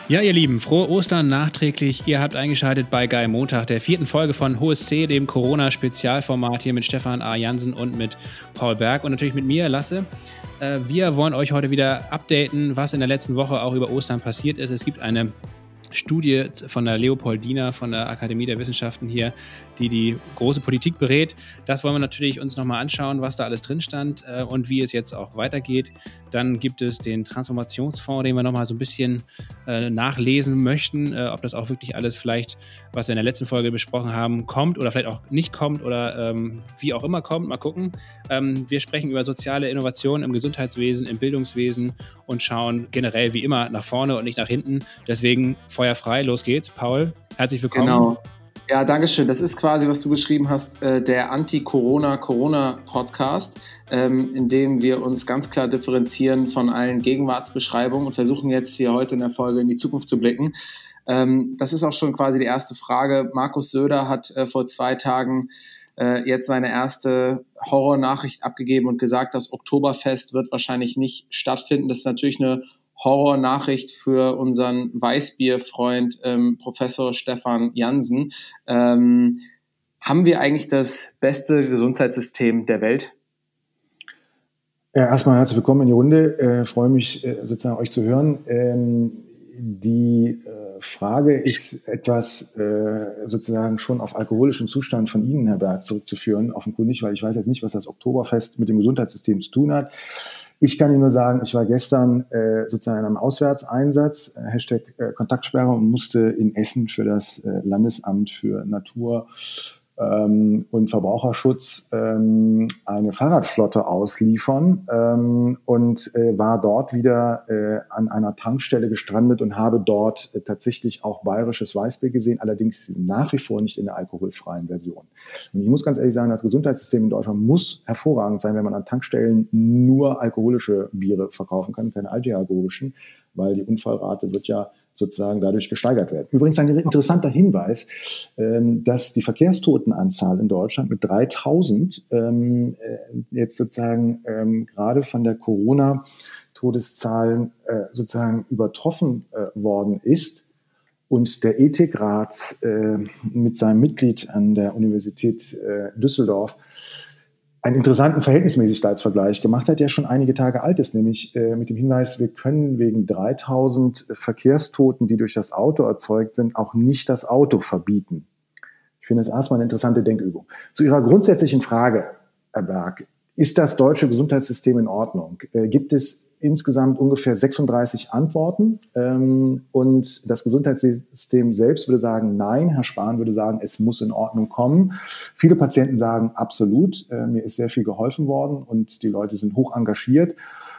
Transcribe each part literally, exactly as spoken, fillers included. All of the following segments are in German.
Ja, ihr Lieben, frohe Ostern nachträglich. Ihr habt eingeschaltet bei Geil Montag, der vierten Folge von Hohes C, dem Corona-Spezialformat hier mit Stefan A. Jansen und mit Paul Berg und natürlich mit mir, Lasse. Äh, wir wollen euch heute wieder updaten, was in der letzten Woche auch über Ostern passiert ist. Es gibt eine Studie von der Leopoldina, von der Akademie der Wissenschaften hier, die die große Politik berät. Das wollen wir natürlich uns nochmal anschauen, was da alles drin stand äh, und wie es jetzt auch weitergeht. Dann gibt es den Transformationsfonds, den wir nochmal so ein bisschen äh, nachlesen möchten, äh, ob das auch wirklich alles vielleicht, was wir in der letzten Folge besprochen haben, kommt oder vielleicht auch nicht kommt oder ähm, wie auch immer kommt. Mal gucken. Ähm, wir sprechen über soziale Innovationen im Gesundheitswesen, im Bildungswesen und schauen generell wie immer nach vorne und nicht nach hinten. Deswegen Feuer frei, los geht's. Paul, herzlich willkommen. Genau. Ja, danke schön. Das ist quasi, was du beschrieben hast, äh, der Anti-Corona-Corona-Podcast, ähm, in dem wir uns ganz klar differenzieren von allen Gegenwartsbeschreibungen und versuchen jetzt hier heute in der Folge in die Zukunft zu blicken. Ähm, das ist auch schon quasi die erste Frage. Markus Söder hat äh, vor zwei Tagen äh, jetzt seine erste Horrornachricht abgegeben und gesagt, das Oktoberfest wird wahrscheinlich nicht stattfinden. Das ist natürlich eine Horrornachricht für unseren Weißbierfreund ähm, Professor Stefan Jansen. Ähm, haben wir eigentlich das beste Gesundheitssystem der Welt? Ja, erstmal herzlich willkommen in die Runde. Äh, freue mich äh, sozusagen euch zu hören. Ähm, die äh, Frage ist etwas äh, sozusagen schon auf alkoholischen Zustand von Ihnen, Herr Berg, zurückzuführen, offenkundig, weil ich weiß jetzt nicht, was das Oktoberfest mit dem Gesundheitssystem zu tun hat. Ich kann Ihnen nur sagen, ich war gestern äh, sozusagen in einem Auswärtseinsatz, äh, Hashtag äh, Kontaktsperre, und musste in Essen für das äh, Landesamt für Natur ähm, und Verbraucherschutz ähm, eine Fahrradflotte ausliefern ähm, und äh, war dort wieder äh, an einer Tankstelle gestrandet und habe dort äh, tatsächlich auch bayerisches Weißbier gesehen, allerdings nach wie vor nicht in der alkoholfreien Version. Und ich muss ganz ehrlich sagen, das Gesundheitssystem in Deutschland muss hervorragend sein, wenn man an Tankstellen nur alkoholische Biere verkaufen kann, keine antialkoholischen, weil die Unfallrate wird ja sozusagen dadurch gesteigert werden. Übrigens ein interessanter Hinweis, ähm, dass die Verkehrstotenanzahl in Deutschland mit dreitausend ähm, äh, jetzt sozusagen ähm, gerade von der Corona-Todeszahlen äh, sozusagen übertroffen äh, worden ist. Und der Ethikrat äh, mit seinem Mitglied an der Universität äh, Düsseldorf einen interessanten Verhältnismäßigkeitsvergleich gemacht hat, der schon einige Tage alt ist, nämlich äh, mit dem Hinweis, wir können wegen dreitausend Verkehrstoten, die durch das Auto erzeugt sind, auch nicht das Auto verbieten. Ich finde das erstmal eine interessante Denkübung. Zu Ihrer grundsätzlichen Frage, Herr Berg, ist das deutsche Gesundheitssystem in Ordnung? Äh, gibt es insgesamt ungefähr sechsunddreißig Antworten ähm, und das Gesundheitssystem selbst würde sagen, nein. Herr Spahn würde sagen, es muss in Ordnung kommen. Viele Patienten sagen, absolut, äh, mir ist sehr viel geholfen worden und die Leute sind hoch engagiert.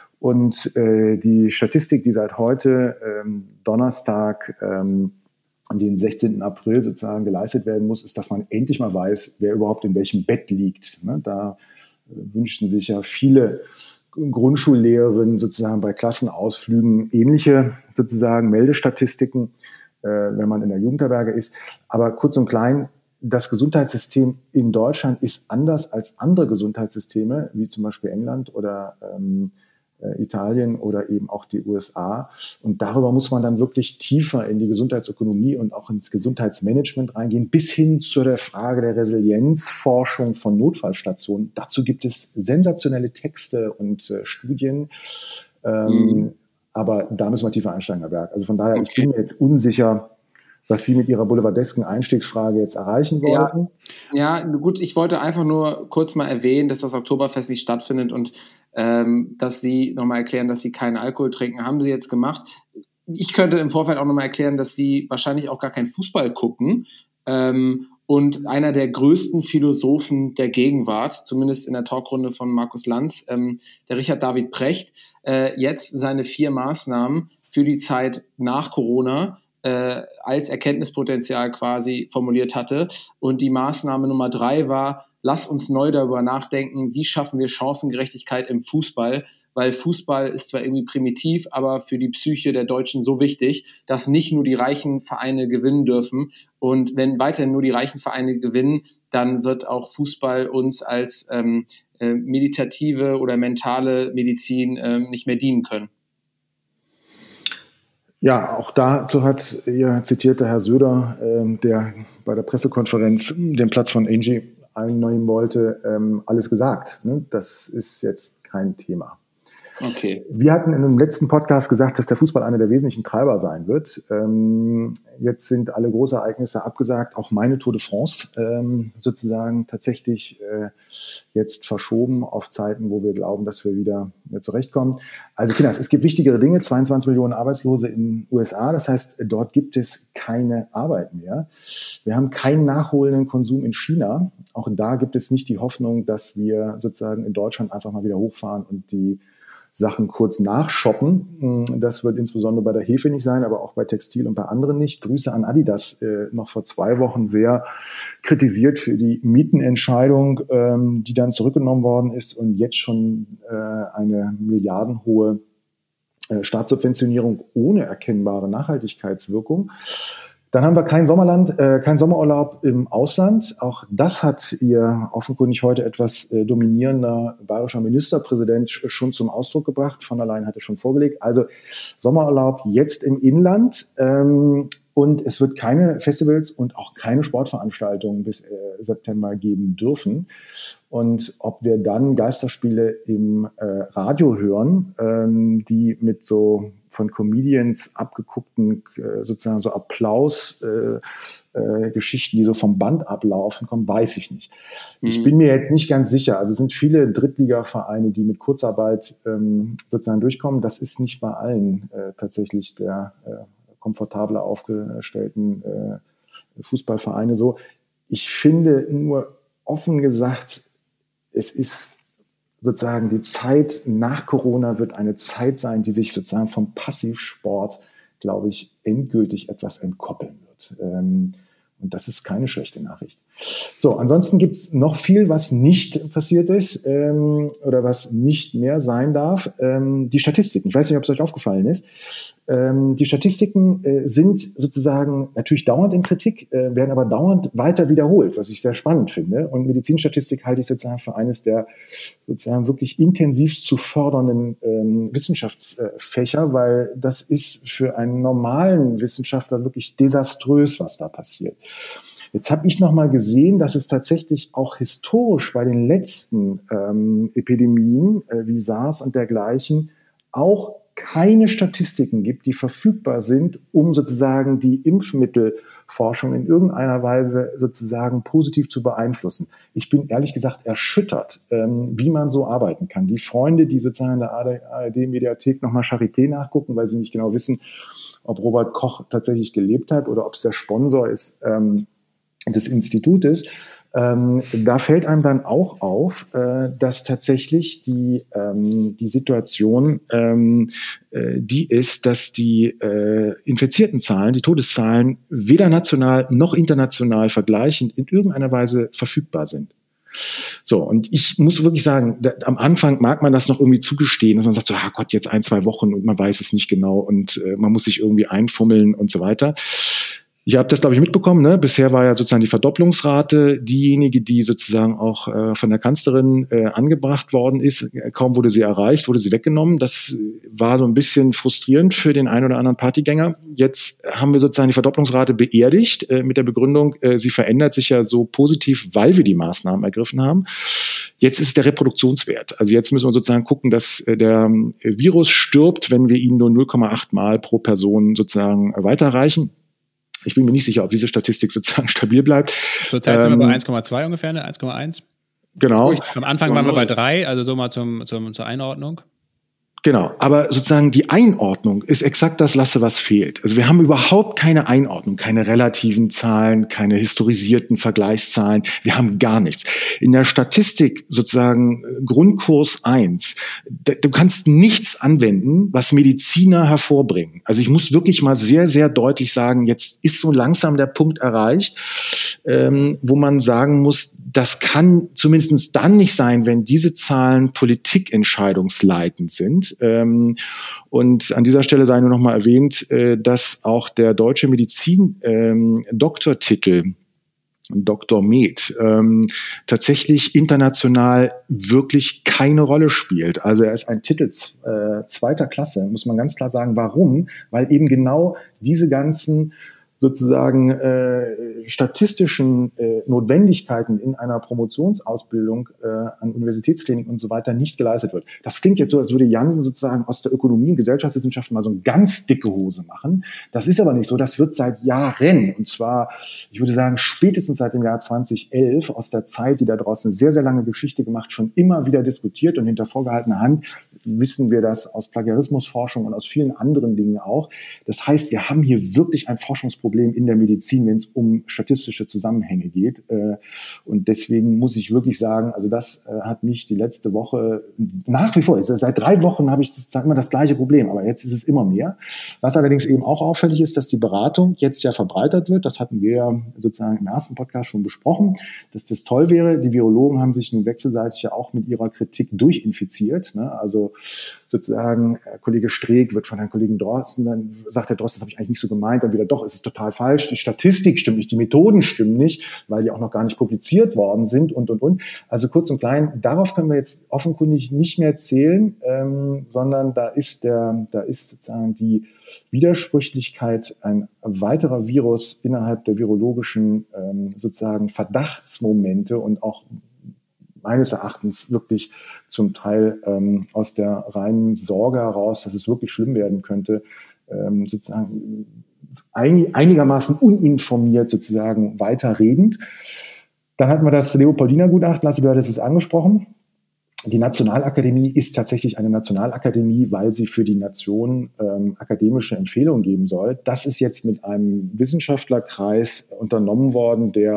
Und äh, die Statistik, die seit heute ähm, Donnerstag, ähm, den sechzehnten April sozusagen geleistet werden muss, ist, dass man endlich mal weiß, wer überhaupt in welchem Bett liegt. Ne? Da äh, wünschten sich ja viele Grundschullehrerinnen sozusagen bei Klassenausflügen ähnliche sozusagen Meldestatistiken, äh, wenn man in der Jugendherberge ist. Aber kurz und klein, das Gesundheitssystem in Deutschland ist anders als andere Gesundheitssysteme, wie zum Beispiel England oder ähm, äh, Italien oder eben auch die U S A. Und darüber muss man dann wirklich tiefer in die Gesundheitsökonomie und auch ins Gesundheitsmanagement reingehen, bis hin zu der Frage der Resilienzforschung von Notfallstationen. Dazu gibt es sensationelle Texte und äh, Studien. Ähm, mhm. Aber da müssen wir tiefer einsteigen, Herr Berg. Also von daher, okay. Ich bin mir jetzt unsicher, was Sie mit Ihrer boulevardesken Einstiegsfrage jetzt erreichen wollten. Ja, ja, gut, ich wollte einfach nur kurz mal erwähnen, dass das Oktoberfest nicht stattfindet und ähm, dass Sie nochmal erklären, dass Sie keinen Alkohol trinken. Haben Sie jetzt gemacht. Ich könnte im Vorfeld auch nochmal erklären, dass Sie wahrscheinlich auch gar keinen Fußball gucken. Ähm, und einer der größten Philosophen der Gegenwart, zumindest in der Talkrunde von Markus Lanz, ähm, der Richard David Precht, äh, jetzt seine vier Maßnahmen für die Zeit nach Corona Äh, als Erkenntnispotenzial quasi formuliert hatte. Und die Maßnahme Nummer drei war, lass uns neu darüber nachdenken, wie schaffen wir Chancengerechtigkeit im Fußball, weil Fußball ist zwar irgendwie primitiv, aber für die Psyche der Deutschen so wichtig, dass nicht nur die reichen Vereine gewinnen dürfen. Und wenn weiterhin nur die reichen Vereine gewinnen, dann wird auch Fußball uns als ähm, äh, meditative oder mentale Medizin ähm, nicht mehr dienen können. Ja, auch dazu hat Ihr zitierter Herr Söder, ähm, der bei der Pressekonferenz den Platz von Angie einnehmen wollte, ähm, alles gesagt. Ne? Das ist jetzt kein Thema. Okay. Wir hatten in einem letzten Podcast gesagt, dass der Fußball einer der wesentlichen Treiber sein wird. Ähm, jetzt sind alle Großereignisse abgesagt, auch meine Tour de France ähm, sozusagen tatsächlich äh, jetzt verschoben auf Zeiten, wo wir glauben, dass wir wieder äh, zurechtkommen. Also Kinder, es gibt wichtigere Dinge, zweiundzwanzig Millionen Arbeitslose in den U S A, das heißt, dort gibt es keine Arbeit mehr. Wir haben keinen nachholenden Konsum in China. Auch da gibt es nicht die Hoffnung, dass wir sozusagen in Deutschland einfach mal wieder hochfahren und die Sachen kurz nachshoppen. Das wird insbesondere bei der Hefe nicht sein, aber auch bei Textil und bei anderen nicht. Grüße an Adidas, äh, noch vor zwei Wochen sehr kritisiert für die Mietenentscheidung, ähm, die dann zurückgenommen worden ist und jetzt schon äh, eine milliardenhohe äh, Staatssubventionierung ohne erkennbare Nachhaltigkeitswirkung. Dann haben wir kein Sommerland, äh, kein Sommerurlaub im Ausland. Auch das hat Ihr offenkundig heute etwas äh, dominierender bayerischer Ministerpräsident schon zum Ausdruck gebracht. Von der Leyen hat es schon vorgelegt. Also Sommerurlaub jetzt im Inland. Ähm, und es wird keine Festivals und auch keine Sportveranstaltungen bis äh, September geben dürfen. Und ob wir dann Geisterspiele im äh, Radio hören, ähm, die mit so von Comedians abgeguckten äh, sozusagen so Applaus-Geschichten, äh, äh, die so vom Band ablaufen, kommen, weiß ich nicht. Mhm. Ich bin mir jetzt nicht ganz sicher. Also es sind viele Drittligavereine, die mit Kurzarbeit ähm, sozusagen durchkommen. Das ist nicht bei allen äh, tatsächlich der äh, komfortabler aufgestellten äh, Fußballvereine so. Ich finde nur offen gesagt, es ist sozusagen die Zeit nach Corona wird eine Zeit sein, die sich sozusagen vom Passivsport, glaube ich, endgültig etwas entkoppeln wird. Ähm, und das ist keine schlechte Nachricht. So, ansonsten gibt es noch viel, was nicht passiert ist ähm, oder was nicht mehr sein darf. Ähm, die Statistiken, ich weiß nicht, ob es euch aufgefallen ist. Ähm, die Statistiken äh, sind sozusagen natürlich dauernd in Kritik, äh, werden aber dauernd weiter wiederholt, was ich sehr spannend finde. Und Medizinstatistik halte ich sozusagen für eines der sozusagen wirklich intensiv zu fördernden ähm, Wissenschaftsfächer, weil das ist für einen normalen Wissenschaftler wirklich desaströs, was da passiert. Jetzt habe ich noch mal gesehen, dass es tatsächlich auch historisch bei den letzten ähm, Epidemien äh, wie SARS und dergleichen auch keine Statistiken gibt, die verfügbar sind, um sozusagen die Impfmittelforschung in irgendeiner Weise sozusagen positiv zu beeinflussen. Ich bin ehrlich gesagt erschüttert, ähm, wie man so arbeiten kann. Die Freunde, die sozusagen in der A R D-Mediathek nochmal Charité nachgucken, weil sie nicht genau wissen, ob Robert Koch tatsächlich gelebt hat oder ob es der Sponsor ist ähm, des Institutes, ähm, da fällt einem dann auch auf, äh, dass tatsächlich die, ähm, die Situation ähm, äh, die ist, dass die äh, infizierten Zahlen, die Todeszahlen weder national noch international vergleichend in irgendeiner Weise verfügbar sind. So, und ich muss wirklich sagen, da, am Anfang mag man das noch irgendwie zugestehen, dass man sagt so, ah Gott, jetzt ein, zwei Wochen und man weiß es nicht genau und äh, man muss sich irgendwie einfummeln und so weiter. Ihr habt das, glaube ich, mitbekommen, ne? Bisher war ja sozusagen die Verdopplungsrate diejenige, die sozusagen auch äh, von der Kanzlerin äh, angebracht worden ist. Kaum wurde sie erreicht, wurde sie weggenommen. Das war so ein bisschen frustrierend für den einen oder anderen Partygänger. Jetzt haben wir sozusagen die Verdopplungsrate beerdigt äh, mit der Begründung, äh, sie verändert sich ja so positiv, weil wir die Maßnahmen ergriffen haben. Jetzt ist es der Reproduktionswert. Also jetzt müssen wir sozusagen gucken, dass äh, der Virus stirbt, wenn wir ihn nur null Komma acht Mal pro Person sozusagen weiterreichen. Ich bin mir nicht sicher, ob diese Statistik sozusagen stabil bleibt. Zurzeit ähm, sind wir bei eins Komma zwei ungefähr, ne? eins Komma eins. Genau. Am Anfang waren wir bei drei, also so mal zum, zum, zur Einordnung. Genau, aber sozusagen die Einordnung ist exakt das, Lasse, was fehlt. Also wir haben überhaupt keine Einordnung, keine relativen Zahlen, keine historisierten Vergleichszahlen. Wir haben gar nichts. In der Statistik sozusagen Grundkurs eins, du kannst nichts anwenden, was Mediziner hervorbringen. Also ich muss wirklich mal sehr, sehr deutlich sagen, jetzt ist so langsam der Punkt erreicht, ähm, wo man sagen muss, das kann zumindest dann nicht sein, wenn diese Zahlen politikentscheidungsleitend sind. Ähm, und an dieser Stelle sei nur noch mal erwähnt, äh, dass auch der deutsche Medizin-Doktortitel Doktor Med, ähm, tatsächlich international wirklich keine Rolle spielt. Also er ist ein Titel äh, zweiter Klasse, muss man ganz klar sagen. Warum? Weil eben genau diese ganzen sozusagen äh, statistischen äh, Notwendigkeiten in einer Promotionsausbildung äh, an Universitätskliniken und so weiter nicht geleistet wird. Das klingt jetzt so, als würde Jansen sozusagen aus der Ökonomie und Gesellschaftswissenschaften mal so eine ganz dicke Hose machen. Das ist aber nicht so. Das wird seit Jahren, und zwar, ich würde sagen, spätestens seit dem Jahr zweitausendelf, aus der Zeit, die da draußen eine sehr, sehr lange Geschichte gemacht, schon immer wieder diskutiert, und hinter vorgehaltener Hand wissen wir das aus Plagiarismusforschung und aus vielen anderen Dingen auch. Das heißt, wir haben hier wirklich ein Forschungsproblem in der Medizin, wenn es um statistische Zusammenhänge geht. Und deswegen muss ich wirklich sagen, also das hat mich die letzte Woche nach wie vor, seit drei Wochen habe ich sozusagen immer das gleiche Problem, aber jetzt ist es immer mehr. Was allerdings eben auch auffällig ist, dass die Beratung jetzt ja verbreitert wird. Das hatten wir ja sozusagen im ersten Podcast schon besprochen, dass das toll wäre. Die Virologen haben sich nun wechselseitig ja auch mit ihrer Kritik durchinfiziert. Also sozusagen, Kollege Streeck wird von Herrn Kollegen Drosten, dann sagt der Drosten, das habe ich eigentlich nicht so gemeint, dann wieder doch, es ist total falsch, die Statistik stimmt nicht, die Methoden stimmen nicht, weil die auch noch gar nicht publiziert worden sind und, und, und. Also kurz und klein, darauf können wir jetzt offenkundig nicht mehr zählen, ähm, sondern da ist der, da ist sozusagen die Widersprüchlichkeit ein weiterer Virus innerhalb der virologischen ähm, sozusagen Verdachtsmomente und auch meines Erachtens wirklich zum Teil ähm, aus der reinen Sorge heraus, dass es wirklich schlimm werden könnte, ähm, sozusagen ein, einigermaßen uninformiert sozusagen weiterredend. Dann hatten wir das Leopoldina-Gutachten, Lasse, du hattest es angesprochen. Die Nationalakademie ist tatsächlich eine Nationalakademie, weil sie für die Nation ähm, akademische Empfehlungen geben soll. Das ist jetzt mit einem Wissenschaftlerkreis unternommen worden, der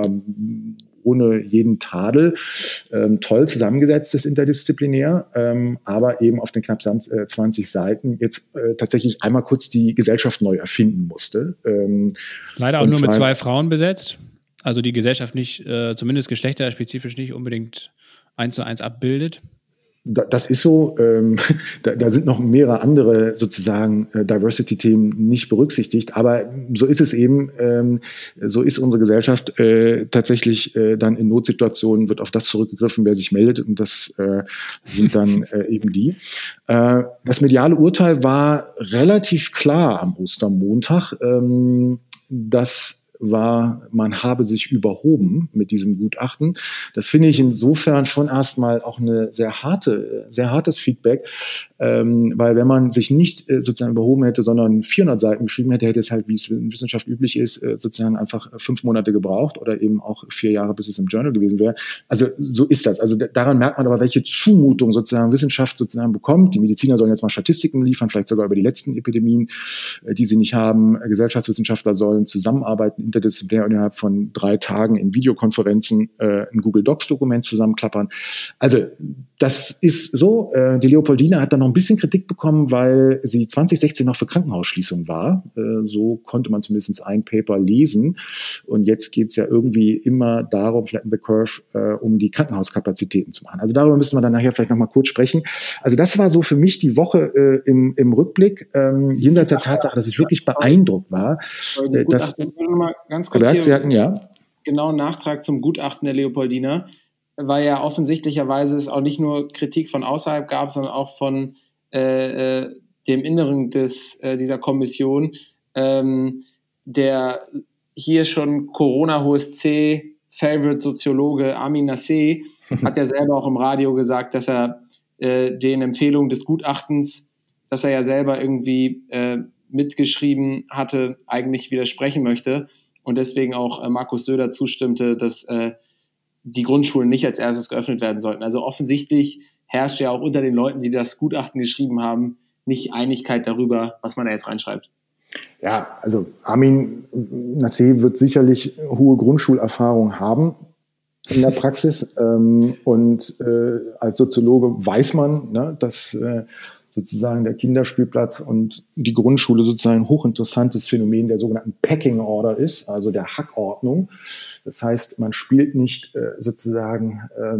ohne jeden Tadel ähm, toll zusammengesetzt ist, interdisziplinär, ähm, aber eben auf den knapp zwanzig Seiten jetzt äh, tatsächlich einmal kurz die Gesellschaft neu erfinden musste. Ähm, Leider auch nur mit zwei Frauen besetzt. Also die Gesellschaft nicht, äh, zumindest geschlechterspezifisch nicht unbedingt eins zu eins abbildet. Das ist so. Ähm, da, da sind noch mehrere andere sozusagen äh, Diversity-Themen nicht berücksichtigt, aber so ist es eben. Ähm, so ist unsere Gesellschaft äh, tatsächlich äh, dann in Notsituationen wird auf das zurückgegriffen, wer sich meldet, und das äh, sind dann äh, eben die. Äh, das mediale Urteil war relativ klar am Ostermontag, ähm, dass war, man habe sich überhoben mit diesem Gutachten. Das finde ich insofern schon erstmal auch eine sehr harte, sehr hartes Feedback, ähm, weil wenn man sich nicht äh, sozusagen überhoben hätte, sondern vierhundert Seiten geschrieben hätte, hätte es halt, wie es in Wissenschaft üblich ist, äh, sozusagen einfach fünf Monate gebraucht oder eben auch vier Jahre, bis es im Journal gewesen wäre. Also so ist das. Also daran merkt man aber, welche Zumutung sozusagen Wissenschaft sozusagen bekommt. Die Mediziner sollen jetzt mal Statistiken liefern, vielleicht sogar über die letzten Epidemien, äh, die sie nicht haben. Gesellschaftswissenschaftler sollen zusammenarbeiten, interdisziplinär, innerhalb von drei Tagen in Videokonferenzen äh, ein Google Docs-Dokument zusammenklappern. Also das ist so. Äh, die Leopoldina hat dann noch ein bisschen Kritik bekommen, weil sie zwanzig sechzehn noch für Krankenhausschließung war. Äh, so konnte man zumindest ein Paper lesen. Und jetzt geht es ja irgendwie immer darum, Flatten the Curve, äh, um die Krankenhauskapazitäten zu machen. Also darüber müssen wir dann nachher vielleicht noch mal kurz sprechen. Also das war so für mich die Woche äh, im, im Rückblick, ähm, jenseits der Tatsache, dass ich wirklich beeindruckt war. Äh, dass mal ganz kurz hier Sie hatten, ja. Genau einen Nachtrag zum Gutachten der Leopoldina, weil ja offensichtlicherweise es auch nicht nur Kritik von außerhalb gab, sondern auch von äh, äh, dem Inneren des, äh, dieser Kommission. Ähm, der hier schon Corona-H S C-Favorite-Soziologe Amin Nasseh hat ja selber auch im Radio gesagt, dass er äh, den Empfehlungen des Gutachtens, dass er ja selber irgendwie äh, mitgeschrieben hatte, eigentlich widersprechen möchte und deswegen auch äh, Markus Söder zustimmte, dass äh, die Grundschulen nicht als erstes geöffnet werden sollten. Also offensichtlich herrscht ja auch unter den Leuten, die das Gutachten geschrieben haben, nicht Einigkeit darüber, was man da jetzt reinschreibt. Ja, also Amin Nasseh wird sicherlich hohe Grundschulerfahrung haben in der Praxis. ähm, und äh, als Soziologe weiß man, ne, dass äh, sozusagen der Kinderspielplatz und die Grundschule sozusagen ein hochinteressantes Phänomen der sogenannten Pecking Order ist, also der Hackordnung. Das heißt, man spielt nicht äh, sozusagen ähm,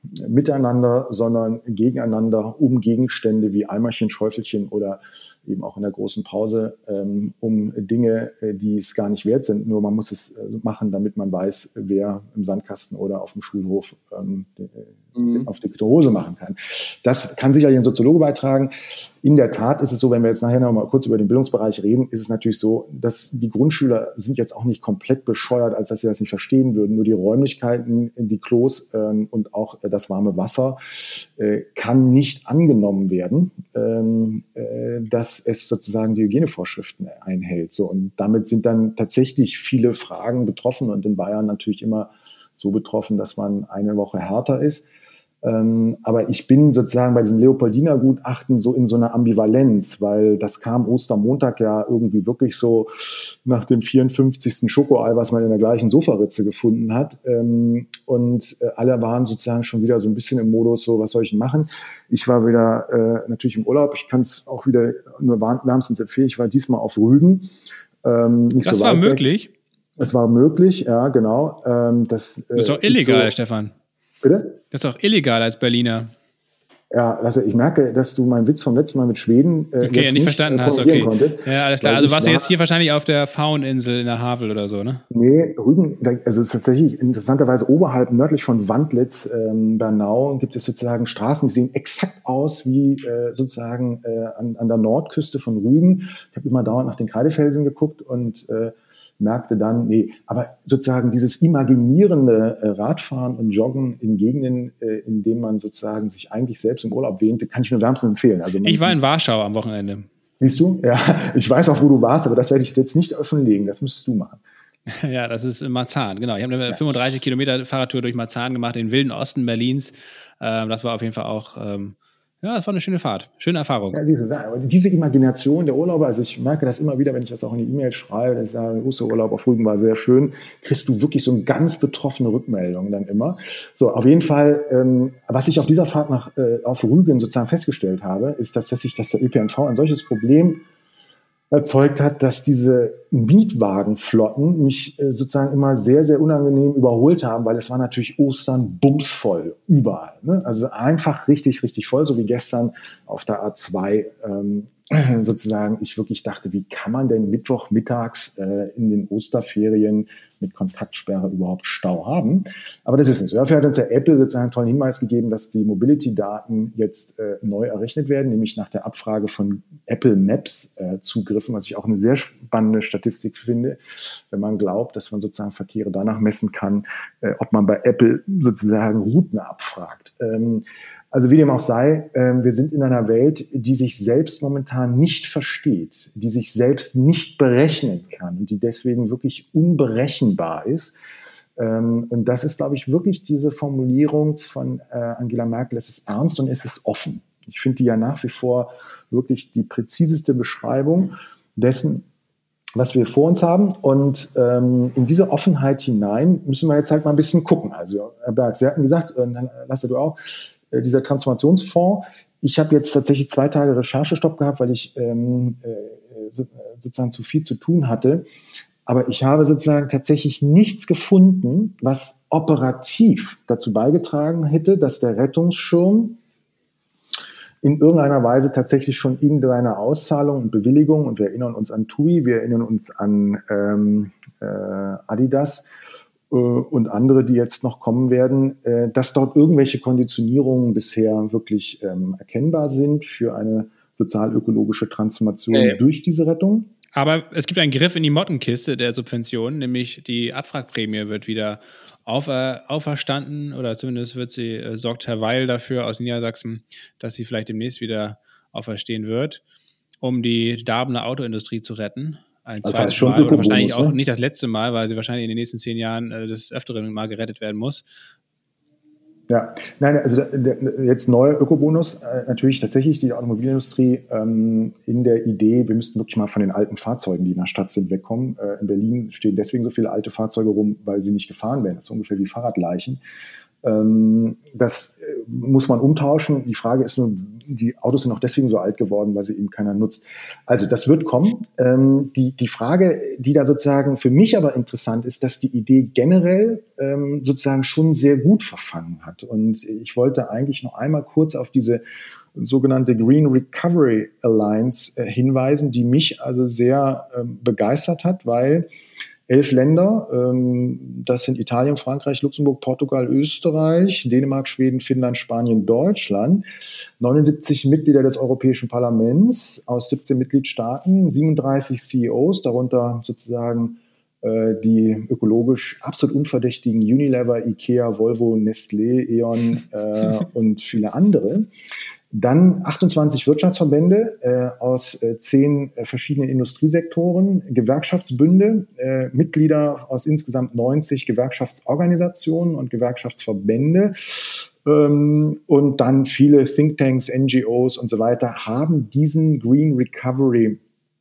miteinander, sondern gegeneinander um Gegenstände wie Eimerchen, Schäufelchen oder eben auch in der großen Pause, ähm, um Dinge, äh, die es gar nicht wert sind. Nur man muss es äh, machen, damit man weiß, wer im Sandkasten oder auf dem Schulhof ähm, die, mhm. auf die Hose machen kann. Das kann sicherlich ein Soziologe beitragen. In der Tat ist es so, wenn wir jetzt nachher noch mal kurz über den Bildungsbereich reden, ist es natürlich so, dass die Grundschüler sind jetzt auch nicht komplett bescheuert, als dass sie das nicht verstehen würden. Nur die Räumlichkeiten, die Klos ähm, und auch äh, das warme Wasser äh, kann nicht angenommen werden, ähm, äh, dass es sozusagen die Hygienevorschriften einhält. So, und damit sind dann tatsächlich viele Fragen betroffen und in Bayern natürlich immer so betroffen, dass man eine Woche härter ist. Ähm, aber ich bin sozusagen bei diesem Leopoldina-Gutachten so in so einer Ambivalenz, weil das kam Ostermontag ja irgendwie wirklich so nach dem vierundfünfzigsten Schokoei, was man in der gleichen Sofaritze gefunden hat. Ähm, und äh, alle waren sozusagen schon wieder so ein bisschen im Modus, so was soll ich denn machen? Ich war wieder äh, natürlich im Urlaub. Ich kann es auch wieder nur wärmstens empfehlen. Ich war diesmal auf Rügen. Ähm, nicht das so war weit möglich? Weg. Es war möglich, ja, genau. Ähm, das, äh, das ist doch illegal, ist so, Stefan. Bitte? Das ist doch illegal als Berliner. Ja, also ich merke, dass du meinen Witz vom letzten Mal mit Schweden äh, okay, jetzt nicht verstanden äh, hast. Okay. konntest. Ja, alles klar. Also warst du jetzt hier wahrscheinlich auf der Fauninsel in der Havel oder so, ne? Nee, Rügen, also es ist tatsächlich interessanterweise oberhalb, nördlich von Wandlitz, ähm, Bernau, gibt es sozusagen Straßen, die sehen exakt aus wie äh, sozusagen äh, an, an der Nordküste von Rügen. Ich habe immer dauernd nach den Kreidefelsen geguckt und äh, merkte dann, nee, aber sozusagen dieses imaginierende äh, Radfahren und Joggen in Gegenden, äh, in denen man sozusagen sich eigentlich selbst im Urlaub wähnte, kann ich nur wärmstens empfehlen. Also man, ich war in Warschau am Wochenende. Siehst du? Ja, ich weiß auch, wo du warst, aber das werde ich jetzt nicht offenlegen, das müsstest du machen. Ja, das ist Marzahn, genau. Ich habe eine ja. fünfunddreißig Kilometer Fahrradtour durch Marzahn gemacht, in den wilden Osten Berlins. Ähm, das war auf jeden Fall auch... Ähm, Ja, das war eine schöne Fahrt. Schöne Erfahrung. Ja, diese, diese Imagination der Urlauber, also ich merke das immer wieder, wenn ich das auch in die E-Mail schreibe, dass ich sage, der Osterurlaub auf Rügen war sehr schön, kriegst du wirklich so eine ganz betroffene Rückmeldung dann immer. So, auf jeden Fall, ähm, was ich auf dieser Fahrt nach, äh, auf Rügen sozusagen festgestellt habe, ist, dass, dass, ich, dass der Ö P N V ein solches Problem erzeugt hat, dass diese Mietwagenflotten mich äh, sozusagen immer sehr, sehr unangenehm überholt haben, weil es war natürlich Ostern bumsvoll, überall. Ne? Also einfach richtig, richtig voll, so wie gestern auf der A zwei ähm, sozusagen. Ich wirklich dachte, wie kann man denn Mittwochmittags äh, in den Osterferien mit Kontaktsperre überhaupt Stau haben? Aber das ist nicht so. Dafür hat uns der Apple sozusagen einen tollen Hinweis gegeben, dass die Mobility-Daten jetzt äh, neu errechnet werden, nämlich nach der Abfrage von Apple Maps äh, Zugriffen, was ich auch eine sehr spannende Statistik finde, wenn man glaubt, dass man sozusagen Verkehre danach messen kann, äh, ob man bei Apple sozusagen Routen abfragt. Ähm, also wie dem auch sei, äh, wir sind in einer Welt, die sich selbst momentan nicht versteht, die sich selbst nicht berechnen kann und die deswegen wirklich unberechenbar ist. Ähm, und das ist, glaube ich, wirklich diese Formulierung von äh, Angela Merkel, es ist ernst und es ist offen. Ich finde die ja nach wie vor wirklich die präziseste Beschreibung dessen, was wir vor uns haben. Und ähm, in diese Offenheit hinein müssen wir jetzt halt mal ein bisschen gucken. Also, Herr Berg, Sie hatten gesagt, äh, Lasse, du auch, äh, dieser Transformationsfonds. Ich habe jetzt tatsächlich zwei Tage Recherchestopp gehabt, weil ich ähm, äh, so, sozusagen zu viel zu tun hatte. Aber ich habe sozusagen tatsächlich nichts gefunden, was operativ dazu beigetragen hätte, dass der Rettungsschirm in irgendeiner Weise tatsächlich schon in seiner Auszahlung und Bewilligung, und wir erinnern uns an T U I, wir erinnern uns an ähm, äh, Adidas äh, und andere, die jetzt noch kommen werden, äh, dass dort irgendwelche Konditionierungen bisher wirklich ähm, erkennbar sind für eine sozial-ökologische Transformation nee. durch diese Rettung. Aber es gibt einen Griff in die Mottenkiste der Subventionen, nämlich die Abwrackprämie wird wieder aufer, auferstanden oder zumindest wird sie, äh, sorgt Herr Weil dafür aus Niedersachsen, dass sie vielleicht demnächst wieder auferstehen wird, um die darbende Autoindustrie zu retten. Ein das zweites heißt schon Mal oder wahrscheinlich auch ne? nicht das letzte Mal, weil sie wahrscheinlich in den nächsten zehn Jahren äh, des Öfteren mal gerettet werden muss. Ja, nein, also jetzt neuer Ökobonus, äh, natürlich tatsächlich die Automobilindustrie ähm, in der Idee, wir müssten wirklich mal von den alten Fahrzeugen, die in der Stadt sind, wegkommen. Äh, in Berlin stehen deswegen so viele alte Fahrzeuge rum, weil sie nicht gefahren werden. Das ist ungefähr wie Fahrradleichen. Ähm, das äh, muss man umtauschen. Die Frage ist nur, die Autos sind auch deswegen so alt geworden, weil sie eben keiner nutzt. Also das wird kommen. Ähm, die, die Frage, die da sozusagen für mich aber interessant ist, dass die Idee generell ähm, sozusagen schon sehr gut verfangen hat. Und ich wollte eigentlich noch einmal kurz auf diese sogenannte Green Recovery Alliance äh, hinweisen, die mich also sehr ähm, begeistert hat, weil elf Länder, ähm, das sind Italien, Frankreich, Luxemburg, Portugal, Österreich, Dänemark, Schweden, Finnland, Spanien, Deutschland, neunundsiebzig Mitglieder des Europäischen Parlaments aus siebzehn Mitgliedstaaten, siebenunddreißig C E Os, darunter sozusagen äh, die ökologisch absolut unverdächtigen Unilever, Ikea, Volvo, Nestlé, E.ON äh, und viele andere. Dann achtundzwanzig Wirtschaftsverbände äh, aus äh, zehn äh, verschiedenen Industriesektoren, Gewerkschaftsbünde, äh, Mitglieder aus insgesamt neunzig Gewerkschaftsorganisationen und Gewerkschaftsverbände ähm, und dann viele Thinktanks, N G Os und so weiter haben diesen Green Recovery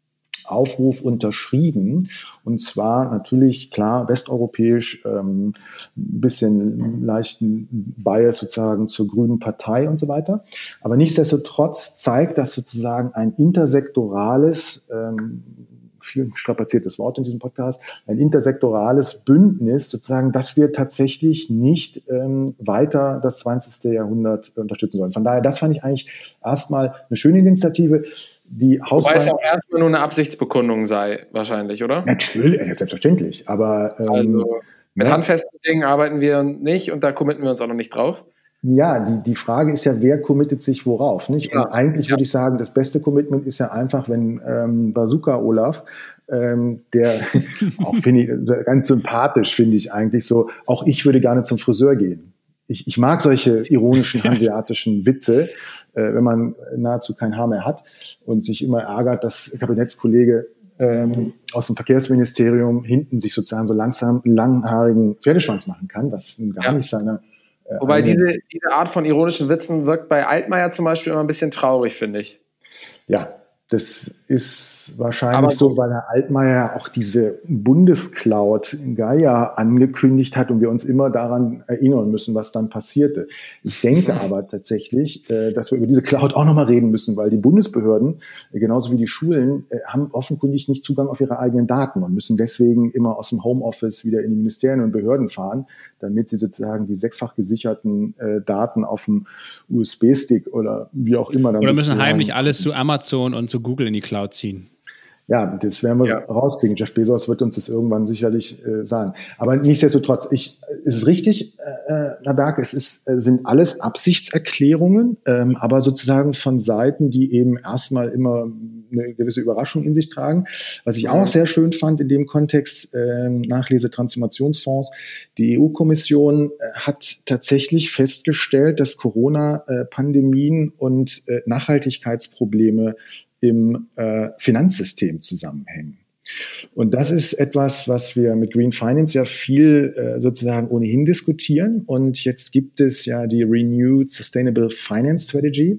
Aufruf unterschrieben, und zwar natürlich klar westeuropäisch, ähm, ein bisschen leichten Bias sozusagen zur Grünen Partei und so weiter. Aber nichtsdestotrotz zeigt das sozusagen ein intersektorales, ähm, viel strapaziertes Wort in diesem Podcast, ein intersektorales Bündnis sozusagen, dass wir tatsächlich nicht ähm, weiter das zwanzigste Jahrhundert unterstützen sollen. Von daher, das fand ich eigentlich erstmal eine schöne Initiative. Die Wobei es ja auch erstmal nur eine Absichtsbekundung sei, wahrscheinlich, oder? Natürlich, ja, selbstverständlich. Aber ähm, also mit ja. handfesten Dingen arbeiten wir nicht und da committen wir uns auch noch nicht drauf. Ja, die, die Frage ist ja, wer committet sich worauf, nicht? Ja. Und eigentlich ja. würde ich sagen, das beste Commitment ist ja einfach, wenn ähm, Bazooka Olaf, ähm, der auch finde ich ganz sympathisch, finde ich eigentlich so, auch ich würde gerne zum Friseur gehen. Ich, ich mag solche ironischen hanseatischen Witze, äh, wenn man nahezu kein Haar mehr hat und sich immer ärgert, dass Kabinettskollege ähm, aus dem Verkehrsministerium hinten sich sozusagen so langsam einen langhaarigen Pferdeschwanz machen kann, was gar ja. nicht seine äh, Wobei diese, diese Art von ironischen Witzen wirkt bei Altmaier zum Beispiel immer ein bisschen traurig, finde ich. Ja, das ist wahrscheinlich so, weil Herr Altmaier auch diese Bundescloud in Gaia angekündigt hat und wir uns immer daran erinnern müssen, was dann passierte. Ich denke aber tatsächlich, dass wir über diese Cloud auch nochmal reden müssen, weil die Bundesbehörden, genauso wie die Schulen, haben offenkundig nicht Zugang auf ihre eigenen Daten und müssen deswegen immer aus dem Homeoffice wieder in die Ministerien und Behörden fahren, damit sie sozusagen die sechsfach gesicherten Daten auf dem U S B-Stick oder wie auch immer dann oder müssen heimlich alles zu Amazon und zu Google in die Cloud ziehen. Ja, das werden wir ja. rauskriegen. Jeff Bezos wird uns das irgendwann sicherlich äh, sagen. Aber nichtsdestotrotz, ich, es ist richtig, äh, Herr Berg, es ist, äh, sind alles Absichtserklärungen, ähm, aber sozusagen von Seiten, die eben erstmal immer eine gewisse Überraschung in sich tragen. Was ich auch sehr schön fand in dem Kontext, äh, Nachlese Transformationsfonds, die E U-Kommission äh, hat tatsächlich festgestellt, dass Corona-Pandemien und äh, Nachhaltigkeitsprobleme im äh, Finanzsystem zusammenhängen. Und das ist etwas, was wir mit Green Finance ja viel äh, sozusagen ohnehin diskutieren. Und jetzt gibt es ja die Renewed Sustainable Finance Strategy,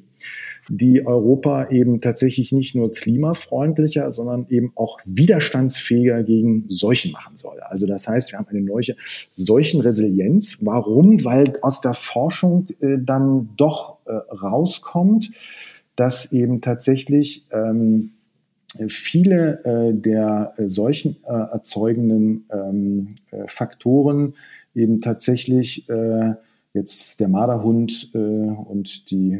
die Europa eben tatsächlich nicht nur klimafreundlicher, sondern eben auch widerstandsfähiger gegen Seuchen machen soll. Also das heißt, wir haben eine neue Seuchenresilienz. Warum? Weil aus der Forschung äh, dann doch äh, rauskommt, dass eben tatsächlich ähm, viele äh, der äh, solchen äh, erzeugenden ähm, äh, Faktoren eben tatsächlich äh, jetzt der Marderhund äh, und die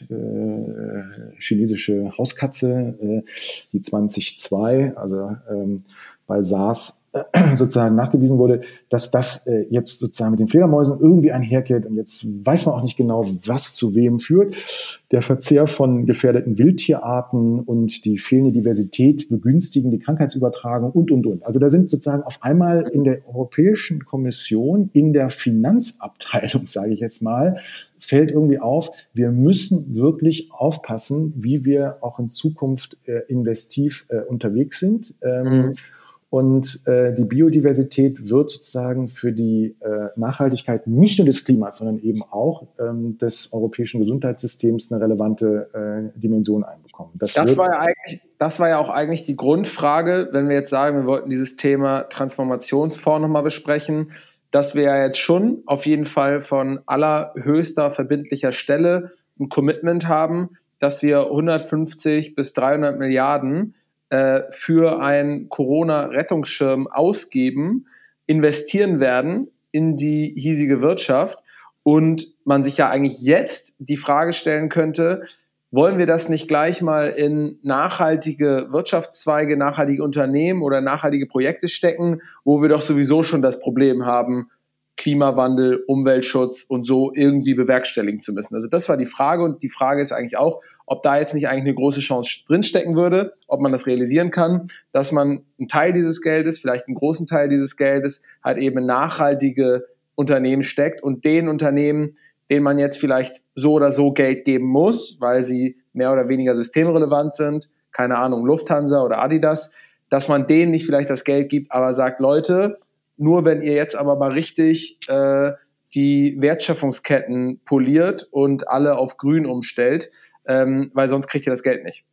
südchinesische äh, Hauskatze, äh, die zwanzig zwei, also ähm, bei SARS sozusagen nachgewiesen wurde, dass das äh, jetzt sozusagen mit den Fledermäusen irgendwie einherkehrt und jetzt weiß man auch nicht genau, was zu wem führt. Der Verzehr von gefährdeten Wildtierarten und die fehlende Diversität begünstigen die Krankheitsübertragung und, und, und. Also da sind sozusagen auf einmal in der Europäischen Kommission, in der Finanzabteilung, sage ich jetzt mal, fällt irgendwie auf, wir müssen wirklich aufpassen, wie wir auch in Zukunft äh, investiv äh, unterwegs sind. Ähm, mhm. Und äh, die Biodiversität wird sozusagen für die äh, Nachhaltigkeit nicht nur des Klimas, sondern eben auch ähm, des europäischen Gesundheitssystems eine relevante äh, Dimension einbekommen. Das, das, war ja eigentlich, das war ja auch eigentlich die Grundfrage, wenn wir jetzt sagen, wir wollten dieses Thema Transformationsfonds nochmal besprechen, dass wir ja jetzt schon auf jeden Fall von allerhöchster verbindlicher Stelle ein Commitment haben, dass wir hundertfünfzig bis dreihundert Milliarden äh, für einen Corona-Rettungsschirm ausgeben, investieren werden in die hiesige Wirtschaft und man sich ja eigentlich jetzt die Frage stellen könnte, wollen wir das nicht gleich mal in nachhaltige Wirtschaftszweige, nachhaltige Unternehmen oder nachhaltige Projekte stecken, wo wir doch sowieso schon das Problem haben, Klimawandel, Umweltschutz und so irgendwie bewerkstelligen zu müssen. Also das war die Frage und die Frage ist eigentlich auch, ob da jetzt nicht eigentlich eine große Chance drinstecken würde, ob man das realisieren kann, dass man einen Teil dieses Geldes, vielleicht einen großen Teil dieses Geldes halt eben in nachhaltige Unternehmen steckt und den Unternehmen, denen man jetzt vielleicht so oder so Geld geben muss, weil sie mehr oder weniger systemrelevant sind, keine Ahnung, Lufthansa oder Adidas, dass man denen nicht vielleicht das Geld gibt, aber sagt, Leute, nur wenn ihr jetzt aber mal richtig äh, die Wertschöpfungsketten poliert und alle auf grün umstellt, ähm, weil sonst kriegt ihr das Geld nicht.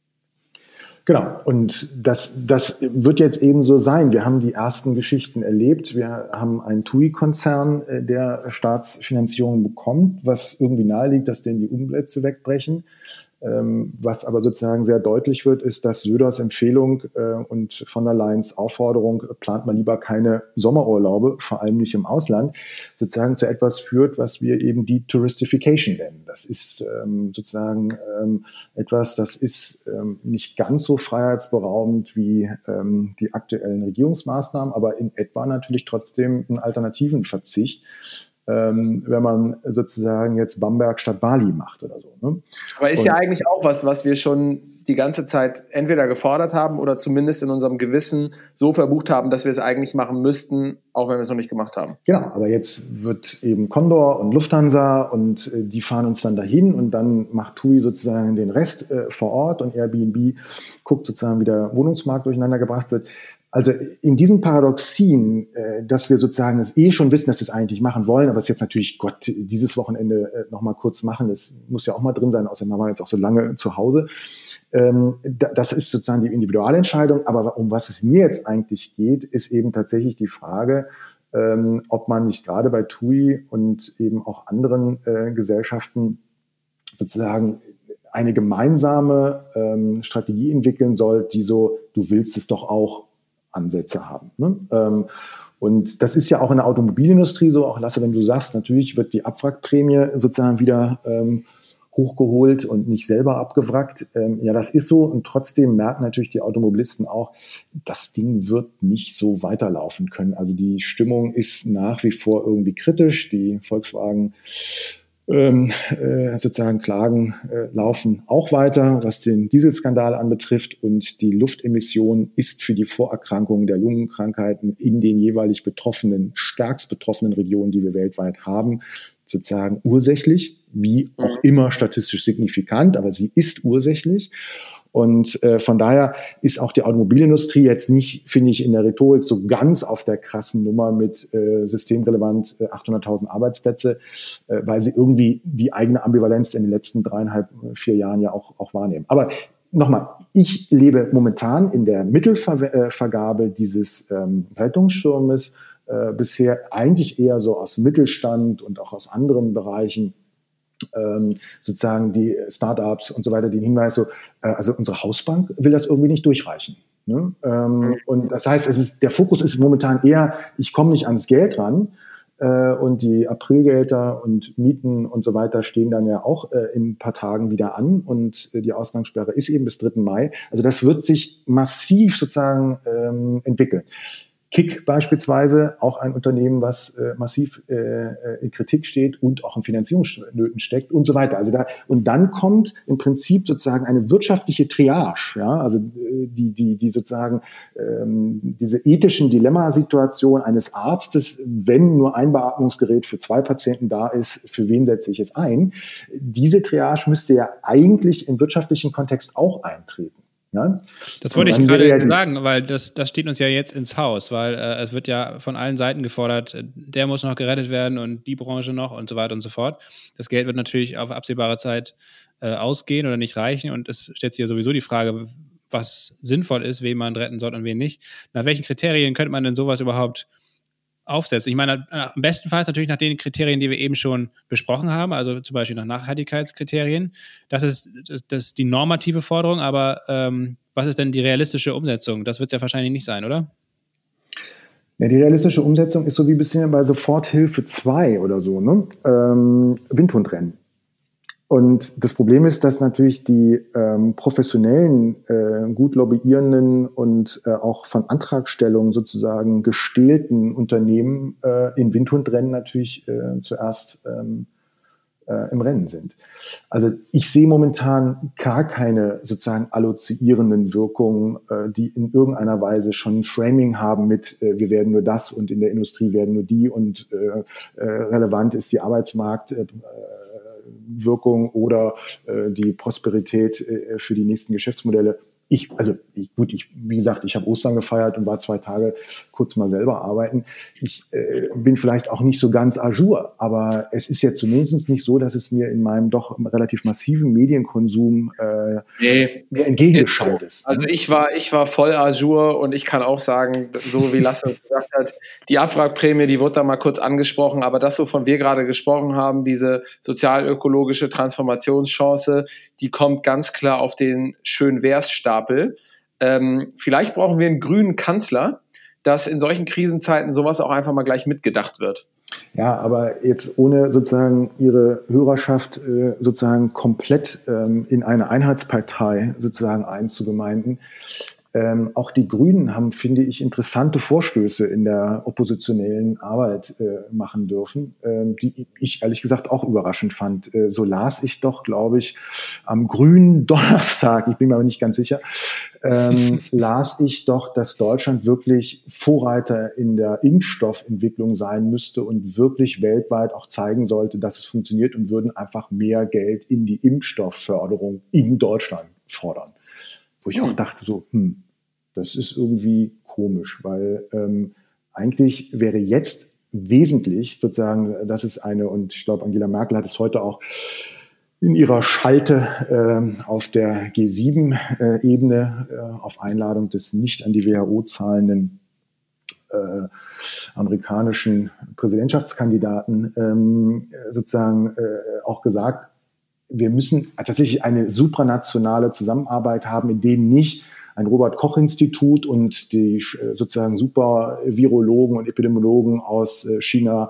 Genau, und das, das wird jetzt eben so sein. Wir haben die ersten Geschichten erlebt. Wir haben einen T U I-Konzern, der Staatsfinanzierung bekommt, was irgendwie naheliegt, dass denen die Umsätze wegbrechen. Ähm, was aber sozusagen sehr deutlich wird, ist, dass Söders Empfehlung äh, und von der Leyens Aufforderung, plant man lieber keine Sommerurlaube, vor allem nicht im Ausland, sozusagen zu etwas führt, was wir eben die Touristification nennen. Das ist ähm, sozusagen ähm, etwas, das ist ähm, nicht ganz so freiheitsberaubend wie ähm, die aktuellen Regierungsmaßnahmen, aber in etwa natürlich trotzdem einen alternativen Verzicht, Ähm, wenn man sozusagen jetzt Bamberg statt Bali macht oder so. Ne? Aber ist Und, ja eigentlich auch was, was wir schon die ganze Zeit entweder gefordert haben oder zumindest in unserem Gewissen so verbucht haben, dass wir es eigentlich machen müssten, auch wenn wir es noch nicht gemacht haben. Genau, aber jetzt wird eben Condor und Lufthansa und äh, die fahren uns dann dahin und dann macht T U I sozusagen den Rest äh, vor Ort und Airbnb guckt sozusagen, wie der Wohnungsmarkt durcheinander gebracht wird. Also in diesen Paradoxien, äh, dass wir sozusagen das eh schon wissen, dass wir es eigentlich machen wollen, aber es jetzt natürlich, Gott, dieses Wochenende äh, noch mal kurz machen, das muss ja auch mal drin sein, außerdem waren wir jetzt auch so lange zu Hause. Ähm, da, das ist sozusagen die Individualentscheidung, aber um was es mir jetzt eigentlich geht, ist eben tatsächlich die Frage, ähm, ob man nicht gerade bei T U I und eben auch anderen äh, Gesellschaften sozusagen eine gemeinsame ähm, Strategie entwickeln soll, die so, du willst es doch auch, Ansätze haben. Ne? Ähm, und das ist ja auch in der Automobilindustrie so, auch Lasse, wenn du sagst, natürlich wird die Abwrackprämie sozusagen wieder ähm, hochgeholt und nicht selber abgewrackt. Ähm, ja, das ist so und trotzdem merken natürlich die Automobilisten auch, das Ding wird nicht so weiterlaufen können. Also die Stimmung ist nach wie vor irgendwie kritisch. Die Volkswagen Ähm, äh, sozusagen Klagen äh, laufen auch weiter, was den Dieselskandal anbetrifft und die Luftemission ist für die Vorerkrankungen der Lungenkrankheiten in den jeweilig betroffenen, stärkst betroffenen Regionen, die wir weltweit haben, sozusagen ursächlich, wie auch immer statistisch signifikant, aber sie ist ursächlich. Und äh, von daher ist auch die Automobilindustrie jetzt nicht, finde ich, in der Rhetorik so ganz auf der krassen Nummer mit äh, systemrelevant äh, achthunderttausend Arbeitsplätze, äh, weil sie irgendwie die eigene Ambivalenz in den letzten dreieinhalb, vier Jahren ja auch, auch wahrnehmen. Aber nochmal, ich lebe momentan in der Mittelvergabe dieses ähm, Rettungsschirmes äh, bisher eigentlich eher so aus Mittelstand und auch aus anderen Bereichen. Ähm, sozusagen die Startups und so weiter, den Hinweis so, äh, also unsere Hausbank will das irgendwie nicht durchreichen. Ne? Ähm, und das heißt, es ist, der Fokus ist momentan eher, ich komme nicht ans Geld ran äh, und die Aprilgelder und Mieten und so weiter stehen dann ja auch äh, in ein paar Tagen wieder an und äh, die Ausgangssperre ist eben bis dritten Mai. Also das wird sich massiv sozusagen ähm, entwickeln. Kick beispielsweise, auch ein Unternehmen, was äh, massiv äh, in Kritik steht und auch in Finanzierungsnöten steckt und so weiter. Also da, und dann kommt im Prinzip sozusagen eine wirtschaftliche Triage, ja, also äh, die, die, die sozusagen ähm, diese ethischen Dilemmasituation eines Arztes, wenn nur ein Beatmungsgerät für zwei Patienten da ist, für wen setze ich es ein? Diese Triage müsste ja eigentlich im wirtschaftlichen Kontext auch eintreten. Ja? Das wollte ich gerade ja sagen, weil das, das steht uns ja jetzt ins Haus, weil äh, es wird ja von allen Seiten gefordert, der muss noch gerettet werden und die Branche noch und so weiter und so fort. Das Geld wird natürlich auf absehbare Zeit äh, ausgehen oder nicht reichen und es stellt sich ja sowieso die Frage, was sinnvoll ist, wen man retten soll und wen nicht. Nach welchen Kriterien könnte man denn sowas überhaupt aufsetzen? Ich meine, am bestenfalls natürlich nach den Kriterien, die wir eben schon besprochen haben, also zum Beispiel nach Nachhaltigkeitskriterien. Das ist, das, das ist die normative Forderung, aber ähm, was ist denn die realistische Umsetzung? Das wird es ja wahrscheinlich nicht sein, oder? Ja, die realistische Umsetzung ist so wie ein bisschen bei Soforthilfe zwei oder so, ne? Ähm, Windhundrennen. Und das Problem ist, dass natürlich die ähm, professionellen, äh, gut lobbyierenden und äh, auch von Antragstellungen sozusagen gestählten Unternehmen äh, in Windhundrennen natürlich äh, zuerst ähm, äh, im Rennen sind. Also ich sehe momentan gar keine sozusagen alloziierenden Wirkungen, äh, die in irgendeiner Weise schon ein Framing haben mit äh, wir werden nur das und in der Industrie werden nur die und äh, äh, relevant ist die Arbeitsmarkt äh, Wirkung oder äh, die Prosperität äh, für die nächsten Geschäftsmodelle. Ich, also ich, gut, ich, wie gesagt, ich habe Ostern gefeiert und war zwei Tage kurz mal selber arbeiten. Ich äh, bin vielleicht auch nicht so ganz à jour, aber es ist ja zumindest nicht so, dass es mir in meinem doch relativ massiven Medienkonsum äh, nee, mir entgegengeschaltet ist. Also ich war, ich war voll à jour und ich kann auch sagen, so wie Lasse gesagt hat, die Abwrackprämie, die wurde da mal kurz angesprochen, aber das, wovon wir gerade gesprochen haben, diese sozial-ökologische Transformationschance, die kommt ganz klar auf den Schön-Wär's-Stapel. Ähm, vielleicht brauchen wir einen grünen Kanzler, dass in solchen Krisenzeiten sowas auch einfach mal gleich mitgedacht wird. Ja, aber jetzt ohne sozusagen Ihre Hörerschaft äh, sozusagen komplett ähm, in eine Einheitspartei sozusagen einzugemeinden. Ähm, auch die Grünen haben, finde ich, interessante Vorstöße in der oppositionellen Arbeit äh, machen dürfen, ähm, die ich ehrlich gesagt auch überraschend fand. Äh, so las ich doch, glaube ich, am grünen Donnerstag, ich bin mir aber nicht ganz sicher, ähm, las ich doch, dass Deutschland wirklich Vorreiter in der Impfstoffentwicklung sein müsste und wirklich weltweit auch zeigen sollte, dass es funktioniert und würden einfach mehr Geld in die Impfstoffförderung in Deutschland fordern. Wo ich auch dachte so, hm, das ist irgendwie komisch, weil ähm, eigentlich wäre jetzt wesentlich sozusagen, das ist eine, und ich glaube, Angela Merkel hat es heute auch in ihrer Schalte äh, auf der G sieben Ebene äh, auf Einladung des nicht an die W H O zahlenden äh, amerikanischen Präsidentschaftskandidaten ähm, sozusagen äh, auch gesagt, wir müssen tatsächlich eine supranationale Zusammenarbeit haben, in denen nicht ein Robert-Koch-Institut und die sozusagen Super-Virologen und Epidemiologen aus China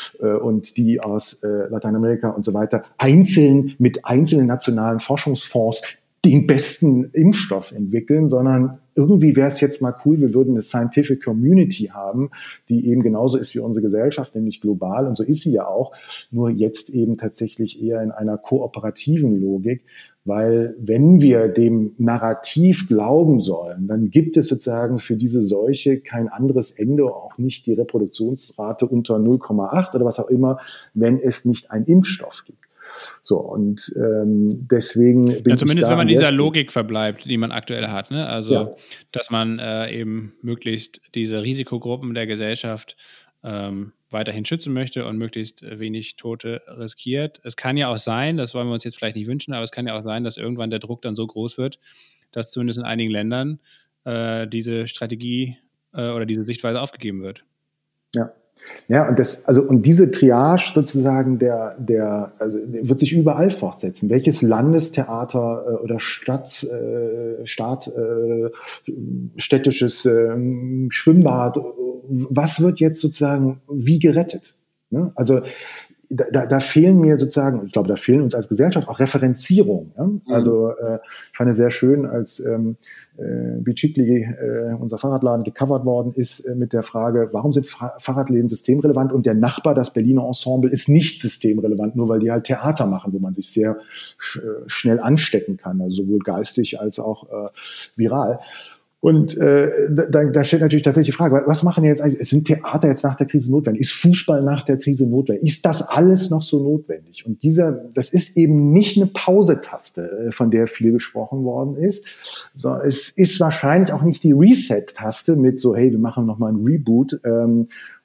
und die aus Lateinamerika und so weiter einzeln mit einzelnen nationalen Forschungsfonds den besten Impfstoff entwickeln, sondern irgendwie wäre es jetzt mal cool, wir würden eine Scientific Community haben, die eben genauso ist wie unsere Gesellschaft, nämlich global, und so ist sie ja auch, nur jetzt eben tatsächlich eher in einer kooperativen Logik, weil wenn wir dem Narrativ glauben sollen, dann gibt es sozusagen für diese Seuche kein anderes Ende, auch nicht die Reproduktionsrate unter null Komma acht oder was auch immer, wenn es nicht einen Impfstoff gibt. So, und ähm, deswegen bin ja, zumindest ich da wenn man dieser Stelle. Logik verbleibt, die man aktuell hat, ne? Also, ja. dass man äh, eben möglichst diese Risikogruppen der Gesellschaft ähm, weiterhin schützen möchte und möglichst wenig Tote riskiert. Es kann ja auch sein, das wollen wir uns jetzt vielleicht nicht wünschen, aber es kann ja auch sein, dass irgendwann der Druck dann so groß wird, dass zumindest in einigen Ländern äh, diese Strategie äh, oder diese Sichtweise aufgegeben wird. Ja. Ja, und das, also, und diese Triage sozusagen der, der, also, wird sich überall fortsetzen. Welches Landestheater äh, oder Stadt, äh, Staat, äh, städtisches äh, Schwimmbad, was wird jetzt sozusagen wie gerettet? Ne? Also, Da, da, da fehlen mir sozusagen, ich glaube, da fehlen uns als Gesellschaft auch Referenzierungen. Ja? Mhm. Also äh, ich fand es sehr schön, als ähm, äh, Bicicli, äh, unser Fahrradladen, gecovert worden ist äh, mit der Frage, warum sind Fa- Fahrradläden systemrelevant und der Nachbar, das Berliner Ensemble, ist nicht systemrelevant, nur weil die halt Theater machen, wo man sich sehr sch- schnell anstecken kann, also sowohl geistig als auch äh, viral. Und äh, da, da stellt natürlich tatsächlich die Frage, was machen jetzt eigentlich, sind Theater jetzt nach der Krise notwendig? Ist Fußball nach der Krise notwendig? Ist das alles noch so notwendig? Und dieser, das ist eben nicht eine Pause-Taste, von der viel gesprochen worden ist, sondern es ist wahrscheinlich auch nicht die Reset-Taste mit so, hey, wir machen nochmal ein Reboot ähm,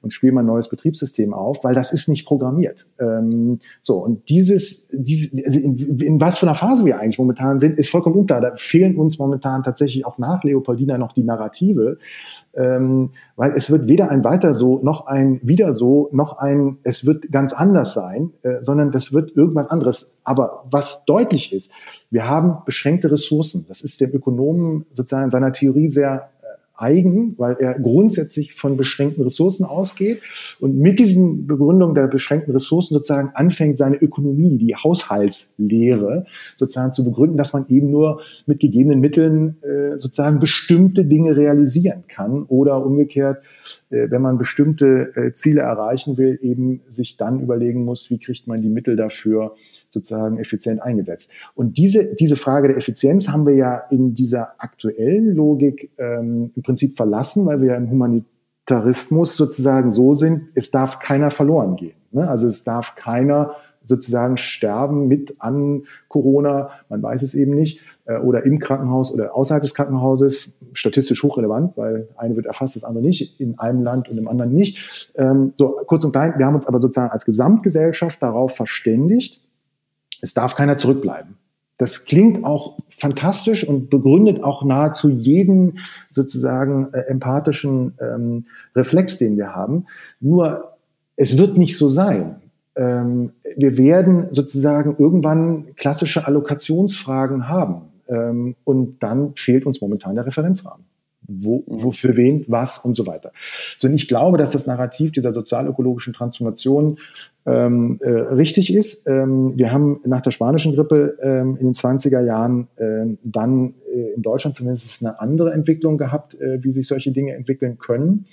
und spiele mal ein neues Betriebssystem auf, weil das ist nicht programmiert. Ähm, so, und dieses, diese, also in, in was für einer Phase wir eigentlich momentan sind, ist vollkommen unklar. Da fehlen uns momentan tatsächlich auch nach Leopoldina noch die Narrative, ähm, weil es wird weder ein weiter so, noch ein wieder so, noch ein es wird ganz anders sein, äh, sondern das wird irgendwas anderes. Aber was deutlich ist, wir haben beschränkte Ressourcen. Das ist dem Ökonomen sozusagen in seiner Theorie sehr eigen, weil er grundsätzlich von beschränkten Ressourcen ausgeht und mit diesen Begründungen der beschränkten Ressourcen sozusagen anfängt, seine Ökonomie, die Haushaltslehre sozusagen zu begründen, dass man eben nur mit gegebenen Mitteln äh, sozusagen bestimmte Dinge realisieren kann oder umgekehrt, äh, wenn man bestimmte äh, Ziele erreichen will, eben sich dann überlegen muss, wie kriegt man die Mittel dafür sozusagen effizient eingesetzt. Und diese, diese Frage der Effizienz haben wir ja in dieser aktuellen Logik ähm, im Prinzip verlassen, weil wir ja im Humanitarismus sozusagen so sind, es darf keiner verloren gehen. Ne? Also es darf keiner sozusagen sterben mit an Corona, man weiß es eben nicht, äh, oder im Krankenhaus oder außerhalb des Krankenhauses, statistisch hochrelevant, weil eine wird erfasst, das andere nicht, in einem Land und im anderen nicht. Ähm, so, kurz und klein, wir haben uns aber sozusagen als Gesamtgesellschaft darauf verständigt, es darf keiner zurückbleiben. Das klingt auch fantastisch und begründet auch nahezu jeden sozusagen äh, empathischen ähm, Reflex, den wir haben. Nur, es wird nicht so sein. Ähm, wir werden sozusagen irgendwann klassische Allokationsfragen haben. Ähm, und dann fehlt uns momentan der Referenzrahmen. Wo, wo für wen, was und so weiter. So, und ich glaube, dass das Narrativ dieser sozialökologischen Transformation ähm, äh, richtig ist. Ähm, wir haben nach der spanischen Grippe ähm, in den zwanziger Jahren ähm, dann äh, in Deutschland zumindest eine andere Entwicklung gehabt, äh, wie sich solche Dinge entwickeln können.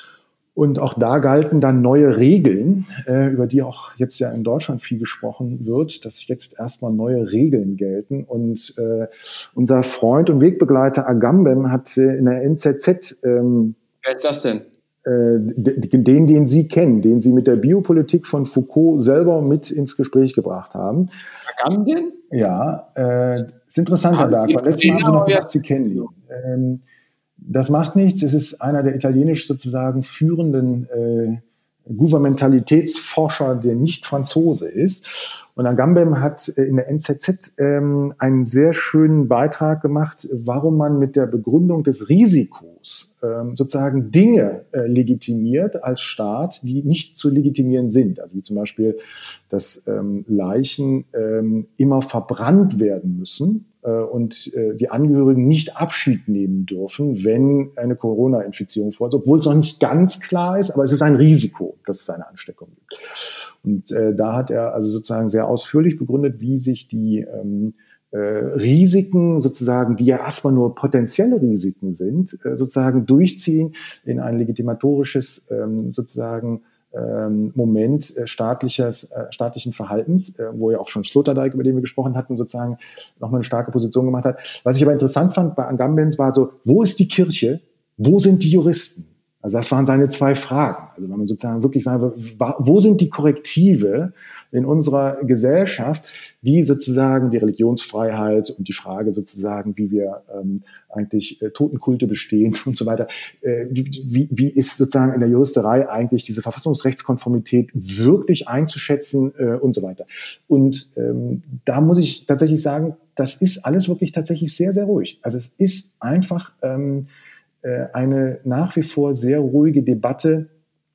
Und auch da galten dann neue Regeln, äh, über die auch jetzt ja in Deutschland viel gesprochen wird, dass jetzt erstmal neue Regeln gelten. Und äh, unser Freund und Wegbegleiter Agamben hat äh, in der N Z Z ähm, Wer ist das denn? Äh, den, den Sie kennen, den Sie mit der Biopolitik von Foucault selber mit ins Gespräch gebracht haben. Agamben? Ja, äh, ist interessant, Herr Berg. Beim letzten Mal haben Sie noch gesagt, Sie kennen ihn. Ähm, Das macht nichts. Es ist einer der italienisch sozusagen führenden äh, Gouvernementalitätsforscher, der nicht Franzose ist. Und Agamben hat äh, in der N Z Z ähm, einen sehr schönen Beitrag gemacht, warum man mit der Begründung des Risikos ähm, sozusagen Dinge äh, legitimiert als Staat, die nicht zu legitimieren sind. Also wie zum Beispiel, dass ähm, Leichen ähm, immer verbrannt werden müssen und die Angehörigen nicht Abschied nehmen dürfen, wenn eine Corona-Infizierung vorliegt, obwohl es noch nicht ganz klar ist, aber es ist ein Risiko, dass es eine Ansteckung gibt. Und äh, da hat er also sozusagen sehr ausführlich begründet, wie sich die ähm, äh, Risiken sozusagen, die ja erstmal nur potenzielle Risiken sind, äh, sozusagen durchziehen in ein legitimatorisches ähm, sozusagen Moment staatliches, äh, staatlichen Verhaltens, äh, wo ja auch schon Sloterdijk, über den wir gesprochen hatten, sozusagen nochmal eine starke Position gemacht hat. Was ich aber interessant fand bei Agambens war so, wo ist die Kirche, wo sind die Juristen? Also das waren seine zwei Fragen. Also wenn man sozusagen wirklich sagen will, wo sind die Korrektive in unserer Gesellschaft, die sozusagen die Religionsfreiheit und die Frage sozusagen, wie wir ähm, eigentlich äh, Totenkulte bestehen und so weiter, äh, wie, wie ist sozusagen in der Juristerei eigentlich diese Verfassungsrechtskonformität wirklich einzuschätzen äh, und so weiter. Und ähm, da muss ich tatsächlich sagen, das ist alles wirklich tatsächlich sehr, sehr ruhig. Also es ist einfach ähm, äh, eine nach wie vor sehr ruhige Debatte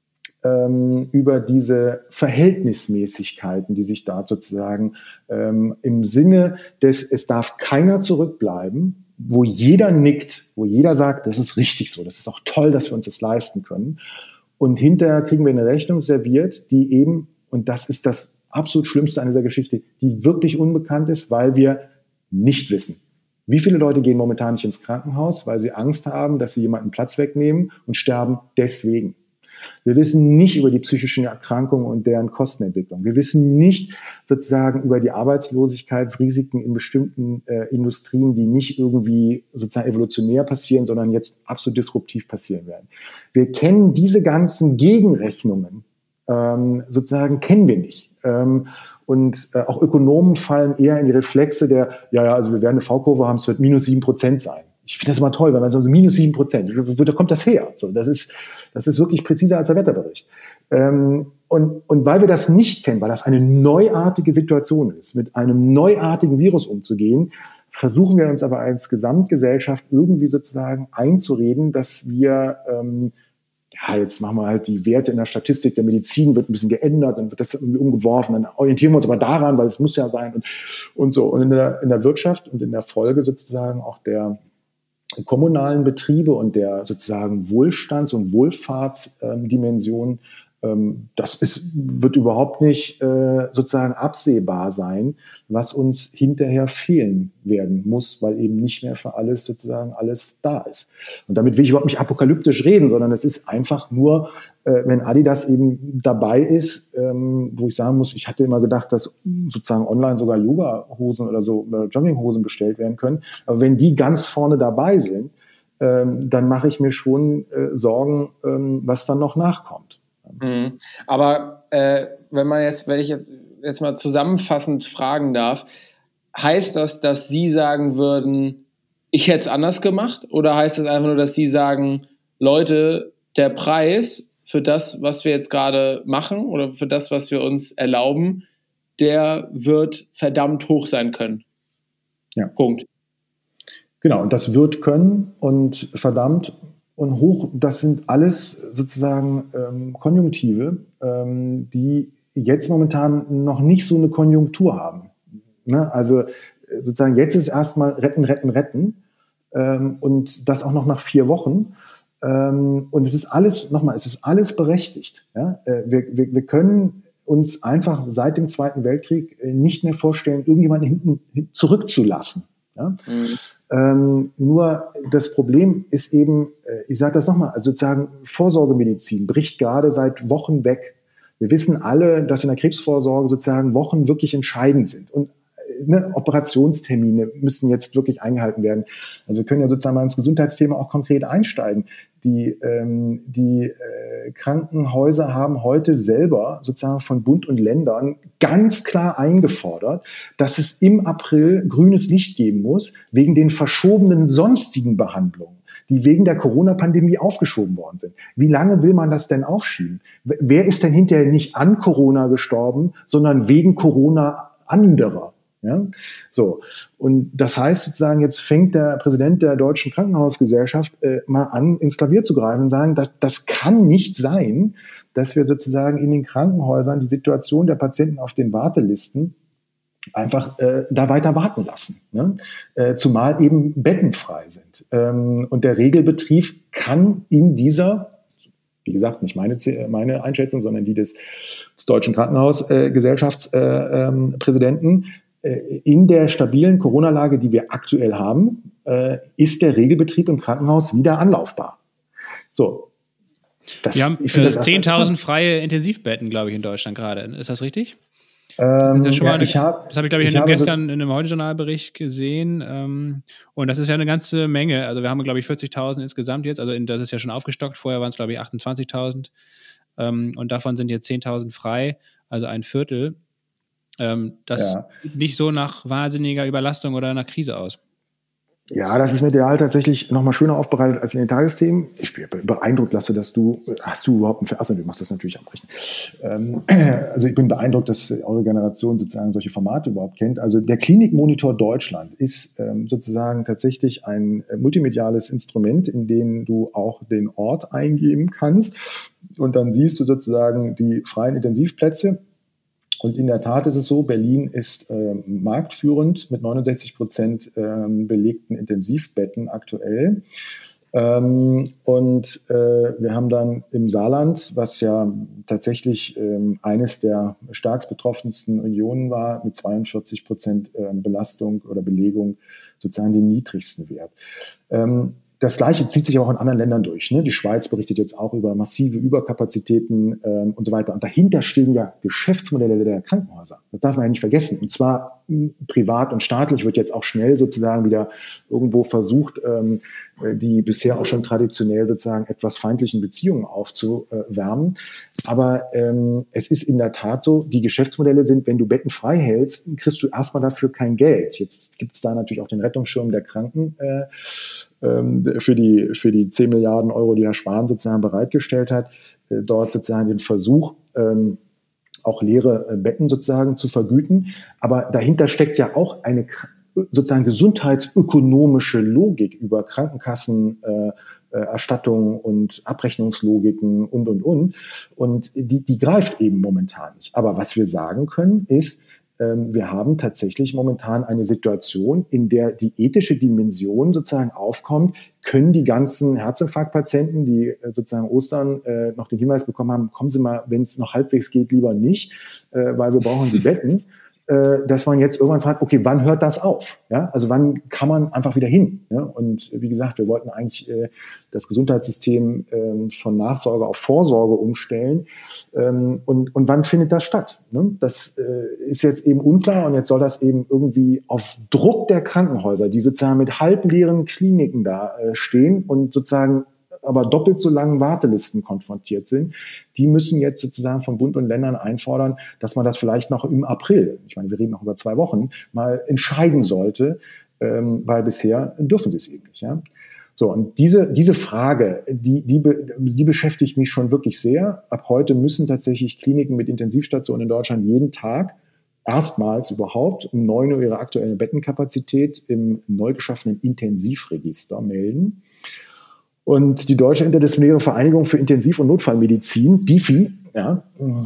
ähm, über diese Verhältnismäßigkeiten, die sich da sozusagen ähm, im Sinne des, es darf keiner zurückbleiben, wo jeder nickt, wo jeder sagt, das ist richtig so, das ist auch toll, dass wir uns das leisten können. Und hinterher kriegen wir eine Rechnung serviert, die eben, und das ist das absolut Schlimmste an dieser Geschichte, die wirklich unbekannt ist, weil wir nicht wissen. Wie viele Leute gehen momentan nicht ins Krankenhaus, weil sie Angst haben, dass sie jemanden Platz wegnehmen und sterben deswegen. Wir wissen nicht über die psychischen Erkrankungen und deren Kostenentwicklung. Wir wissen nicht sozusagen über die Arbeitslosigkeitsrisiken in bestimmten äh, Industrien, die nicht irgendwie sozusagen evolutionär passieren, sondern jetzt absolut disruptiv passieren werden. Wir kennen diese ganzen Gegenrechnungen, ähm, sozusagen kennen wir nicht. Ähm, und äh, auch Ökonomen fallen eher in die Reflexe der, ja, ja, also wir werden eine V-Kurve haben, es wird minus sieben Prozent sein. Ich finde das immer toll, wenn man so minus sieben Prozent, wo kommt das her? So, das ist, das ist wirklich präziser als der Wetterbericht. Ähm, und, und weil wir das nicht kennen, weil das eine neuartige Situation ist, mit einem neuartigen Virus umzugehen, versuchen wir uns aber als Gesamtgesellschaft irgendwie sozusagen einzureden, dass wir, ähm, ja, jetzt machen wir halt die Werte in der Statistik der Medizin, wird ein bisschen geändert, dann wird das irgendwie umgeworfen, dann orientieren wir uns aber daran, weil es muss ja sein und, und so. Und in der, in der Wirtschaft und in der Folge sozusagen auch der kommunalen Betriebe und der sozusagen Wohlstands- und Wohlfahrtsdimension, ähm, das ist, wird überhaupt nicht äh, sozusagen absehbar sein, was uns hinterher fehlen werden muss, weil eben nicht mehr für alles sozusagen alles da ist. Und damit will ich überhaupt nicht apokalyptisch reden, sondern es ist einfach nur, äh, wenn Adidas eben dabei ist, ähm, wo ich sagen muss, ich hatte immer gedacht, dass sozusagen online sogar Yoga-Hosen oder so oder Jogginghosen bestellt werden können. Aber wenn die ganz vorne dabei sind, ähm, dann mache ich mir schon äh, Sorgen, ähm, was dann noch nachkommt. Mhm. Aber äh, wenn man jetzt, wenn ich jetzt, jetzt mal zusammenfassend fragen darf, heißt das, dass Sie sagen würden, ich hätte es anders gemacht? Oder heißt das einfach nur, dass Sie sagen, Leute, der Preis für das, was wir jetzt gerade machen oder für das, was wir uns erlauben, der wird verdammt hoch sein können? Ja. Punkt. Genau, und das wird können und verdammt und hoch, das sind alles sozusagen ähm, Konjunktive, ähm, die jetzt momentan noch nicht so eine Konjunktur haben. Ne? Also sozusagen jetzt ist erstmal retten, retten, retten ähm, und das auch noch nach vier Wochen. Ähm, und es ist alles, nochmal, es ist alles berechtigt. Ja? Äh, wir, wir, wir können uns einfach seit dem Zweiten Weltkrieg äh, nicht mehr vorstellen, irgendjemanden hinten zurückzulassen. Ja? Mhm. Ähm, nur das Problem ist eben, äh, ich sage das nochmal, also sozusagen Vorsorgemedizin bricht gerade seit Wochen weg. Wir wissen alle, dass in der Krebsvorsorge sozusagen Wochen wirklich entscheidend sind. Und äh, ne, Operationstermine müssen jetzt wirklich eingehalten werden. Also wir können ja sozusagen mal ins Gesundheitsthema auch konkret einsteigen. Die, ähm, die äh, Krankenhäuser haben heute selber sozusagen von Bund und Ländern ganz klar eingefordert, dass es im April grünes Licht geben muss, wegen den verschobenen sonstigen Behandlungen, die wegen der Corona-Pandemie aufgeschoben worden sind. Wie lange will man das denn aufschieben? Wer ist denn hinterher nicht an Corona gestorben, sondern wegen Corona anderer? Ja, so. Und das heißt sozusagen, jetzt fängt der Präsident der Deutschen Krankenhausgesellschaft äh, mal an, ins Klavier zu greifen und sagen, das, das kann nicht sein, dass wir sozusagen in den Krankenhäusern die Situation der Patienten auf den Wartelisten einfach äh, da weiter warten lassen, ne? äh, zumal eben Betten frei sind. Ähm, und der Regelbetrieb kann in dieser, wie gesagt, nicht meine, meine Einschätzung, sondern die des, des Deutschen Krankenhausgesellschaftspräsidenten, äh, in der stabilen Corona-Lage, die wir aktuell haben, äh, ist der Regelbetrieb im Krankenhaus wieder anlaufbar. So. Das, wir haben äh, zehntausend freie Intensivbetten, glaube ich, in Deutschland gerade. Ist das richtig? Ähm, das, ja, eine, ich hab, das habe ich, glaube ich, ich in habe, gestern in einem Heute-Journal-Bericht gesehen. Ähm, und das ist ja eine ganze Menge. Also wir haben, glaube ich, vierzigtausend insgesamt jetzt. Also in, das ist ja schon aufgestockt. Vorher waren es, glaube ich, achtundzwanzigtausend. Ähm, und davon sind jetzt zehntausend frei, also ein Viertel. Ähm, das ja. sieht nicht so nach wahnsinniger Überlastung oder einer Krise aus. Ja, das ist medial tatsächlich nochmal schöner aufbereitet als in den Tagesthemen. Ich bin beeindruckt, Lasse, dass du, hast du überhaupt ein Ver- Achso, du machst das natürlich abbrechen. Ähm, also ich bin beeindruckt, dass eure Generation sozusagen solche Formate überhaupt kennt. Also der Klinikmonitor Deutschland ist ähm, sozusagen tatsächlich ein äh, multimediales Instrument, in dem du auch den Ort eingeben kannst. Und dann siehst du sozusagen die freien Intensivplätze. Und in der Tat ist es so, Berlin ist äh, marktführend mit neunundsechzig Prozent ähm, belegten Intensivbetten aktuell. Ähm, und äh, wir haben dann im Saarland, was ja tatsächlich ähm, eines der stärkst betroffensten Regionen war, mit zweiundvierzig Prozent äh, Belastung oder Belegung sozusagen den niedrigsten Wert. Ähm, Das Gleiche zieht sich auch in anderen Ländern durch. Ne? Die Schweiz berichtet jetzt auch über massive Überkapazitäten ähm, und so weiter. Und dahinter stehen ja Geschäftsmodelle der Krankenhäuser. Das darf man ja nicht vergessen. Und zwar mh, privat und staatlich wird jetzt auch schnell sozusagen wieder irgendwo versucht, ähm, die bisher auch schon traditionell sozusagen etwas feindlichen Beziehungen aufzuwärmen. Aber ähm, es ist in der Tat so, die Geschäftsmodelle sind, wenn du Betten frei hältst, kriegst du erstmal dafür kein Geld. Jetzt gibt es da natürlich auch den Rettungsschirm der Kranken äh, ähm, für die, für die zehn Milliarden Euro, die Herr Spahn sozusagen bereitgestellt hat, äh, dort sozusagen den Versuch, ähm, auch leere Betten sozusagen zu vergüten. Aber dahinter steckt ja auch eine sozusagen gesundheitsökonomische Logik über Krankenkassen, äh, Erstattungen und Abrechnungslogiken und, und, und. Und die, die greift eben momentan nicht. Aber was wir sagen können, ist, ähm, wir haben tatsächlich momentan eine Situation, in der die ethische Dimension sozusagen aufkommt, können die ganzen Herzinfarktpatienten, die äh, sozusagen Ostern äh, noch den Hinweis bekommen haben, kommen Sie mal, wenn es noch halbwegs geht, lieber nicht, äh, weil wir brauchen die Betten. Dass man jetzt irgendwann fragt, okay, wann hört das auf? Ja, also wann kann man einfach wieder hin? Ja, und wie gesagt, wir wollten eigentlich äh, das Gesundheitssystem äh, von Nachsorge auf Vorsorge umstellen. Ähm, und, und wann findet das statt? Ne? Das äh, ist jetzt eben unklar und jetzt soll das eben irgendwie auf Druck der Krankenhäuser, die sozusagen mit halbleeren Kliniken da äh, stehen und sozusagen aber doppelt so langen Wartelisten konfrontiert sind, die müssen jetzt sozusagen von Bund und Ländern einfordern, dass man das vielleicht noch im April, ich meine, wir reden noch über zwei Wochen, mal entscheiden sollte, ähm, weil bisher dürfen sie es eben nicht. Ja? So, und diese, diese Frage, die, die, die beschäftigt mich schon wirklich sehr. Ab heute müssen tatsächlich Kliniken mit Intensivstationen in Deutschland jeden Tag erstmals überhaupt um neun Uhr ihre aktuelle Bettenkapazität im neu geschaffenen Intensivregister melden. Und die Deutsche Interdisziplinäre Vereinigung für Intensiv- und Notfallmedizin, D I F I, ja,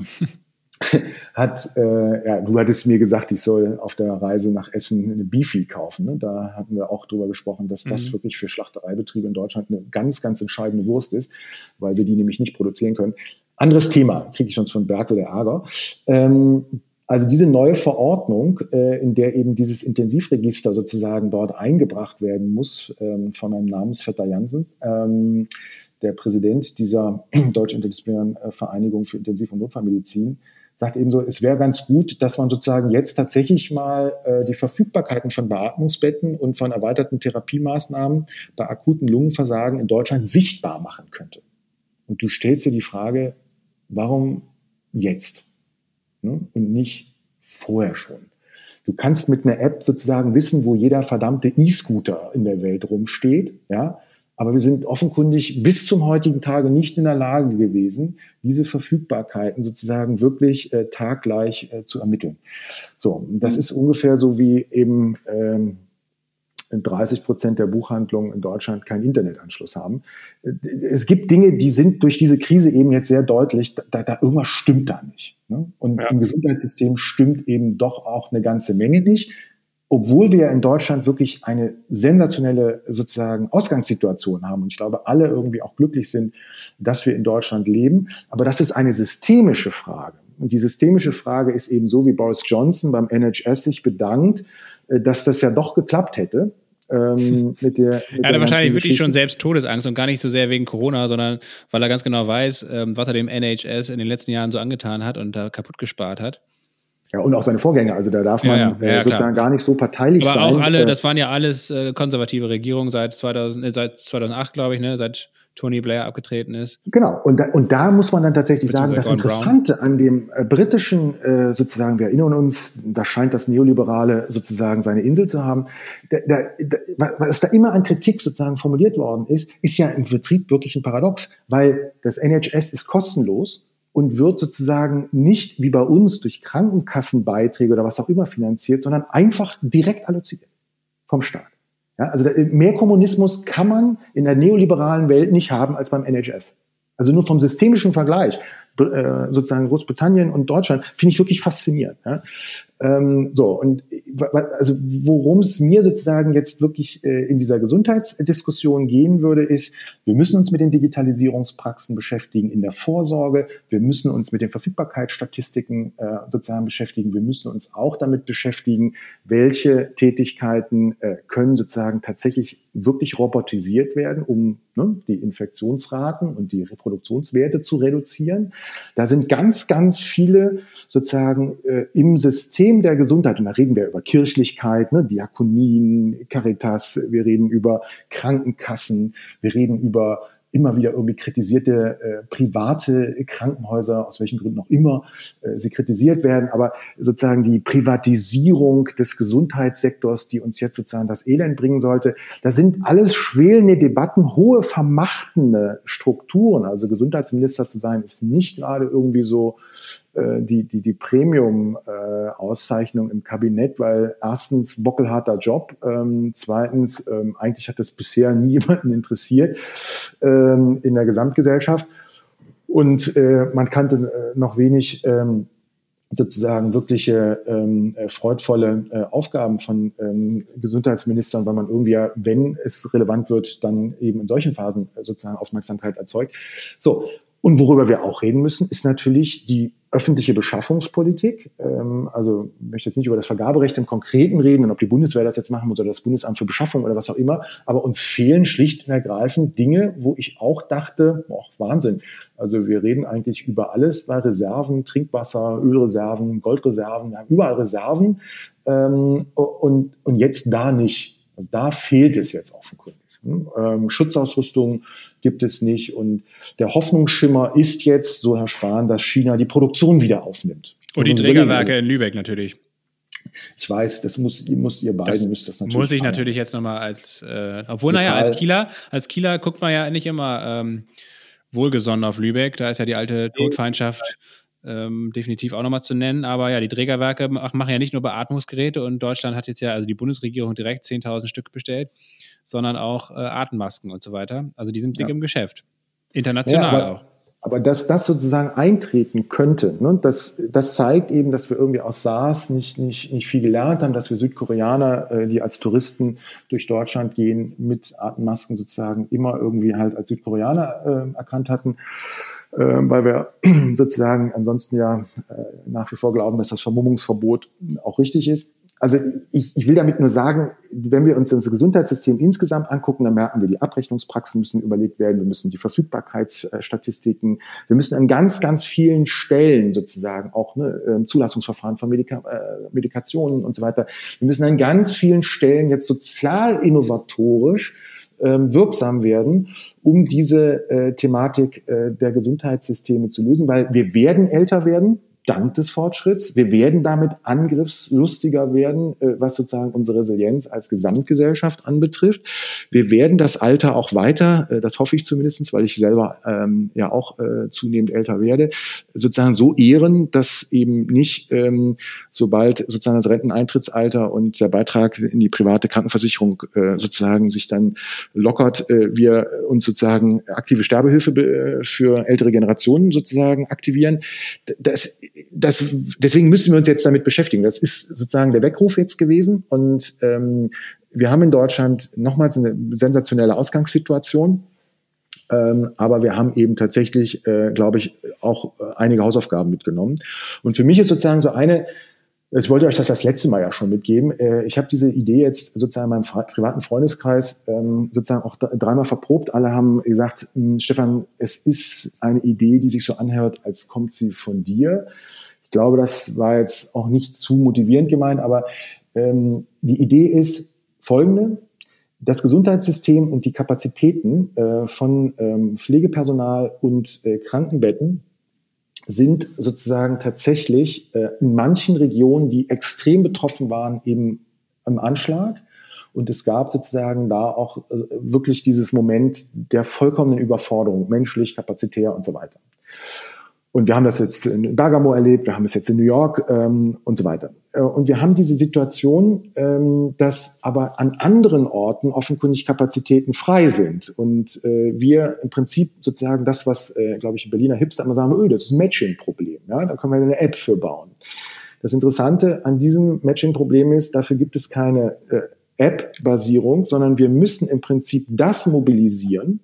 hat, äh, ja, du hattest mir gesagt, ich soll auf der Reise nach Essen eine Beefy kaufen. Ne? Da hatten wir auch drüber gesprochen, dass das mhm. wirklich für Schlachtereibetriebe in Deutschland eine ganz, ganz entscheidende Wurst ist, weil wir die nämlich nicht produzieren können. Anderes Thema, kriege ich sonst von Berg oder Ärger. Ähm, Also diese neue Verordnung, äh, in der eben dieses Intensivregister sozusagen dort eingebracht werden muss, ähm, von einem Namensvetter Jansen, ähm, der Präsident dieser Deutschen Interdisziplinären Vereinigung für Intensiv- und Notfallmedizin, sagt eben so, es wäre ganz gut, dass man sozusagen jetzt tatsächlich mal äh, die Verfügbarkeiten von Beatmungsbetten und von erweiterten Therapiemaßnahmen bei akuten Lungenversagen in Deutschland sichtbar machen könnte. Und du stellst dir die Frage, warum jetzt? Und nicht vorher schon. Du kannst mit einer App sozusagen wissen, wo jeder verdammte E-Scooter in der Welt rumsteht, ja, aber wir sind offenkundig bis zum heutigen Tage nicht in der Lage gewesen, diese Verfügbarkeiten sozusagen wirklich äh, taggleich äh, zu ermitteln. So, das mhm. ist ungefähr so wie eben ähm, dreißig Prozent der Buchhandlungen in Deutschland keinen Internetanschluss haben. Es gibt Dinge, die sind durch diese Krise eben jetzt sehr deutlich, da, da irgendwas stimmt da nicht. Ne? Und ja. im Gesundheitssystem stimmt eben doch auch eine ganze Menge nicht, obwohl wir in Deutschland wirklich eine sensationelle sozusagen Ausgangssituation haben. Und ich glaube, alle irgendwie auch glücklich sind, dass wir in Deutschland leben. Aber das ist eine systemische Frage. Und die systemische Frage ist eben so, wie Boris Johnson beim N H S sich bedankt, dass das ja doch geklappt hätte. Ähm, mit der, mit er hatte wahrscheinlich wirklich schon selbst Todesangst und gar nicht so sehr wegen Corona, sondern weil er ganz genau weiß, ähm, was er dem N H S in den letzten Jahren so angetan hat und da kaputt gespart hat. Ja, und auch seine Vorgänger, also da darf man ja, ja, ja, äh, sozusagen klar. gar nicht so parteilich Aber sein. Aber auch alle, das waren ja alles äh, konservative Regierungen seit, zweitausend, äh, seit zweitausendacht, glaube ich, ne, seit Tony Blair abgetreten ist. Genau, und da, und da muss man dann tatsächlich sagen, das Gordon Interessante Brown. an dem äh, britischen, äh, sozusagen, wir erinnern uns, da scheint das Neoliberale sozusagen seine Insel zu haben, da, da, da, was da immer an Kritik sozusagen formuliert worden ist, ist ja im Betrieb wirklich ein Paradox, weil das N H S ist kostenlos und wird sozusagen nicht wie bei uns durch Krankenkassenbeiträge oder was auch immer finanziert, sondern einfach direkt alloziert vom Staat. Ja, also mehr Kommunismus kann man in der neoliberalen Welt nicht haben als beim N H S. Also nur vom systemischen Vergleich, äh, sozusagen Großbritannien und Deutschland, finde ich wirklich faszinierend. Ja? Ähm, so, und also worum es mir sozusagen jetzt wirklich äh, in dieser Gesundheitsdiskussion gehen würde, ist, wir müssen uns mit den Digitalisierungspraxen beschäftigen in der Vorsorge, wir müssen uns mit den Verfügbarkeitsstatistiken äh, sozusagen beschäftigen, wir müssen uns auch damit beschäftigen, welche Tätigkeiten äh, können sozusagen tatsächlich wirklich robotisiert werden, um ne, die Infektionsraten und die Reproduktionswerte zu reduzieren. Da sind ganz, ganz viele sozusagen äh, im System der Gesundheit, und da reden wir über Kirchlichkeit, ne, Diakonien, Caritas, wir reden über Krankenkassen, wir reden über immer wieder irgendwie kritisierte äh, private Krankenhäuser, aus welchen Gründen auch immer äh, sie kritisiert werden, aber sozusagen die Privatisierung des Gesundheitssektors, die uns jetzt sozusagen das Elend bringen sollte, das sind alles schwelende Debatten, hohe vermachtende Strukturen. Also Gesundheitsminister zu sein, ist nicht gerade irgendwie so äh, die, die, die Premium-Auszeichnung äh, im Kabinett, weil erstens bockelharter Job, ähm, zweitens ähm, eigentlich hat das bisher nie jemanden interessiert ähm, in der Gesamtgesellschaft und äh, man kannte äh, noch wenig ähm, sozusagen wirkliche ähm, freudvolle äh, Aufgaben von ähm, Gesundheitsministern, weil man irgendwie ja, wenn es relevant wird, dann eben in solchen Phasen äh, sozusagen Aufmerksamkeit erzeugt. So, und worüber wir auch reden müssen, ist natürlich die öffentliche Beschaffungspolitik. Ähm, also ich möchte jetzt nicht über das Vergaberecht im Konkreten reden und ob die Bundeswehr das jetzt machen muss oder das Bundesamt für Beschaffung oder was auch immer, aber uns fehlen schlicht und ergreifend Dinge, wo ich auch dachte, boah, Wahnsinn. Also wir reden eigentlich über alles bei Reserven, Trinkwasser, Ölreserven, Goldreserven, wir haben überall Reserven ähm, und, und jetzt da nicht. Also da fehlt es jetzt offenkundig. Ähm, Schutzausrüstung gibt es nicht und der Hoffnungsschimmer ist jetzt, so Herr Spahn, dass China die Produktion wieder aufnimmt. Und die Trägerwerke in Lübeck natürlich. Ich weiß, das muss, muss ihr beiden, das müsst das natürlich. Muss ich natürlich jetzt nochmal als, äh, obwohl, naja, als Kieler, als Kieler guckt man ja nicht immer ähm, wohlgesonnen auf Lübeck. Da ist ja die alte Todfeindschaft ähm, definitiv auch nochmal zu nennen. Aber ja, die Trägerwerke machen ja nicht nur Beatmungsgeräte und Deutschland hat jetzt ja, also die Bundesregierung direkt zehntausend Stück bestellt, sondern auch äh, Atemmasken und so weiter. Also die sind dick ja. im Geschäft. International ja, aber, auch. Aber dass das sozusagen eintreten könnte, ne, das, das zeigt eben, dass wir irgendwie aus SARS nicht, nicht, nicht viel gelernt haben, dass wir Südkoreaner, äh, die als Touristen durch Deutschland gehen, mit Atemmasken sozusagen immer irgendwie halt als Südkoreaner äh, erkannt hatten, äh, weil wir sozusagen ansonsten ja äh, nach wie vor glauben, dass das Vermummungsverbot auch richtig ist. Also ich, ich will damit nur sagen, wenn wir uns das Gesundheitssystem insgesamt angucken, dann merken wir, die Abrechnungspraxen müssen überlegt werden, wir müssen die Verfügbarkeitsstatistiken, wir müssen an ganz, ganz vielen Stellen sozusagen auch ne, Zulassungsverfahren von Medika- äh, Medikationen und so weiter, wir müssen an ganz vielen Stellen jetzt sozial innovatorisch ähm, wirksam werden, um diese äh, Thematik äh, der Gesundheitssysteme zu lösen, weil wir werden älter werden, dank des Fortschritts. Wir werden damit angriffslustiger werden, was sozusagen unsere Resilienz als Gesamtgesellschaft anbetrifft. Wir werden das Alter auch weiter, das hoffe ich zumindest, weil ich selber ähm, ja auch äh, zunehmend älter werde, sozusagen so ehren, dass eben nicht, ähm, sobald sozusagen das Renteneintrittsalter und der Beitrag in die private Krankenversicherung äh, sozusagen sich dann lockert, äh, wir uns sozusagen aktive Sterbehilfe äh, für ältere Generationen sozusagen aktivieren. Das Das, deswegen müssen wir uns jetzt damit beschäftigen. Das ist sozusagen der Weckruf jetzt gewesen. Und ähm, wir haben in Deutschland nochmals eine sensationelle Ausgangssituation. Ähm, aber wir haben eben tatsächlich, äh, glaube ich, auch einige Hausaufgaben mitgenommen. Und für mich ist sozusagen so eine, ich wollte euch das das letzte Mal ja schon mitgeben. Äh, ich habe diese Idee jetzt sozusagen in meinem privaten Freundeskreis ähm, sozusagen auch dreimal verprobt. Alle haben gesagt, Stefan, es ist eine Idee, die sich so anhört, als kommt sie von dir. Ich glaube, das war jetzt auch nicht zu motivierend gemeint, aber ähm, die Idee ist folgende. Das Gesundheitssystem und die Kapazitäten äh, von ähm, Pflegepersonal und äh, Krankenbetten sind sozusagen tatsächlich äh, in manchen Regionen, die extrem betroffen waren, eben im Anschlag. Und es gab sozusagen da auch äh, wirklich dieses Moment der vollkommenen Überforderung, menschlich, kapazitär und so weiter. Und wir haben das jetzt in Bergamo erlebt, wir haben es jetzt in New York ähm, und so weiter. Äh, und wir haben diese Situation, ähm, dass aber an anderen Orten offenkundig Kapazitäten frei sind. Und äh, wir im Prinzip sozusagen das, was, äh, glaube ich, Berliner Hipster immer sagen, öh, das ist ein Matching-Problem. Ja? Da können wir eine App für bauen. Das Interessante an diesem Matching-Problem ist, dafür gibt es keine äh, App-Basierung, sondern wir müssen im Prinzip das mobilisieren,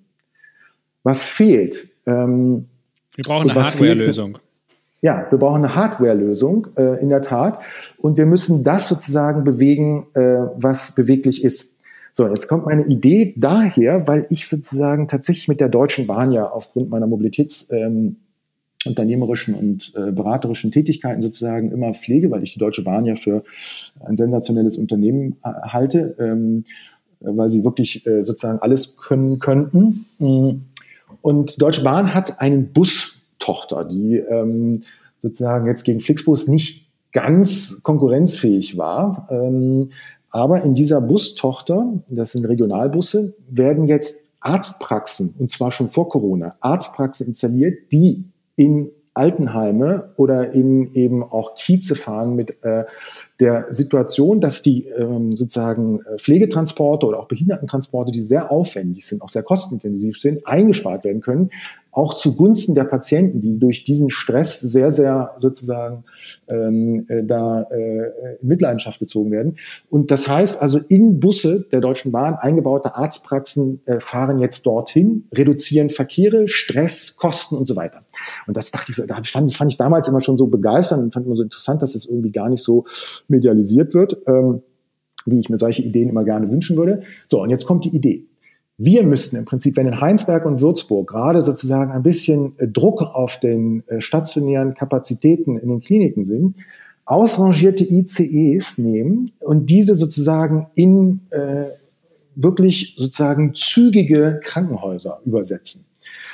was fehlt. Ähm, Wir brauchen eine Hardware-Lösung. Ja, wir brauchen eine Hardware-Lösung, äh, in der Tat. Und wir müssen das sozusagen bewegen, äh, was beweglich ist. So, jetzt kommt meine Idee daher, weil ich sozusagen tatsächlich mit der Deutschen Bahn ja aufgrund meiner Mobilitäts- ähm, unternehmerischen und äh, beraterischen Tätigkeiten sozusagen immer pflege, weil ich die Deutsche Bahn ja für ein sensationelles Unternehmen äh, halte, ähm, weil sie wirklich äh, sozusagen alles können könnten. Und die Deutsche Bahn hat eine Bustochter, die ähm, sozusagen jetzt gegen Flixbus nicht ganz konkurrenzfähig war. Ähm, aber in dieser Bustochter, das sind Regionalbusse, werden jetzt Arztpraxen, und zwar schon vor Corona, Arztpraxen installiert, die in Altenheime oder in eben auch Kieze fahren mit äh, der Situation, dass die ähm, sozusagen Pflegetransporte oder auch Behindertentransporte, die sehr aufwendig sind, auch sehr kostenintensiv sind, eingespart werden können, auch zugunsten der Patienten, die durch diesen Stress sehr, sehr sozusagen ähm, äh, da äh, in Mitleidenschaft gezogen werden. Und das heißt also, in Busse der Deutschen Bahn eingebaute Arztpraxen äh, fahren jetzt dorthin, reduzieren Verkehre, Stress, Kosten und so weiter. Und das dachte ich so, das fand, das fand ich damals immer schon so begeisternd und fand immer so interessant, dass es irgendwie gar nicht so medialisiert wird, ähm, wie ich mir solche Ideen immer gerne wünschen würde. So, und jetzt kommt die Idee. Wir müssten im Prinzip, wenn in Heinsberg und Würzburg gerade sozusagen ein bisschen Druck auf den stationären Kapazitäten in den Kliniken sind, ausrangierte I C Es nehmen und diese sozusagen in äh, wirklich sozusagen zügige Krankenhäuser übersetzen.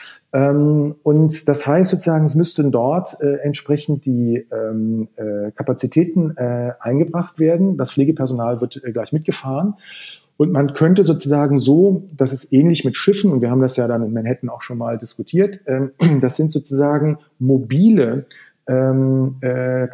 Ähm, und das heißt sozusagen, es müssten dort äh, entsprechend die ähm, äh, Kapazitäten äh, eingebracht werden. Das Pflegepersonal wird äh, gleich mitgefahren. Und man könnte sozusagen so, das ist ähnlich mit Schiffen, und wir haben das ja dann in Manhattan auch schon mal diskutiert, ähm, das sind sozusagen mobile ähm, äh,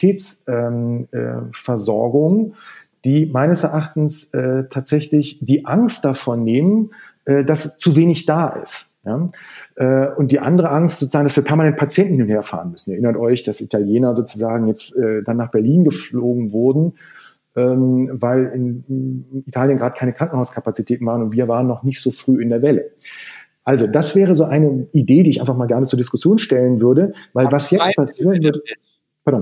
Kapazitätsversorgungen, ähm, äh, die meines Erachtens äh, tatsächlich die Angst davon nehmen, äh, dass zu wenig da ist. Ja? Äh, und die andere Angst sozusagen, dass wir permanent Patienten hin und her fahren müssen. Ihr erinnert euch, dass Italiener sozusagen jetzt äh, dann nach Berlin geflogen wurden, ähm, weil in, in Italien gerade keine Krankenhauskapazitäten waren und wir waren noch nicht so früh in der Welle. Also das wäre so eine Idee, die ich einfach mal gerne zur Diskussion stellen würde, weil was jetzt passieren wird... Pardon.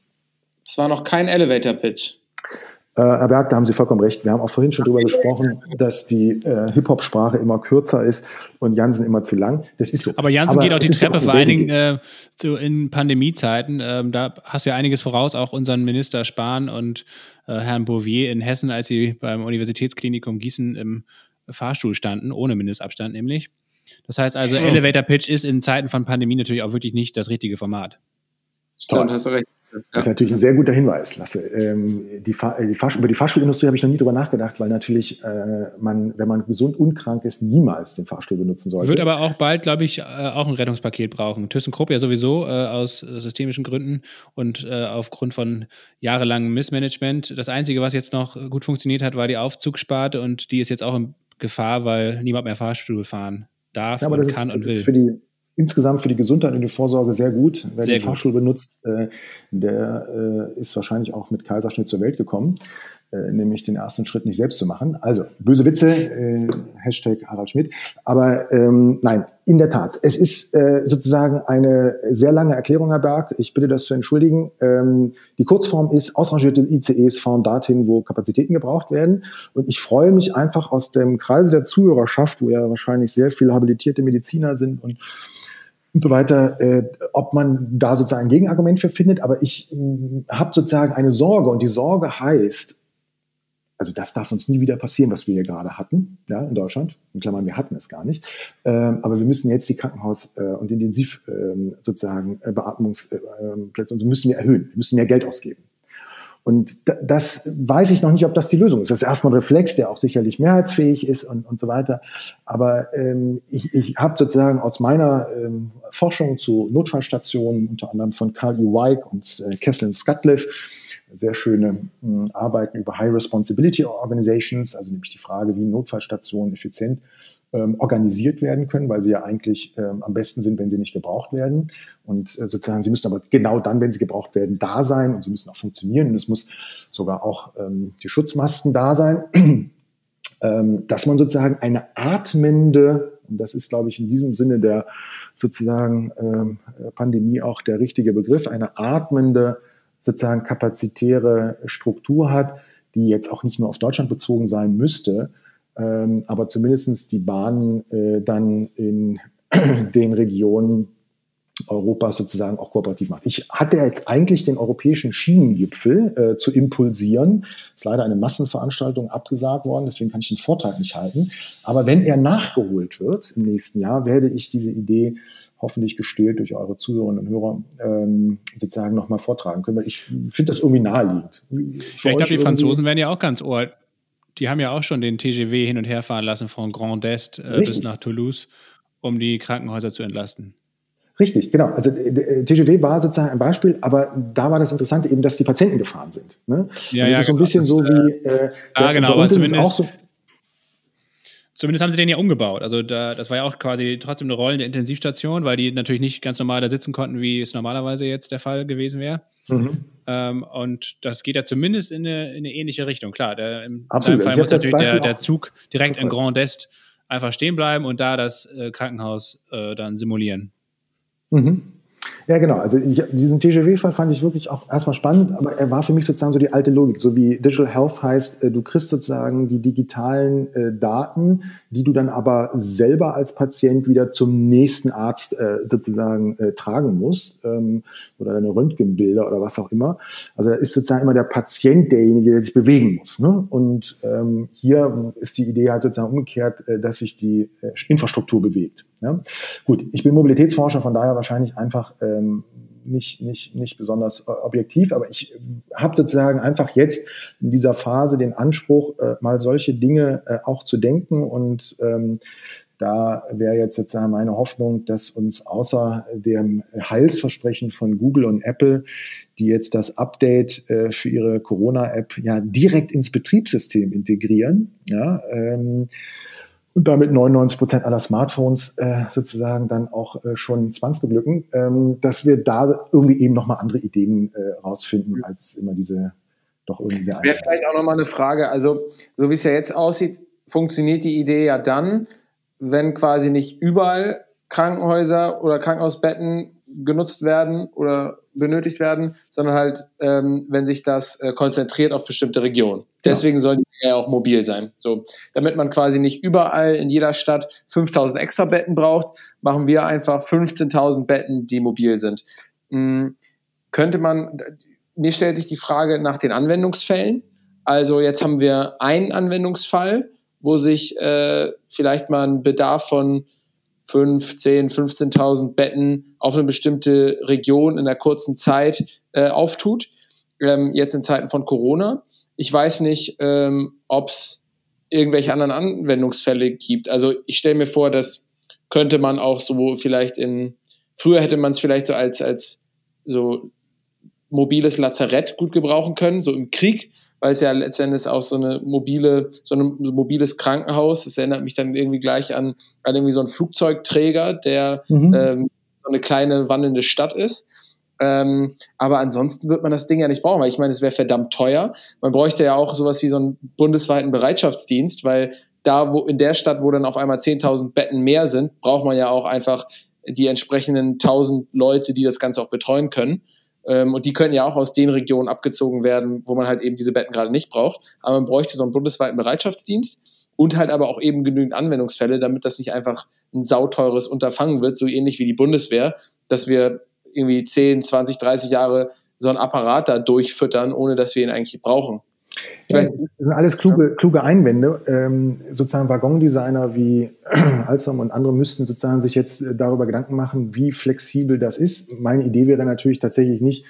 Es war noch kein Elevator-Pitch. Äh, Herr Berg, da haben Sie vollkommen recht. Wir haben auch vorhin schon drüber gesprochen, dass die äh, Hip-Hop-Sprache immer kürzer ist und Jansen immer zu lang. Das ist so. Aber Jansen Aber geht auch die Treppe, vor allen Dingen äh, so in Pandemiezeiten. Ähm, da hast du ja einiges voraus, auch unseren Minister Spahn und äh, Herrn Bouvier in Hessen, als sie beim Universitätsklinikum Gießen im Fahrstuhl standen, ohne Mindestabstand nämlich. Das heißt also, oh. Elevator Pitch ist in Zeiten von Pandemie natürlich auch wirklich nicht das richtige Format. Stimmt, hast du recht. Ja. Das ist natürlich ein sehr guter Hinweis, Lasse. Ähm, die Fahr- die Fahr- über die Fahrstuhlindustrie habe ich noch nie drüber nachgedacht, weil natürlich äh, man, wenn man gesund und krank ist, niemals den Fahrstuhl benutzen sollte. Wird aber auch bald, glaube ich, äh, auch ein Rettungspaket brauchen. ThyssenKrupp ja sowieso äh, aus systemischen Gründen und äh, aufgrund von jahrelangem Missmanagement. Das Einzige, was jetzt noch gut funktioniert hat, war die Aufzugssparte und die ist jetzt auch in Gefahr, weil niemand mehr Fahrstuhl fahren darf ja, aber und das kann ist, und das will. Ist für die insgesamt für die Gesundheit und die Vorsorge sehr gut. Wer sehr den gut. Fahrstuhl benutzt, äh, der äh, ist wahrscheinlich auch mit Kaiserschnitt zur Welt gekommen, äh, nämlich den ersten Schritt nicht selbst zu machen. Also, böse Witze, äh, Hashtag Harald Schmidt. Aber ähm, nein, in der Tat, es ist äh, sozusagen eine sehr lange Erklärung, Herr Berg. Ich bitte das zu entschuldigen. Ähm, die Kurzform ist, ausrangierte I C Es fahren dorthin, wo Kapazitäten gebraucht werden. Und ich freue mich einfach aus dem Kreise der Zuhörerschaft, wo ja wahrscheinlich sehr viele habilitierte Mediziner sind und und so weiter, äh, ob man da sozusagen ein Gegenargument für findet. Aber ich äh, habe sozusagen eine Sorge, und die Sorge heißt, also das darf uns nie wieder passieren, was wir hier gerade hatten, ja, in Deutschland. In Klammern, wir hatten es gar nicht. Ähm, aber wir müssen jetzt die Krankenhaus- äh, und Intensiv äh, sozusagen äh, Beatmungsplätze äh, und so müssen wir erhöhen. Wir müssen mehr Geld ausgeben. Und da, das weiß ich noch nicht, ob das die Lösung ist. Das ist erstmal ein Reflex, der auch sicherlich mehrheitsfähig ist und, und so weiter. Aber ähm, ich, ich habe sozusagen aus meiner ähm, Forschung zu Notfallstationen, unter anderem von Carl E. Weick und äh, Kathleen Sutcliffe, sehr schöne mh, Arbeiten über High Responsibility Organizations, also nämlich die Frage, wie Notfallstationen effizient ähm, organisiert werden können, weil sie ja eigentlich ähm, am besten sind, wenn sie nicht gebraucht werden. Und äh, sozusagen, sie müssen aber genau dann, wenn sie gebraucht werden, da sein, und sie müssen auch funktionieren. Und es muss sogar auch ähm, die Schutzmasken da sein, ähm, dass man sozusagen eine atmende, und das ist, glaube ich, in diesem Sinne der sozusagen ähm, Pandemie auch der richtige Begriff, eine atmende sozusagen kapazitäre Struktur hat, die jetzt auch nicht nur auf Deutschland bezogen sein müsste, ähm, aber zumindest die Bahnen äh, dann in den Regionen Europas sozusagen auch kooperativ macht. Ich hatte jetzt eigentlich den europäischen Schienengipfel äh, zu impulsieren. Ist leider eine Massenveranstaltung abgesagt worden, deswegen kann ich den Vortrag nicht halten. Aber wenn er nachgeholt wird im nächsten Jahr, werde ich diese Idee hoffentlich gestählt durch eure Zuhörerinnen und Hörer ähm, sozusagen nochmal vortragen können. Ich finde das irgendwie naheliegend. Ja, ich glaube, die Franzosen werden ja auch ganz ohr. Die haben ja auch schon den T G V hin und her fahren lassen von Grand Est äh, bis nach Toulouse, um die Krankenhäuser zu entlasten. Richtig, genau. Also T G V war sozusagen ein Beispiel, aber da war das Interessante eben, dass die Patienten gefahren sind. Ne? Ja, und das ja, ist so ein genau. bisschen das, so wie... Äh, ah, genau, aber zumindest, auch so, zumindest haben sie den ja umgebaut. Also da, das war ja auch quasi trotzdem eine rollende Intensivstation, weil die natürlich nicht ganz normal da sitzen konnten, wie es normalerweise jetzt der Fall gewesen wäre. Mhm. Ähm, und das geht ja zumindest in eine, in eine ähnliche Richtung. Klar, der, im Absolut. Fall muss natürlich der, der Zug direkt in Grand Est einfach stehen bleiben und da das äh, Krankenhaus äh, dann simulieren. Mhm. Ja, genau. Also ich, diesen T G V-Fall fand ich wirklich auch erstmal spannend, aber er war für mich sozusagen so die alte Logik. So wie Digital Health heißt, du kriegst sozusagen die digitalen äh, Daten, die du dann aber selber als Patient wieder zum nächsten Arzt äh, sozusagen äh, tragen musst ähm, oder deine Röntgenbilder oder was auch immer. Also da ist sozusagen immer der Patient derjenige, der sich bewegen muss. Ne? Und ähm, hier ist die Idee halt sozusagen umgekehrt, äh, dass sich die äh, Infrastruktur bewegt. Ja? Gut, ich bin Mobilitätsforscher, von daher wahrscheinlich einfach ähm, nicht, nicht, nicht besonders äh, objektiv, aber ich äh, habe sozusagen einfach jetzt in dieser Phase den Anspruch, äh, mal solche Dinge äh, auch zu denken und ähm, da wäre jetzt sozusagen meine Hoffnung, dass uns außer dem Heilsversprechen von Google und Apple, die jetzt das Update äh, für ihre Corona-App ja direkt ins Betriebssystem integrieren, ja, ähm, und damit neunundneunzig Prozent aller Smartphones äh, sozusagen dann auch äh, schon zwangsbeglücken, ähm, dass wir da irgendwie eben nochmal andere Ideen äh, rausfinden, als immer diese doch irgendwie sehr Wäre vielleicht auch nochmal eine Frage, also so wie es ja jetzt aussieht, funktioniert die Idee ja dann, wenn quasi nicht überall Krankenhäuser oder Krankenhausbetten genutzt werden oder benötigt werden, sondern halt, ähm, wenn sich das äh, konzentriert auf bestimmte Regionen. Deswegen ja. sollen die ja auch mobil sein. So, damit man quasi nicht überall in jeder Stadt fünftausend extra Betten braucht, machen wir einfach fünfzehntausend Betten, die mobil sind. Hm, könnte man, mir stellt sich die Frage nach den Anwendungsfällen. Also jetzt haben wir einen Anwendungsfall, wo sich äh, vielleicht mal ein Bedarf von fünf, zehn, fünfzehntausend Betten auf eine bestimmte Region in einer kurzen Zeit äh, auftut, ähm, jetzt in Zeiten von Corona. Ich weiß nicht, ähm, ob es irgendwelche anderen Anwendungsfälle gibt. Also ich stelle mir vor, das könnte man auch so vielleicht in, früher hätte man es vielleicht so als, als so mobiles Lazarett gut gebrauchen können, so im Krieg, weil es ja letztendlich auch so eine mobile, so ein mobiles Krankenhaus, das erinnert mich dann irgendwie gleich an, an irgendwie so einen Flugzeugträger, der mhm. ähm, so eine kleine wandelnde Stadt ist. Ähm, aber ansonsten wird man das Ding ja nicht brauchen, weil ich meine, es wäre verdammt teuer. Man bräuchte ja auch sowas wie so einen bundesweiten Bereitschaftsdienst, weil da, wo in der Stadt, wo dann auf einmal zehntausend Betten mehr sind, braucht man ja auch einfach die entsprechenden tausend Leute, die das Ganze auch betreuen können. Ähm, und die können ja auch aus den Regionen abgezogen werden, wo man halt eben diese Betten gerade nicht braucht. Aber man bräuchte so einen bundesweiten Bereitschaftsdienst und halt aber auch eben genügend Anwendungsfälle, damit das nicht einfach ein sauteures Unterfangen wird, so ähnlich wie die Bundeswehr, dass wir irgendwie zehn, zwanzig, dreißig Jahre so einen Apparat da durchfüttern, ohne dass wir ihn eigentlich brauchen. Ich weiß, das sind alles kluge, kluge Einwände. Ähm, sozusagen Waggondesigner wie Alstom und andere müssten sozusagen sich jetzt darüber Gedanken machen, wie flexibel das ist. Meine Idee wäre natürlich tatsächlich nicht,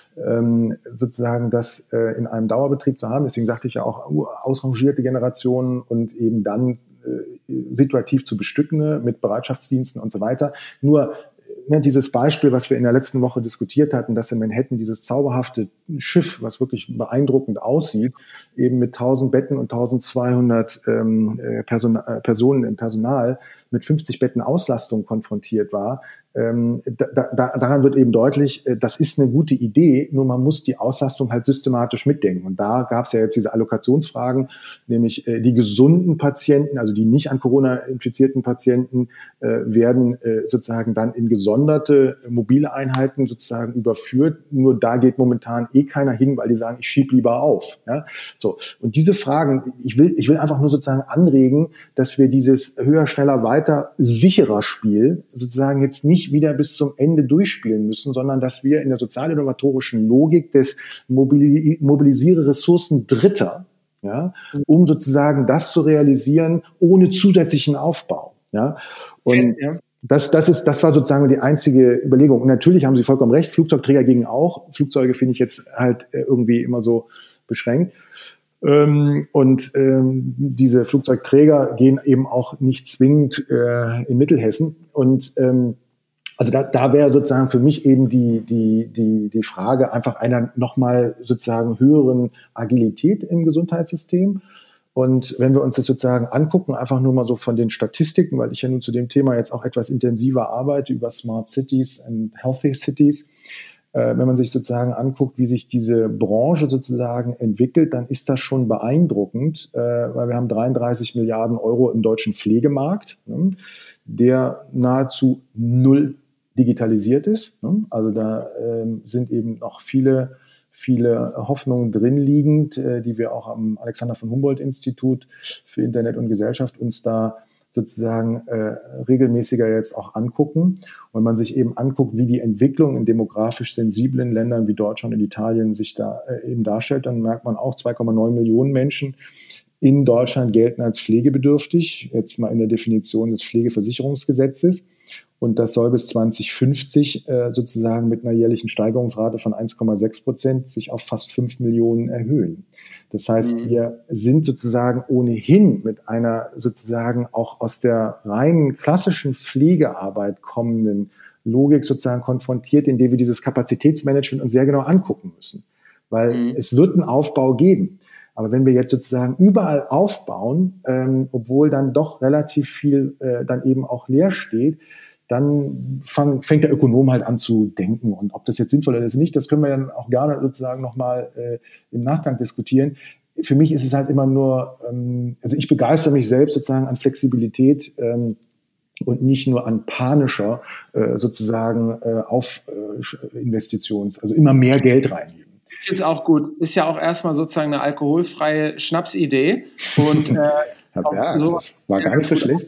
ähm, sozusagen das äh, in einem Dauerbetrieb zu haben. Deswegen sagte ich ja auch ausrangierte Generationen und eben dann äh, situativ zu bestückende mit Bereitschaftsdiensten und so weiter. Nur Ne, dieses Beispiel, was wir in der letzten Woche diskutiert hatten, dass in Manhattan dieses zauberhafte Schiff, was wirklich beeindruckend aussieht, eben mit tausend Betten und eintausendzweihundert ähm, Person, äh, Personen im Personal mit fünfzig Betten Auslastung konfrontiert war, ähm, da, da, daran wird eben deutlich, äh, das ist eine gute Idee, nur man muss die Auslastung halt systematisch mitdenken. Und da gab es ja jetzt diese Allokationsfragen, nämlich äh, die gesunden Patienten, also die nicht an Corona infizierten Patienten, äh, werden äh, sozusagen dann in gesonderte mobile Einheiten sozusagen überführt. Nur da geht momentan eh keiner hin, weil die sagen, ich schieb lieber auf. Ja? So. Und diese Fragen, ich will, ich will einfach nur sozusagen anregen, dass wir dieses höher, schneller, weiter, sicherer Spiel sozusagen jetzt nicht wieder bis zum Ende durchspielen müssen, sondern dass wir in der sozial-innovatorischen Logik des Mobili- mobilisiere Ressourcen Dritter, ja, um sozusagen das zu realisieren, ohne zusätzlichen Aufbau. Ja? Und ja. Das, das, ist, das war sozusagen die einzige Überlegung. Und natürlich haben Sie vollkommen recht, Flugzeugträger gingen auch. Flugzeuge finde ich jetzt halt irgendwie immer so beschränkt. Ähm, und ähm, diese Flugzeugträger gehen eben auch nicht zwingend äh, in Mittelhessen. Und ähm, also da, da wäre sozusagen für mich eben die, die, die, die Frage einfach einer nochmal sozusagen höheren Agilität im Gesundheitssystem. Und wenn wir uns das sozusagen angucken, einfach nur mal so von den Statistiken, weil ich ja nun zu dem Thema jetzt auch etwas intensiver arbeite über Smart Cities and Healthy Cities, äh, wenn man sich sozusagen anguckt, wie sich diese Branche sozusagen entwickelt, dann ist das schon beeindruckend, äh, weil wir haben dreiunddreißig Milliarden Euro im deutschen Pflegemarkt, ne, der nahezu null digitalisiert ist. Ne? Also da äh, sind eben noch viele viele Hoffnungen drin liegend, äh, die wir auch am Alexander von Humboldt-Institut für Internet und Gesellschaft uns da sozusagen äh, regelmäßiger jetzt auch angucken. Und wenn man sich eben anguckt, wie die Entwicklung in demografisch sensiblen Ländern wie Deutschland und Italien sich da äh, eben darstellt, dann merkt man auch, zwei Komma neun Millionen Menschen in Deutschland gelten als pflegebedürftig, jetzt mal in der Definition des Pflegeversicherungsgesetzes. Und das soll bis zwanzig fünfzig äh, sozusagen mit einer jährlichen Steigerungsrate von eins Komma sechs Prozent sich auf fast fünf Millionen erhöhen. Das heißt, mhm. wir sind sozusagen ohnehin mit einer sozusagen auch aus der reinen klassischen Pflegearbeit kommenden Logik sozusagen konfrontiert, indem wir dieses Kapazitätsmanagement uns sehr genau angucken müssen. Weil mhm. es wird einen Aufbau geben. Aber wenn wir jetzt sozusagen überall aufbauen, ähm, obwohl dann doch relativ viel äh, dann eben auch leer steht, dann fang, fängt der Ökonom halt an zu denken. Und ob das jetzt sinnvoll ist oder nicht, das können wir dann auch gerne sozusagen nochmal äh, im Nachgang diskutieren. Für mich ist es halt immer nur, ähm, also ich begeistere mich selbst sozusagen an Flexibilität ähm, und nicht nur an panischer äh, sozusagen äh, auf äh, Investitions, also immer mehr Geld reingeben. Ich finde es auch gut. Ist ja auch erstmal sozusagen eine alkoholfreie Schnapsidee. Und äh, ja, so, das war gar nicht so schlecht.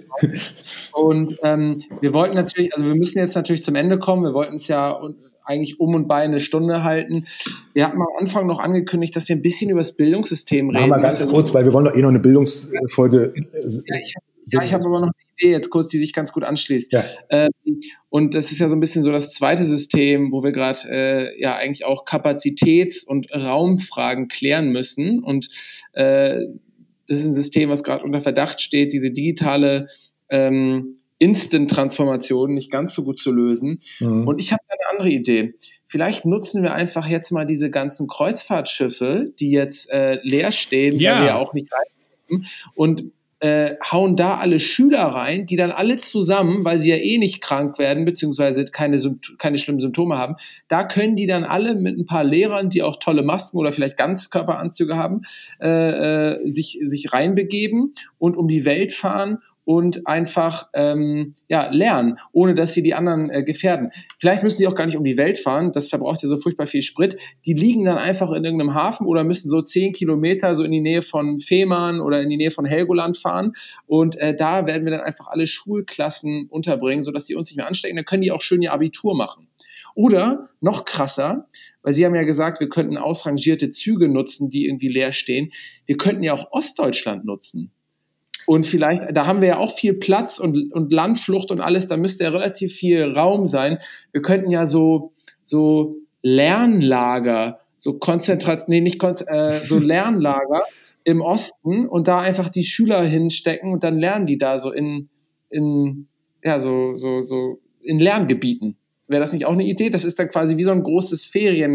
Und ähm, wir wollten natürlich, also wir müssen jetzt natürlich zum Ende kommen. Wir wollten es ja eigentlich um und bei eine Stunde halten. Wir hatten am Anfang noch angekündigt, dass wir ein bisschen über das Bildungssystem reden. Machen wir ganz kurz, weil wir wollen doch eh noch eine Bildungsfolge. Ja, ich Ja, ich habe aber noch eine Idee jetzt kurz, die sich ganz gut anschließt. Ja. Ähm, und das ist ja so ein bisschen so das zweite System, wo wir gerade äh, ja eigentlich auch Kapazitäts- und Raumfragen klären müssen. Und äh, das ist ein System, was gerade unter Verdacht steht, diese digitale ähm, Instant-Transformation nicht ganz so gut zu lösen. Mhm. Und ich habe eine andere Idee. Vielleicht nutzen wir einfach jetzt mal diese ganzen Kreuzfahrtschiffe, die jetzt äh, leer stehen, ja. weil wir ja auch nicht rein und Äh, hauen da alle Schüler rein, die dann alle zusammen, weil sie ja eh nicht krank werden, beziehungsweise keine, keine schlimmen Symptome haben, da können die dann alle mit ein paar Lehrern, die auch tolle Masken oder vielleicht Ganzkörperanzüge haben, äh, äh, sich, sich reinbegeben und um die Welt fahren und einfach ähm, ja, lernen, ohne dass sie die anderen äh, gefährden. Vielleicht müssen sie auch gar nicht um die Welt fahren, das verbraucht ja so furchtbar viel Sprit. Die liegen dann einfach in irgendeinem Hafen oder müssen so zehn Kilometer so in die Nähe von Fehmarn oder in die Nähe von Helgoland fahren und äh, da werden wir dann einfach alle Schulklassen unterbringen, sodass die uns nicht mehr anstecken. Dann können die auch schön ihr Abitur machen. Oder noch krasser, weil Sie haben ja gesagt, wir könnten ausrangierte Züge nutzen, die irgendwie leer stehen. Wir könnten ja auch Ostdeutschland nutzen. Und vielleicht, da haben wir ja auch viel Platz und, und Landflucht und alles, da müsste ja relativ viel Raum sein. Wir könnten ja so, so Lernlager, so Konzentration, nee, nicht Konz- äh, so Lernlager im Osten und da einfach die Schüler hinstecken und dann lernen die da so in, in, ja, so, so, so in Lerngebieten. Wäre das nicht auch eine Idee? Das ist dann quasi wie so ein großes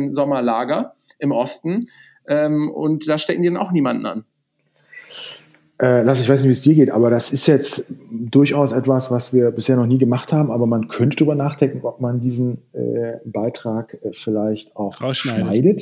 Feriensommerlager im Osten ähm, und da stecken die dann auch niemanden an. Äh, Lass, ich weiß nicht, wie es dir geht, aber das ist jetzt durchaus etwas, was wir bisher noch nie gemacht haben, aber man könnte darüber nachdenken, ob man diesen äh, Beitrag äh, vielleicht auch rausschneidet. schneidet.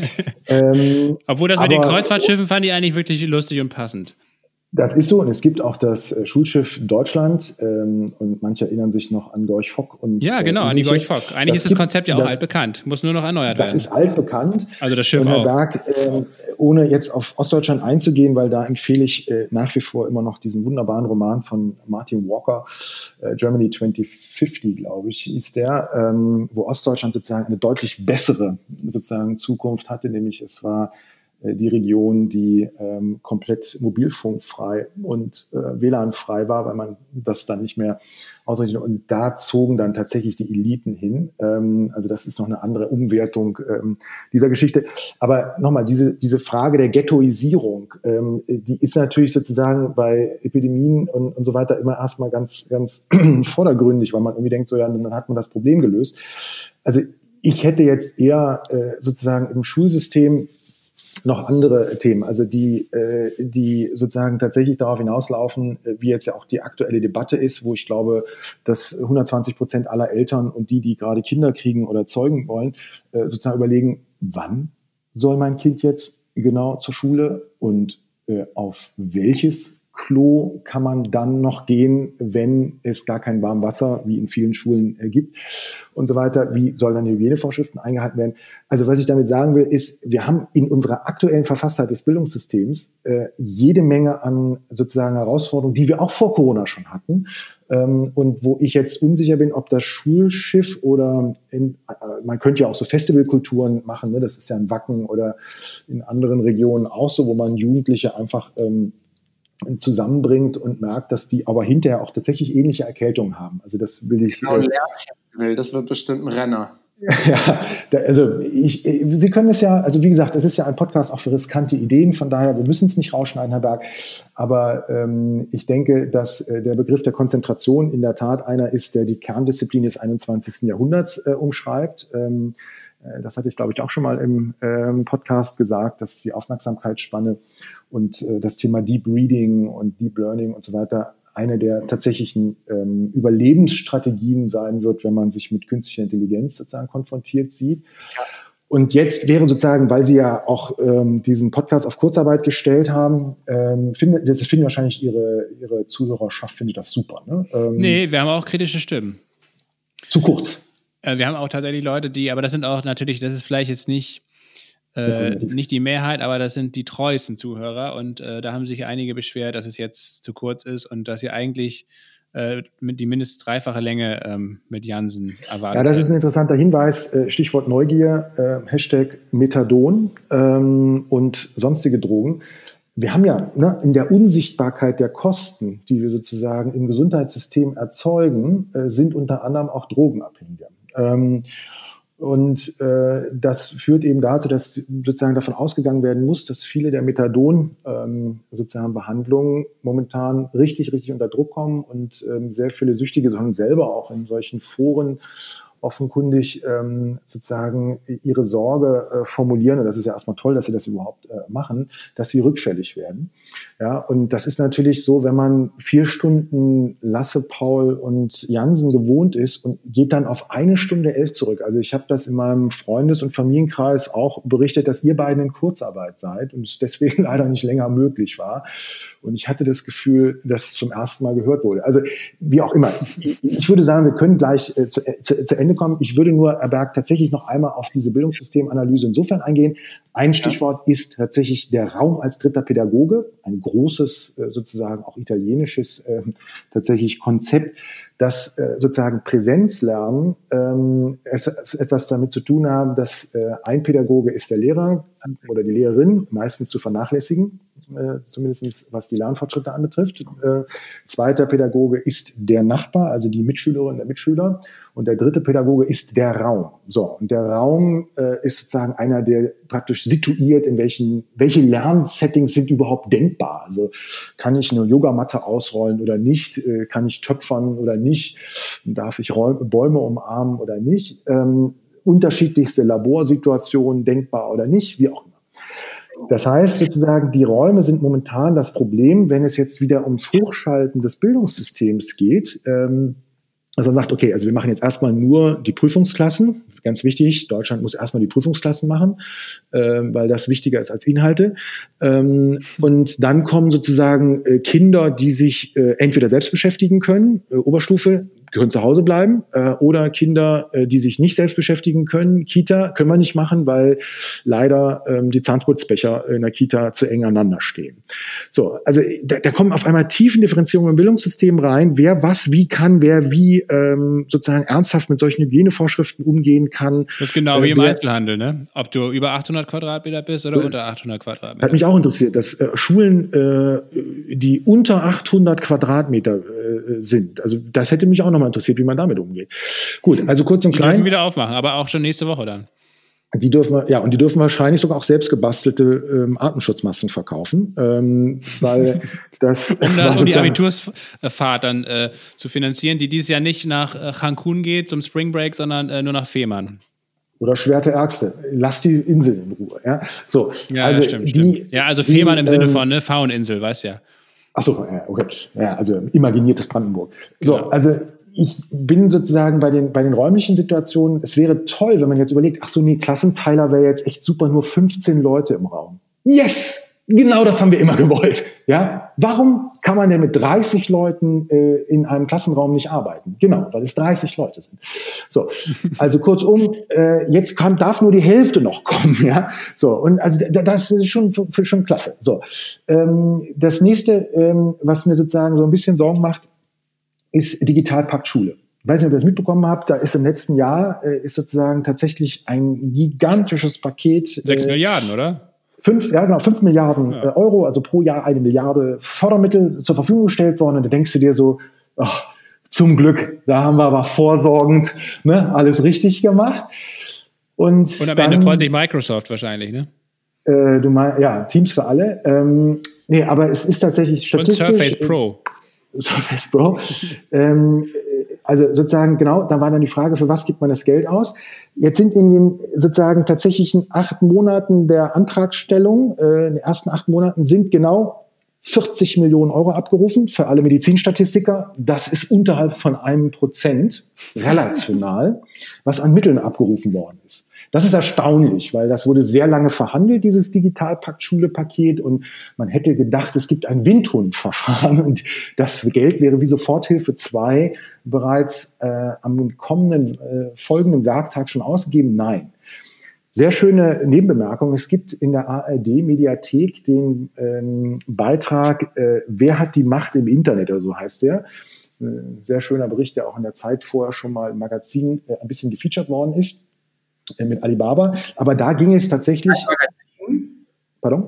ähm, Obwohl das mit den Kreuzfahrtschiffen fand ich eigentlich wirklich lustig und passend. Das ist so, und es gibt auch das äh, Schulschiff Deutschland, ähm, und manche erinnern sich noch an Gorch Fock. Und, ja, genau, äh, an die Gorch Fock. Eigentlich das ist das gibt, Konzept ja auch das, altbekannt, muss nur noch erneuert das werden. Das ist altbekannt. Also das Schiff und Herr auch. Berg, äh, ohne jetzt auf Ostdeutschland einzugehen, weil da empfehle ich äh, nach wie vor immer noch diesen wunderbaren Roman von Martin Walker, äh, Germany zwanzig fünfzig, glaube ich, ist der, ähm, wo Ostdeutschland sozusagen eine deutlich bessere sozusagen Zukunft hatte, nämlich es war die Region, die ähm, komplett mobilfunkfrei und äh, W L A N-frei war, weil man das dann nicht mehr ausrichtet. Und da zogen dann tatsächlich die Eliten hin. Ähm, also das ist noch eine andere Umwertung ähm, dieser Geschichte. Aber nochmal, diese, diese Frage der Ghettoisierung, ähm, die ist natürlich sozusagen bei Epidemien und, und so weiter immer erstmal ganz, ganz vordergründig, weil man irgendwie denkt, so ja, dann hat man das Problem gelöst. Also ich hätte jetzt eher äh, sozusagen im Schulsystem noch andere Themen, also die, äh, die sozusagen tatsächlich darauf hinauslaufen, wie jetzt ja auch die aktuelle Debatte ist, wo ich glaube, dass hundertzwanzig Prozent aller Eltern und die, die gerade Kinder kriegen oder zeugen wollen, äh, sozusagen überlegen, wann soll mein Kind jetzt genau zur Schule und äh, auf welches Klo kann man dann noch gehen, wenn es gar kein warmes Wasser, wie in vielen Schulen, äh, gibt und so weiter. Wie sollen dann Hygienevorschriften eingehalten werden? Also was ich damit sagen will, ist, wir haben in unserer aktuellen Verfasstheit des Bildungssystems äh, jede Menge an sozusagen Herausforderungen, die wir auch vor Corona schon hatten. Ähm, und wo ich jetzt unsicher bin, ob das Schulschiff oder in, äh, man könnte ja auch so Festivalkulturen machen, ne? Das ist ja in Wacken oder in anderen Regionen auch so, wo man Jugendliche einfach ähm, zusammenbringt und merkt, dass die aber hinterher auch tatsächlich ähnliche Erkältungen haben. Also das will ich... Genau, Lernfestival, das wird bestimmt ein Renner. Ja, da, also ich, Sie können es ja, also wie gesagt, es ist ja ein Podcast auch für riskante Ideen, von daher, wir müssen es nicht rausschneiden, Herr Berg, aber ähm, ich denke, dass äh, der Begriff der Konzentration in der Tat einer ist, der die Kerndisziplin des einundzwanzigsten Jahrhunderts äh, umschreibt. Ähm, Das hatte ich, glaube ich, auch schon mal im ähm, Podcast gesagt, dass die Aufmerksamkeitsspanne und äh, das Thema Deep Reading und Deep Learning und so weiter eine der tatsächlichen ähm, Überlebensstrategien sein wird, wenn man sich mit künstlicher Intelligenz sozusagen konfrontiert sieht. Ja. Und jetzt wäre sozusagen, weil Sie ja auch ähm, diesen Podcast auf Kurzarbeit gestellt haben, ähm, finde, das finden wahrscheinlich Ihre, Ihre Zuhörerschaft findet das super. Ne? Ähm, nee, wir haben auch kritische Stimmen. Zu kurz. Wir haben auch tatsächlich Leute, die, aber das sind auch natürlich, das ist vielleicht jetzt nicht, äh, nicht die Mehrheit, aber das sind die treuesten Zuhörer und äh, da haben sich einige beschwert, dass es jetzt zu kurz ist und dass sie eigentlich äh, mit die mindestens dreifache Länge ähm, mit Jansen erwartet. Ja, das ist ein interessanter Hinweis, äh, Stichwort Neugier, äh, Hashtag Methadon ähm, und sonstige Drogen. Wir haben ja ne, in der Unsichtbarkeit der Kosten, die wir sozusagen im Gesundheitssystem erzeugen, äh, sind unter anderem auch Drogenabhängige. Ähm, und äh, das führt eben dazu, dass sozusagen davon ausgegangen werden muss, dass viele der Methadon ähm, sozusagen Behandlungen momentan richtig, richtig unter Druck kommen und ähm, sehr viele Süchtige sollen selber auch in solchen Foren offenkundig ähm, sozusagen ihre Sorge äh, formulieren, und das ist ja erstmal toll, dass sie das überhaupt äh, machen, dass sie rückfällig werden. Ja, und das ist natürlich so, wenn man vier Stunden Lasse, Paul und Jansen gewohnt ist und geht dann auf eine Stunde elf zurück. Also ich habe das in meinem Freundes- und Familienkreis auch berichtet, dass ihr beiden in Kurzarbeit seid und es deswegen leider nicht länger möglich war. Und ich hatte das Gefühl, dass es zum ersten Mal gehört wurde. Also wie auch immer. Ich würde sagen, wir können gleich äh, zu, zu, zu Ende kommen. Ich würde nur, Herr Berg, tatsächlich noch einmal auf diese Bildungssystemanalyse insofern eingehen. Ein Stichwort ja. ist tatsächlich der Raum als dritter Pädagoge. Ein großes, äh, sozusagen auch italienisches äh, tatsächlich Konzept, das äh, sozusagen Präsenzlernen ähm, etwas damit zu tun haben, dass äh, ein Pädagoge ist der Lehrer oder die Lehrerin, meistens zu vernachlässigen. Äh, zumindest was die Lernfortschritte anbetrifft. Äh, zweiter Pädagoge ist der Nachbar, also die Mitschülerin, der Mitschüler. Und der dritte Pädagoge ist der Raum. So, und der Raum äh, ist sozusagen einer, der praktisch situiert, in welchen, welche Lernsettings sind überhaupt denkbar. Also kann ich eine Yogamatte ausrollen oder nicht? Äh, kann ich töpfern oder nicht? Darf ich Räume, Bäume umarmen oder nicht? Ähm, unterschiedlichste Laborsituationen denkbar oder nicht, wie auch immer. Das heißt sozusagen, die Räume sind momentan das Problem, wenn es jetzt wieder ums Hochschalten des Bildungssystems geht. Ähm, also man sagt, okay, also wir machen jetzt erstmal nur die Prüfungsklassen. Ganz wichtig, Deutschland muss erstmal die Prüfungsklassen machen, äh, weil das wichtiger ist als Inhalte. Ähm, und dann kommen sozusagen äh, Kinder, die sich äh, entweder selbst beschäftigen können, äh, Oberstufe, können zu Hause bleiben, äh, oder Kinder, äh, die sich nicht selbst beschäftigen können. Kita können wir nicht machen, weil leider ähm, die Zahnputzbecher in der Kita zu eng aneinander stehen. So, also da, da kommen auf einmal tiefen Differenzierungen im Bildungssystem rein, wer was wie kann, wer wie ähm, sozusagen ernsthaft mit solchen Hygienevorschriften umgehen kann. Das ist genau äh, wie im wer, Einzelhandel, ne? Ob du über achthundert Quadratmeter bist oder unter achthundert Quadratmeter. Hat mich auch interessiert, dass äh, Schulen, äh, die unter achthundert Quadratmeter äh, sind, also das hätte mich auch noch interessiert, wie man damit umgeht. Gut, also kurz und die klein. Die dürfen wieder aufmachen, aber auch schon nächste Woche dann. Die dürfen, ja, und die dürfen wahrscheinlich sogar auch selbst gebastelte ähm, Atemschutzmasken verkaufen, ähm, weil das um, da, um die Abitursfahrt dann äh, zu finanzieren, die dieses Jahr nicht nach äh, Cancun geht zum Spring Break, sondern äh, nur nach Fehmarn. Oder Schwerte Ärgste. Lass die Insel in Ruhe. Ja, so. Ja, also stimmt, die, stimmt. Ja, also Fehmarn die, im Sinne ähm, von ne, Fauninsel, weißt ja. Ach so, ja, okay. Ja, also imaginiertes Brandenburg. So, genau. Also ich bin sozusagen bei den, bei den räumlichen Situationen, es wäre toll, wenn man jetzt überlegt, ach so, nee, Klassenteiler wäre jetzt echt super, nur fünfzehn Leute im Raum. Yes! Genau das haben wir immer gewollt. Ja? Warum kann man denn mit dreißig Leuten äh, in einem Klassenraum nicht arbeiten? Genau, weil es dreißig Leute sind. So, also kurzum, äh, jetzt kann, darf nur die Hälfte noch kommen. Ja? So, und also das ist schon, schon klasse. So, ähm, das nächste, ähm, was mir sozusagen so ein bisschen Sorgen macht, ist Digitalpakt Schule. Ich weiß nicht, ob ihr das mitbekommen habt, da ist im letzten Jahr äh, ist sozusagen tatsächlich ein gigantisches Paket. Sechs äh, Milliarden, oder? Fünf, ja, genau, fünf Milliarden ja. äh, Euro, also pro Jahr eine Milliarde Fördermittel zur Verfügung gestellt worden. Und da denkst du dir so, ach, zum Glück, da haben wir aber vorsorgend ne, alles richtig gemacht. Und, Und am dann, Ende freut sich Microsoft wahrscheinlich, ne? Äh, du meinst, ja, Teams für alle. Ähm, nee, aber es ist tatsächlich statistisch. Und Surface Pro. Surface Pro. ähm, also sozusagen, genau, da war dann die Frage, für was gibt man das Geld aus? Jetzt sind in den sozusagen tatsächlichen acht Monaten der Antragstellung, äh, in den ersten acht Monaten sind genau vierzig Millionen Euro abgerufen für alle Medizinstatistiker. Das ist unterhalb von einem Prozent relational, was an Mitteln abgerufen worden ist. Das ist erstaunlich, weil das wurde sehr lange verhandelt, dieses Digitalpakt-Schule-Paket, und man hätte gedacht, es gibt ein Windhundverfahren und das Geld wäre wie Soforthilfe zwei bereits äh, am kommenden, äh, folgenden Werktag schon ausgegeben. Nein. Sehr schöne Nebenbemerkung. Es gibt in der A R D-Mediathek den ähm, Beitrag äh, Wer hat die Macht im Internet, oder so heißt der. Das ist ein sehr schöner Bericht, der auch in der Zeit vorher schon mal im Magazin äh, ein bisschen gefeatured worden ist. Mit Alibaba, aber da ging es tatsächlich. Zeitmagazin? Pardon?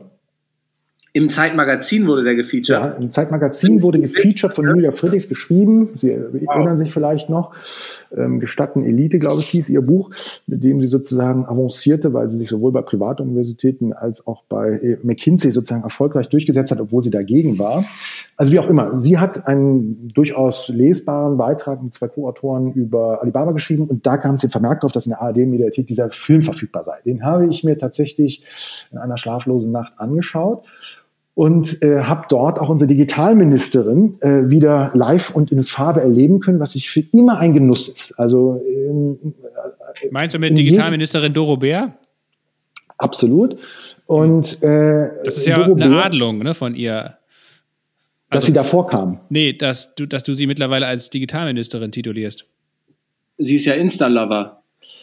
Im Zeitmagazin wurde der gefeatured. Ja, im Zeitmagazin wurde gefeatured von Julia Friedrichs geschrieben. Sie wow. erinnern sich vielleicht noch. Ähm, Gestatten Elite, glaube ich, hieß ihr Buch, mit dem sie sozusagen avancierte, weil sie sich sowohl bei Privatuniversitäten als auch bei McKinsey sozusagen erfolgreich durchgesetzt hat, obwohl sie dagegen war. Also wie auch immer, sie hat einen durchaus lesbaren Beitrag mit zwei Co-Autoren über Alibaba geschrieben und da kam sie vermerkt drauf, dass in der A R D-Mediathek dieser Film verfügbar sei. Den habe ich mir tatsächlich in einer schlaflosen Nacht angeschaut und äh, habe dort auch unsere Digitalministerin äh, wieder live und in Farbe erleben können, was ich für immer ein Genuss ist. Also ähm, äh, Meinst du mit Digitalministerin Doro Bär? Absolut. Und äh, das ist ja Doro eine Bär, Adelung, ne, von ihr. Dass also, sie davor kam. Nee, dass du, dass du sie mittlerweile als Digitalministerin titulierst. Sie ist ja Insta-Lover.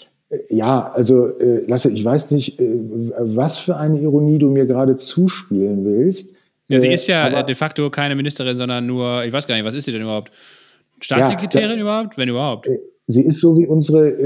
Ja, also äh, Lasse, ich weiß nicht, äh, was für eine Ironie du mir gerade zuspielen willst. Ja, sie ist ja äh, de facto keine Ministerin, sondern nur, ich weiß gar nicht, was ist sie denn überhaupt? Staatssekretärin ja, überhaupt? Wenn überhaupt. Sie ist so wie unsere äh,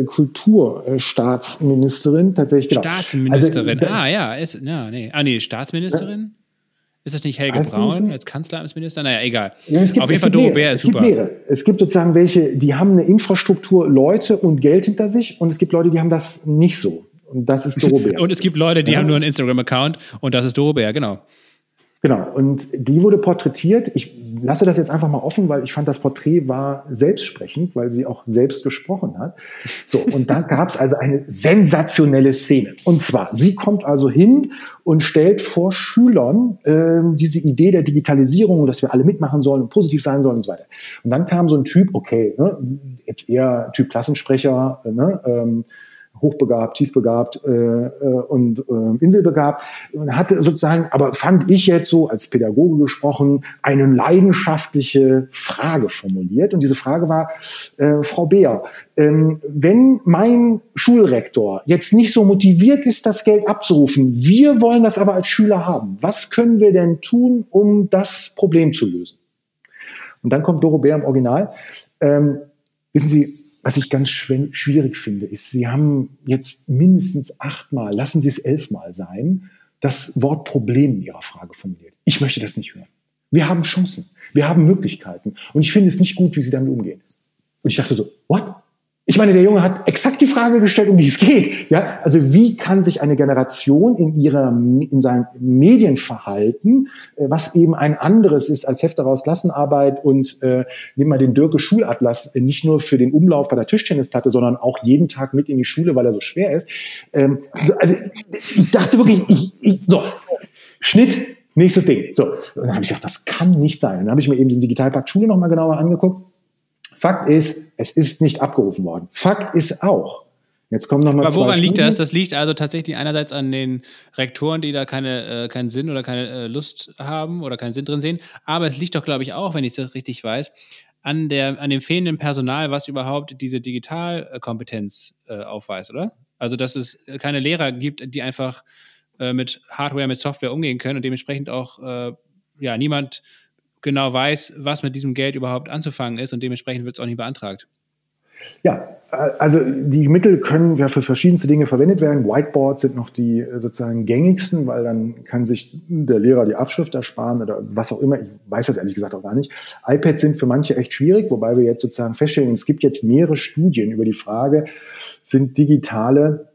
Kulturstaatsministerin tatsächlich. Genau. Staatsministerin, also, ah ja, ist, ja, nee. Ah nee, Staatsministerin? Ja. Ist das nicht Helge heißt Braun als Kanzleramtsminister? Naja, egal. Ja, gibt, auf jeden Fall Doro Bär ist super. Es gibt mehrere. Es gibt sozusagen welche, die haben eine Infrastruktur, Leute und Geld hinter sich und es gibt Leute, die haben das nicht so. Und das ist Doro Bär. Und es gibt Leute, die ja. haben nur einen Instagram-Account und das ist Doro Bär, genau. Genau, und die wurde porträtiert. Ich lasse das jetzt einfach mal offen, weil ich fand, das Porträt war selbstsprechend, weil sie auch selbst gesprochen hat. So, und da gab es also eine sensationelle Szene. Und zwar, sie kommt also hin und stellt vor Schülern äh, diese Idee der Digitalisierung, dass wir alle mitmachen sollen und positiv sein sollen und so weiter. Und dann kam so ein Typ, okay, ne, jetzt eher Typ Klassensprecher, äh, ne, ähm, hochbegabt, tiefbegabt äh, und äh, inselbegabt, und hatte sozusagen, aber fand ich jetzt so als Pädagoge gesprochen, eine leidenschaftliche Frage formuliert. Und diese Frage war, äh, Frau Beer, ähm, wenn mein Schulrektor jetzt nicht so motiviert ist, das Geld abzurufen, wir wollen das aber als Schüler haben, was können wir denn tun, um das Problem zu lösen? Und dann kommt Doro Beer im Original. Ähm, wissen Sie, was ich ganz schwierig finde, ist, Sie haben jetzt mindestens achtmal, lassen Sie es elfmal sein, das Wort Problem in Ihrer Frage formuliert. Ich möchte das nicht hören. Wir haben Chancen, wir haben Möglichkeiten und ich finde es nicht gut, wie Sie damit umgehen. Und ich dachte so, what? Ich meine, der Junge hat exakt die Frage gestellt, um die es geht. Ja, also wie kann sich eine Generation in ihrer, in seinem Medienverhalten, äh, was eben ein anderes ist als Heft daraus Klassenarbeit und äh, nehmen wir den Dürke Schulatlas, äh, nicht nur für den Umlauf bei der Tischtennisplatte, sondern auch jeden Tag mit in die Schule, weil er so schwer ist. Ähm, also ich dachte wirklich, ich, ich, so, Schnitt, nächstes Ding. So, und dann habe ich gedacht, das kann nicht sein. Und dann habe ich mir eben diesen Digitalpakt Schule nochmal genauer angeguckt. Fakt ist, es ist nicht abgerufen worden. Fakt ist auch, jetzt kommen noch mal Aber woran zwei liegt Stunden. das? Das liegt also tatsächlich einerseits an den Rektoren, die da keine, äh, keinen Sinn oder keine äh, Lust haben oder keinen Sinn drin sehen. Aber es liegt doch, glaube ich, auch, wenn ich das richtig weiß, an, der, an dem fehlenden Personal, was überhaupt diese Digitalkompetenz äh, aufweist, oder? Also, dass es keine Lehrer gibt, die einfach äh, mit Hardware, mit Software umgehen können und dementsprechend auch äh, ja, niemand genau weiß, was mit diesem Geld überhaupt anzufangen ist und dementsprechend wird es auch nicht beantragt. Ja, also die Mittel können ja für verschiedenste Dinge verwendet werden. Whiteboards sind noch die sozusagen gängigsten, weil dann kann sich der Lehrer die Abschrift ersparen oder was auch immer. Ich weiß das ehrlich gesagt auch gar nicht. iPads sind für manche echt schwierig, wobei wir jetzt sozusagen feststellen, es gibt jetzt mehrere Studien über die Frage, sind digitale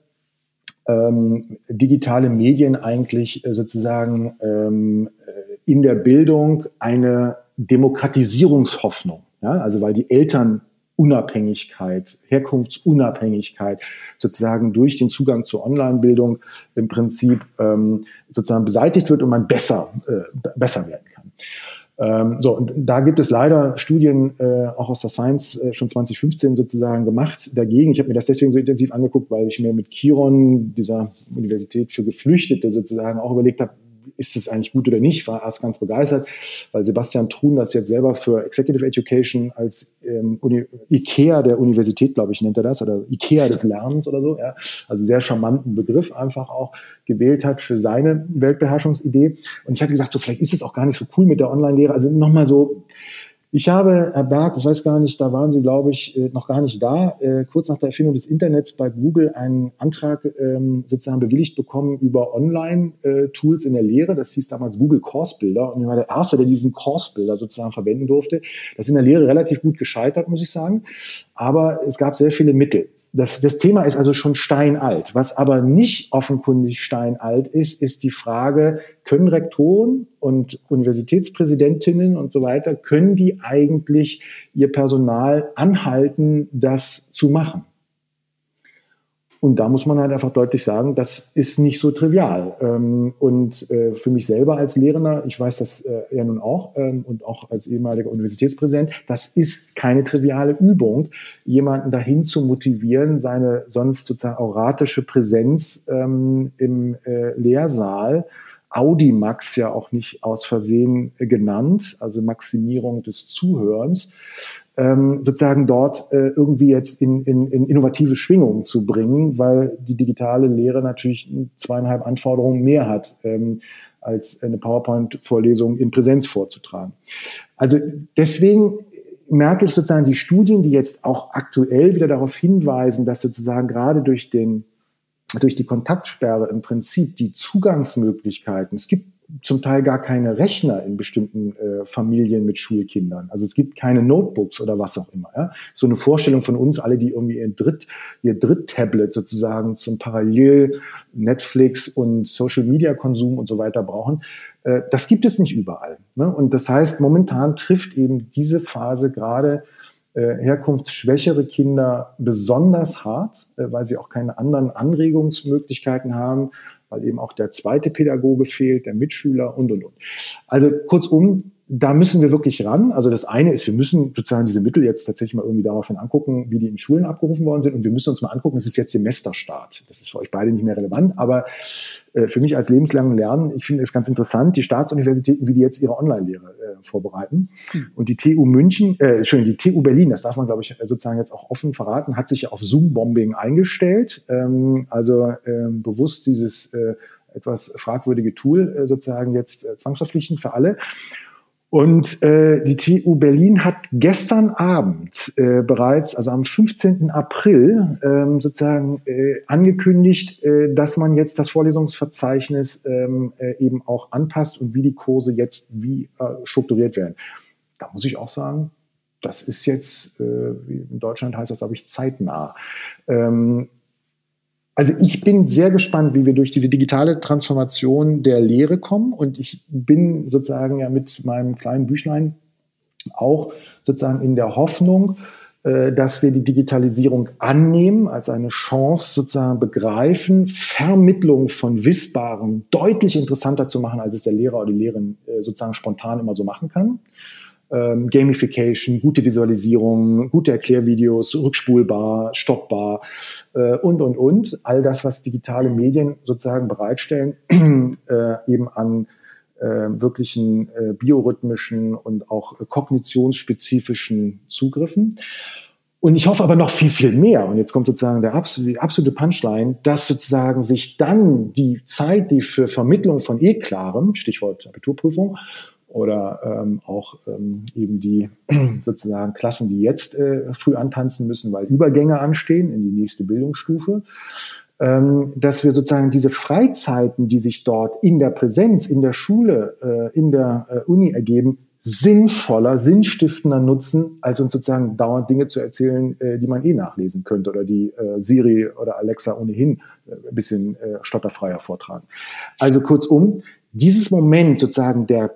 Ähm, digitale Medien eigentlich äh, sozusagen ähm, in der Bildung eine Demokratisierungshoffnung. Ja? Also weil die Elternunabhängigkeit, Herkunftsunabhängigkeit sozusagen durch den Zugang zur Online-Bildung im Prinzip ähm, sozusagen beseitigt wird und man besser, äh, besser werden kann. Ähm, so, und da gibt es leider Studien, äh, auch aus der Science, äh, schon zwanzig fünfzehn sozusagen gemacht dagegen. Ich habe mir das deswegen so intensiv angeguckt, weil ich mir mit Chiron, dieser Universität für Geflüchtete sozusagen, auch überlegt habe, ist das eigentlich gut oder nicht? War erst ganz begeistert, weil Sebastian Thrun das jetzt selber für Executive Education als ähm, Uni- IKEA der Universität, glaube ich, nennt er das, oder IKEA des Lernens oder so, ja. Also sehr charmanten Begriff einfach auch gewählt hat für seine Weltbeherrschungsidee. Und ich hatte gesagt, so vielleicht ist es auch gar nicht so cool mit der Online-Lehre. Also nochmal so, ich habe, Herr Berg, ich weiß gar nicht, da waren Sie, glaube ich, noch gar nicht da, äh, kurz nach der Erfindung des Internets bei Google einen Antrag ähm, sozusagen bewilligt bekommen über Online-Tools in der Lehre. Das hieß damals Google Course Builder. Und ich war der Erste, der diesen Course Builder sozusagen verwenden durfte. Das ist in der Lehre relativ gut gescheitert, muss ich sagen. Aber es gab sehr viele Mittel. Das, das Thema ist also schon steinalt. Was aber nicht offenkundig steinalt ist, ist die Frage, können Rektoren und Universitätspräsidentinnen und so weiter, können die eigentlich ihr Personal anhalten, das zu machen? Und da muss man halt einfach deutlich sagen, das ist nicht so trivial. Und für mich selber als Lehrender, ich weiß das ja nun auch und auch als ehemaliger Universitätspräsident, das ist keine triviale Übung, jemanden dahin zu motivieren, seine sonst sozusagen auratische Präsenz im Lehrsaal, Audimax ja auch nicht aus Versehen genannt, also Maximierung des Zuhörens, ähm, sozusagen dort äh, irgendwie jetzt in, in, in innovative Schwingungen zu bringen, weil die digitale Lehre natürlich zweieinhalb Anforderungen mehr hat, ähm, als eine PowerPoint-Vorlesung in Präsenz vorzutragen. Also deswegen merke ich sozusagen die Studien, die jetzt auch aktuell wieder darauf hinweisen, dass sozusagen gerade durch den durch die Kontaktsperre im Prinzip die Zugangsmöglichkeiten, es gibt zum Teil gar keine Rechner in bestimmten äh, Familien mit Schulkindern. Also es gibt keine Notebooks oder was auch immer. Ja? So eine Vorstellung von uns alle, die irgendwie ihr Dritt, ihr Dritt-Tablet sozusagen zum Parallel Netflix und Social-Media-Konsum und so weiter brauchen. Äh, das gibt es nicht überall. Ne? Und das heißt, momentan trifft eben diese Phase gerade äh, herkunftsschwächere Kinder besonders hart, äh, weil sie auch keine anderen Anregungsmöglichkeiten haben, weil eben auch der zweite Pädagoge fehlt, der Mitschüler und, und, und. Also kurzum, da müssen wir wirklich ran. Also das eine ist, wir müssen sozusagen diese Mittel jetzt tatsächlich mal irgendwie daraufhin angucken, wie die in Schulen abgerufen worden sind. Und wir müssen uns mal angucken, es ist jetzt Semesterstart. Das ist für euch beide nicht mehr relevant, aber äh, für mich als lebenslangen Lernen, ich finde es ganz interessant, die Staatsuniversitäten, wie die jetzt ihre Online-Lehre äh, vorbereiten. Hm. Und die T U München, äh, Entschuldigung, die T U Berlin, das darf man, glaube ich, sozusagen jetzt auch offen verraten, hat sich ja auf Zoom-Bombing eingestellt. Ähm, also ähm, bewusst dieses äh, etwas fragwürdige Tool äh, sozusagen jetzt äh, zwangsverpflichtend für alle. Und äh, die T U Berlin hat gestern Abend äh, bereits, also am fünfzehnten April, ähm, sozusagen äh, angekündigt, äh, dass man jetzt das Vorlesungsverzeichnis ähm, äh, eben auch anpasst und wie die Kurse jetzt wie äh, strukturiert werden. Da muss ich auch sagen, das ist jetzt, äh, wie in Deutschland heißt das, glaube ich, zeitnah. Ähm, Also ich bin sehr gespannt, wie wir durch diese digitale Transformation der Lehre kommen. Und ich bin sozusagen ja mit meinem kleinen Büchlein auch sozusagen in der Hoffnung, dass wir die Digitalisierung annehmen, als eine Chance sozusagen begreifen, Vermittlung von Wissbarem deutlich interessanter zu machen, als es der Lehrer oder die Lehrerin sozusagen spontan immer so machen kann. Ähm, Gamification, gute Visualisierung, gute Erklärvideos, rückspulbar, stoppbar äh, und, und, und. All das, was digitale Medien sozusagen bereitstellen, äh, eben an äh, wirklichen äh, biorhythmischen und auch äh, kognitionsspezifischen Zugriffen. Und ich hoffe aber noch viel, viel mehr. Und jetzt kommt sozusagen der absolute, die absolute Punchline, dass sozusagen sich dann die Zeit, die für Vermittlung von eh klarem, Stichwort Abiturprüfung, oder ähm, auch ähm, eben die sozusagen Klassen, die jetzt äh, früh antanzen müssen, weil Übergänge anstehen in die nächste Bildungsstufe, ähm, dass wir sozusagen diese Freizeiten, die sich dort in der Präsenz, in der Schule, äh, in der äh, Uni ergeben, sinnvoller, sinnstiftender nutzen, als uns sozusagen dauernd Dinge zu erzählen, äh, die man eh nachlesen könnte oder die äh, Siri oder Alexa ohnehin äh, ein bisschen äh, stotterfreier vortragen. Also kurzum, dieses Moment sozusagen der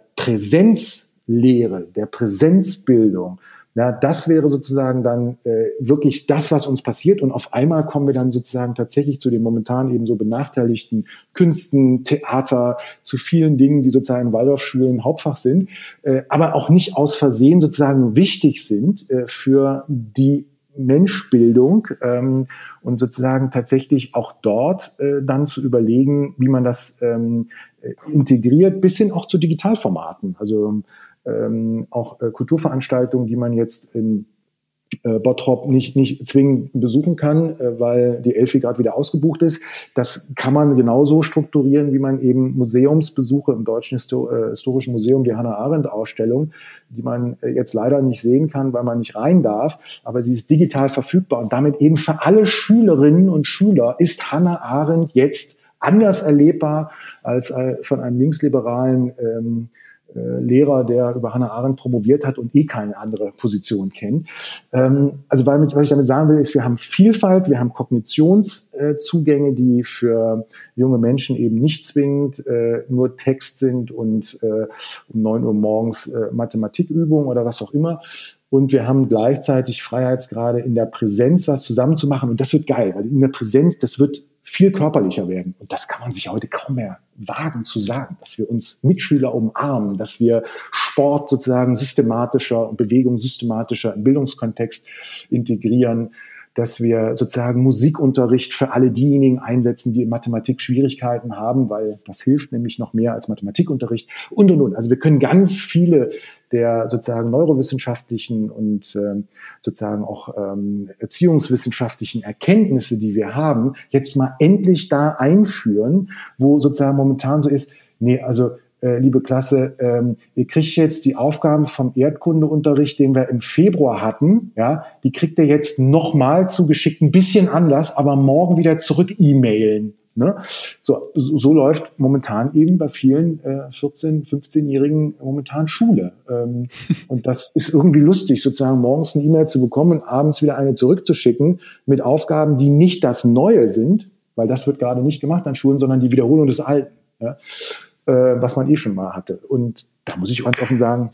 Präsenzlehre, der Präsenzbildung, na, das wäre sozusagen dann äh, wirklich das, was uns passiert. Und auf einmal kommen wir dann sozusagen tatsächlich zu den momentan eben so benachteiligten Künsten, Theater, zu vielen Dingen, die sozusagen in Waldorfschulen Hauptfach sind, äh, aber auch nicht aus Versehen sozusagen wichtig sind äh, für die Menschbildung ähm, und sozusagen tatsächlich auch dort äh, dann zu überlegen, wie man das ähm, integriert, bis hin auch zu Digitalformaten. Also ähm, auch äh, Kulturveranstaltungen, die man jetzt in äh, Bottrop nicht, nicht zwingend besuchen kann, äh, weil die Elfi gerade wieder ausgebucht ist. Das kann man genauso strukturieren, wie man eben Museumsbesuche im Deutschen Histo- äh, Historischen Museum, die Hannah-Arendt-Ausstellung, die man äh, jetzt leider nicht sehen kann, weil man nicht rein darf, aber sie ist digital verfügbar und damit eben für alle Schülerinnen und Schüler ist Hannah Arendt jetzt anders erlebbar als äh, von einem linksliberalen ähm, äh, Lehrer, der über Hannah Arendt promoviert hat und eh keine andere Position kennt. Ähm, also weil, was ich damit sagen will, ist, wir haben Vielfalt, wir haben Kognitionszugänge, äh, die für junge Menschen eben nicht zwingend äh, nur Text sind und äh, um neun Uhr morgens äh, Mathematikübungen oder was auch immer. Und wir haben gleichzeitig Freiheitsgrade in der Präsenz, was zusammen zu machen. Und das wird geil, weil in der Präsenz, das wird viel körperlicher werden. Und das kann man sich heute kaum mehr wagen zu sagen, dass wir uns Mitschüler umarmen, dass wir Sport sozusagen systematischer und Bewegung systematischer im Bildungskontext integrieren, dass wir sozusagen Musikunterricht für alle diejenigen einsetzen, die in Mathematik Schwierigkeiten haben, weil das hilft nämlich noch mehr als Mathematikunterricht und, und, und. Also wir können ganz viele der sozusagen neurowissenschaftlichen und ähm, sozusagen auch ähm, erziehungswissenschaftlichen Erkenntnisse, die wir haben, jetzt mal endlich da einführen, wo sozusagen momentan so ist, nee, also Äh, liebe Klasse, ähm, ihr kriegt jetzt die Aufgaben vom Erdkundeunterricht, den wir im Februar hatten, ja, die kriegt ihr jetzt nochmal zugeschickt, ein bisschen anders, aber morgen wieder zurück e-mailen. Ne? So, so läuft momentan eben bei vielen äh, vierzehn-, fünfzehnjährigen momentan Schule. Ähm, und das ist irgendwie lustig, sozusagen morgens eine E-Mail zu bekommen und abends wieder eine zurückzuschicken mit Aufgaben, die nicht das Neue sind, weil das wird gerade nicht gemacht an Schulen, sondern die Wiederholung des Alten, ja? äh, was man eh schon mal hatte. Und da muss ich ganz offen sagen,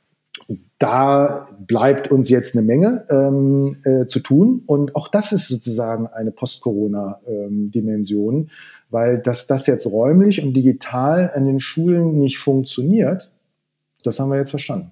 da bleibt uns jetzt eine Menge ähm, äh, zu tun. Und auch das ist sozusagen eine Post-Corona-Dimension, ähm, weil dass das jetzt räumlich und digital an den Schulen nicht funktioniert, das haben wir jetzt verstanden.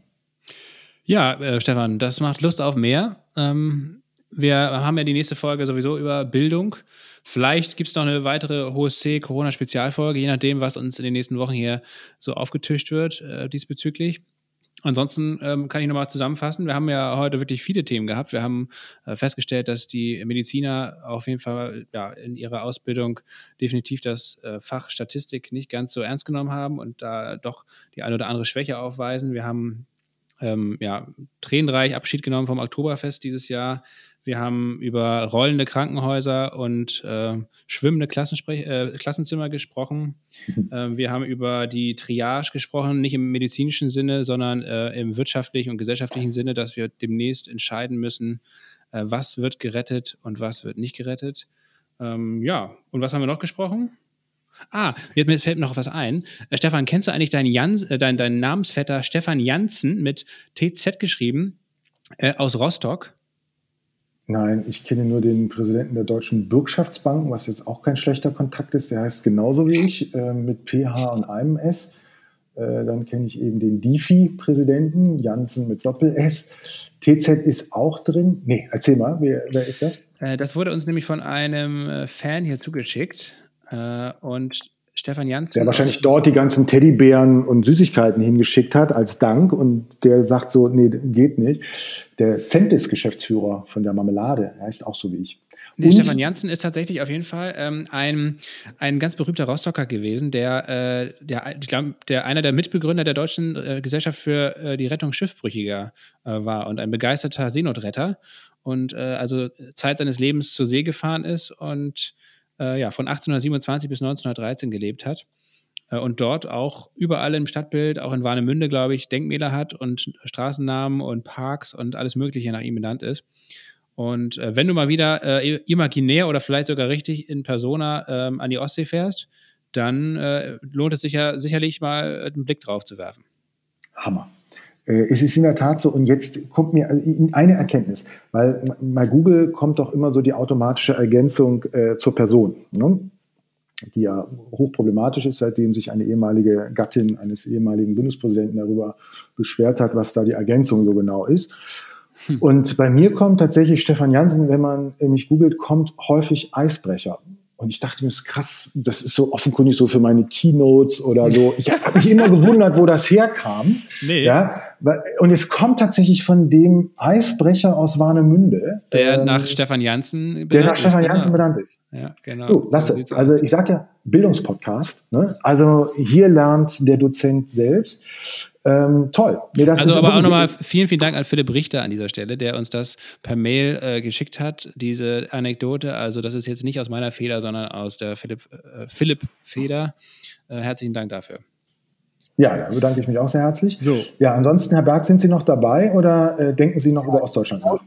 Ja, äh, Stefan, das macht Lust auf mehr. Ähm, wir haben ja die nächste Folge sowieso über Bildung. Vielleicht gibt es noch eine weitere H S C-Corona-Spezialfolge, je nachdem, was uns in den nächsten Wochen hier so aufgetischt wird äh, diesbezüglich. Ansonsten ähm, kann ich nochmal zusammenfassen. Wir haben ja heute wirklich viele Themen gehabt. Wir haben äh, festgestellt, dass die Mediziner auf jeden Fall ja, in ihrer Ausbildung definitiv das äh, Fach Statistik nicht ganz so ernst genommen haben und da doch die eine oder andere Schwäche aufweisen. Wir haben ähm, ja, tränenreich Abschied genommen vom Oktoberfest dieses Jahr. Wir haben über rollende Krankenhäuser und äh, schwimmende Klassenspre- äh, Klassenzimmer gesprochen. Äh, wir haben über die Triage gesprochen, nicht im medizinischen Sinne, sondern äh, im wirtschaftlichen und gesellschaftlichen Sinne, dass wir demnächst entscheiden müssen, äh, was wird gerettet und was wird nicht gerettet. Ähm, ja, und was haben wir noch gesprochen? Ah, jetzt mir fällt mir noch was ein. Äh, Stefan, kennst du eigentlich deinen, Jans, äh, deinen, deinen Namensvetter Stefan Janssen mit T Z geschrieben äh, aus Rostock? Nein, ich kenne nur den Präsidenten der Deutschen Bürgschaftsbank, was jetzt auch kein schlechter Kontakt ist. Der heißt genauso wie ich, äh, mit P H und einem S. Äh, dann kenne ich eben den D I F I-Präsidenten, Janssen mit Doppel-S. T Z ist auch drin. Nee, erzähl mal, wer, wer ist das? Äh, das wurde uns nämlich von einem äh, Fan hier zugeschickt. Äh, und Stefan Janssen. Der wahrscheinlich dort die ganzen Teddybären und Süßigkeiten hingeschickt hat als Dank und der sagt so, nee, geht nicht. Der Centis-Geschäftsführer von der Marmelade, er heißt auch so wie ich. Nee, Stefan Janssen ist tatsächlich auf jeden Fall ähm, ein, ein ganz berühmter Rostocker gewesen, der, äh, der, ich glaube, der einer der Mitbegründer der Deutschen äh, Gesellschaft für äh, die Rettung Schiffbrüchiger äh, war und ein begeisterter Seenotretter und äh, also Zeit seines Lebens zur See gefahren ist und äh, ja, von achtzehnhundertsiebenundzwanzig bis neunzehnhundertdreizehn gelebt hat äh, und dort auch überall im Stadtbild, auch in Warnemünde, glaube ich, Denkmäler hat und Straßennamen und Parks und alles Mögliche nach ihm benannt ist. Und äh, wenn du mal wieder äh, imaginär oder vielleicht sogar richtig in Persona ähm, an die Ostsee fährst, dann äh, lohnt es sich ja sicherlich mal einen Blick drauf zu werfen. Hammer. Äh, es ist in der Tat so, und jetzt kommt mir eine Erkenntnis, weil bei Google kommt doch immer so die automatische Ergänzung äh, zur Person, ne? Die ja hochproblematisch ist, seitdem sich eine ehemalige Gattin eines ehemaligen Bundespräsidenten darüber beschwert hat, was da die Ergänzung so genau ist. Und bei mir kommt tatsächlich Stefan Janssen, wenn man mich googelt, kommt häufig Eisbrecher. Und ich dachte mir, das ist krass, das ist so offenkundig so für meine Keynotes oder so. Ich habe mich immer gewundert, wo das herkam. Nee. Ja, und es kommt tatsächlich von dem Eisbrecher aus Warnemünde. Der ähm, nach Stefan Janssen benannt Der nach ist, Stefan genau. Janssen benannt ist. Ja, genau. So, Lasse, so also ich sage ja Bildungspodcast. Ne? Also hier lernt der Dozent selbst. Ähm, toll. Nee, das also ist aber auch nochmal vielen, vielen Dank an Philipp Richter an dieser Stelle, der uns das per Mail äh, geschickt hat, diese Anekdote. Also das ist jetzt nicht aus meiner Feder, sondern aus der Philipp, äh, Philipp Feder. Äh, herzlichen Dank dafür. Ja, da bedanke ich mich auch sehr herzlich. So. Ja, ansonsten, Herr Berg, sind Sie noch dabei oder äh, denken Sie noch ja, über Ostdeutschland nach?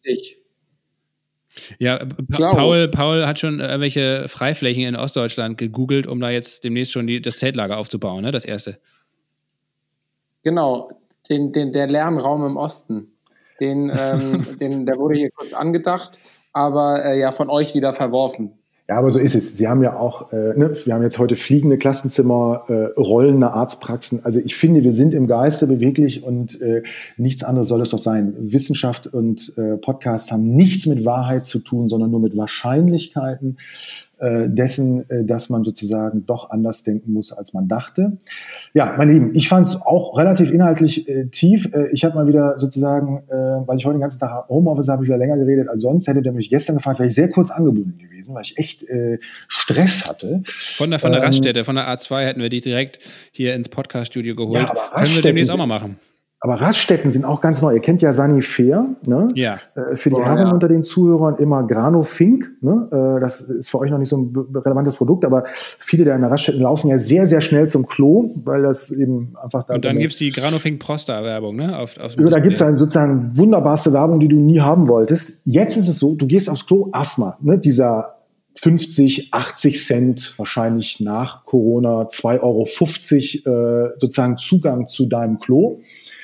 Ja, pa- Paul, Paul hat schon irgendwelche Freiflächen in Ostdeutschland gegoogelt, um da jetzt demnächst schon die, das Zeltlager aufzubauen, ne? Das erste. Genau, den, den, der Lernraum im Osten. Den, ähm, den, der wurde hier kurz angedacht, aber äh, ja von euch wieder verworfen. Ja, aber so ist es. Sie haben ja auch, äh, ne, wir haben jetzt heute fliegende Klassenzimmer, äh, rollende Arztpraxen. Also ich finde, wir sind im Geiste beweglich und äh, nichts anderes soll es doch sein. Wissenschaft und äh, Podcasts haben nichts mit Wahrheit zu tun, sondern nur mit Wahrscheinlichkeiten äh, dessen, äh, dass man sozusagen doch anders denken muss, als man dachte. Ja, meine Lieben, ich fand es auch relativ inhaltlich äh, tief. Äh, ich habe mal wieder sozusagen, äh, weil ich heute den ganzen Tag Homeoffice habe, ich wieder länger geredet als sonst. Hätte der mich gestern gefragt, wäre ich sehr kurz angebunden gewesen, weil ich echt äh, Stress hatte. Von der, von der ähm, Raststätte, von der A zwei hätten wir dich direkt hier ins Podcast-Studio geholt. Ja, aber können wir demnächst auch mal machen. Aber Raststätten sind auch ganz neu. Ihr kennt ja Sanifair, ne? Ja. Äh, für die Oh, Herren ja. unter den Zuhörern immer Granofink, ne? Äh, das ist für euch noch nicht so ein be- relevantes Produkt, aber viele der in der Raststätten laufen ja sehr, sehr schnell zum Klo, weil das eben einfach da Und so dann eine- gibt es die Granofink-Prosta-Werbung, ne? Auf, auf dem Ja, da Display. gibt es eine sozusagen wunderbarste Werbung, die du nie haben wolltest. Jetzt ist es so, du gehst aufs Klo, erstmal, ne, dieser fünfzig, achtzig Cent, wahrscheinlich nach Corona zwei Euro fünfzig äh, sozusagen Zugang zu deinem Klo,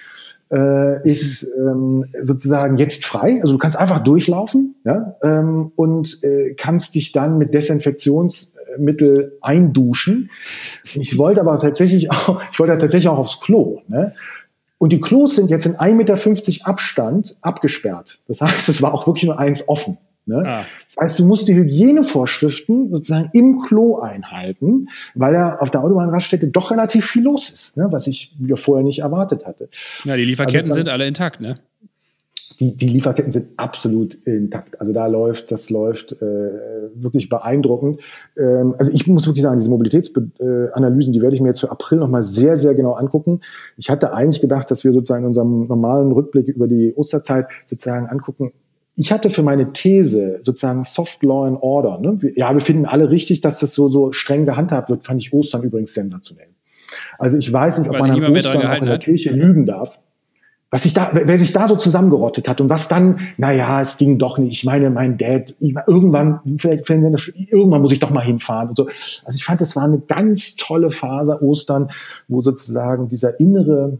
äh, ist ähm, sozusagen jetzt frei. Also du kannst einfach durchlaufen, ja, ähm, und äh, kannst dich dann mit Desinfektionsmittel einduschen. Ich wollte aber tatsächlich auch, ich wollte tatsächlich auch aufs Klo, ne? Und die Klos sind jetzt in ein Meter fünfzig Abstand abgesperrt. Das heißt, es war auch wirklich nur eins offen. Ne? Ah. Das heißt, du musst die Hygienevorschriften sozusagen im Klo einhalten, weil ja auf der Autobahnraststätte doch relativ viel los ist, ne? Was ich ja vorher nicht erwartet hatte. Ja, die Lieferketten Also, sind alle intakt, ne? Die, die Lieferketten sind absolut intakt. Also da läuft, das läuft äh, wirklich beeindruckend. Ähm, also ich muss wirklich sagen, diese Mobilitätsanalysen, die werde ich mir jetzt für April nochmal sehr, sehr genau angucken. Ich hatte eigentlich gedacht, dass wir sozusagen in unserem normalen Rückblick über die Osterzeit sozusagen angucken. Ich hatte für meine These sozusagen Soft Law and Order. Ne? Ja, wir finden alle richtig, dass das so, so streng gehandhabt wird. Fand ich Ostern übrigens sensationell. Also ich weiß nicht, ob Weil man sich an niemand mehr dran Ostern auch gehalten in der hat. Kirche lügen darf. Was sich da, wer sich da so zusammengerottet hat und was dann, naja, es ging doch nicht. Ich meine, mein Dad, ich, irgendwann, vielleicht, wenn das, irgendwann muss ich doch mal hinfahren und so. Also ich fand, das war eine ganz tolle Phase Ostern, wo sozusagen dieser innere,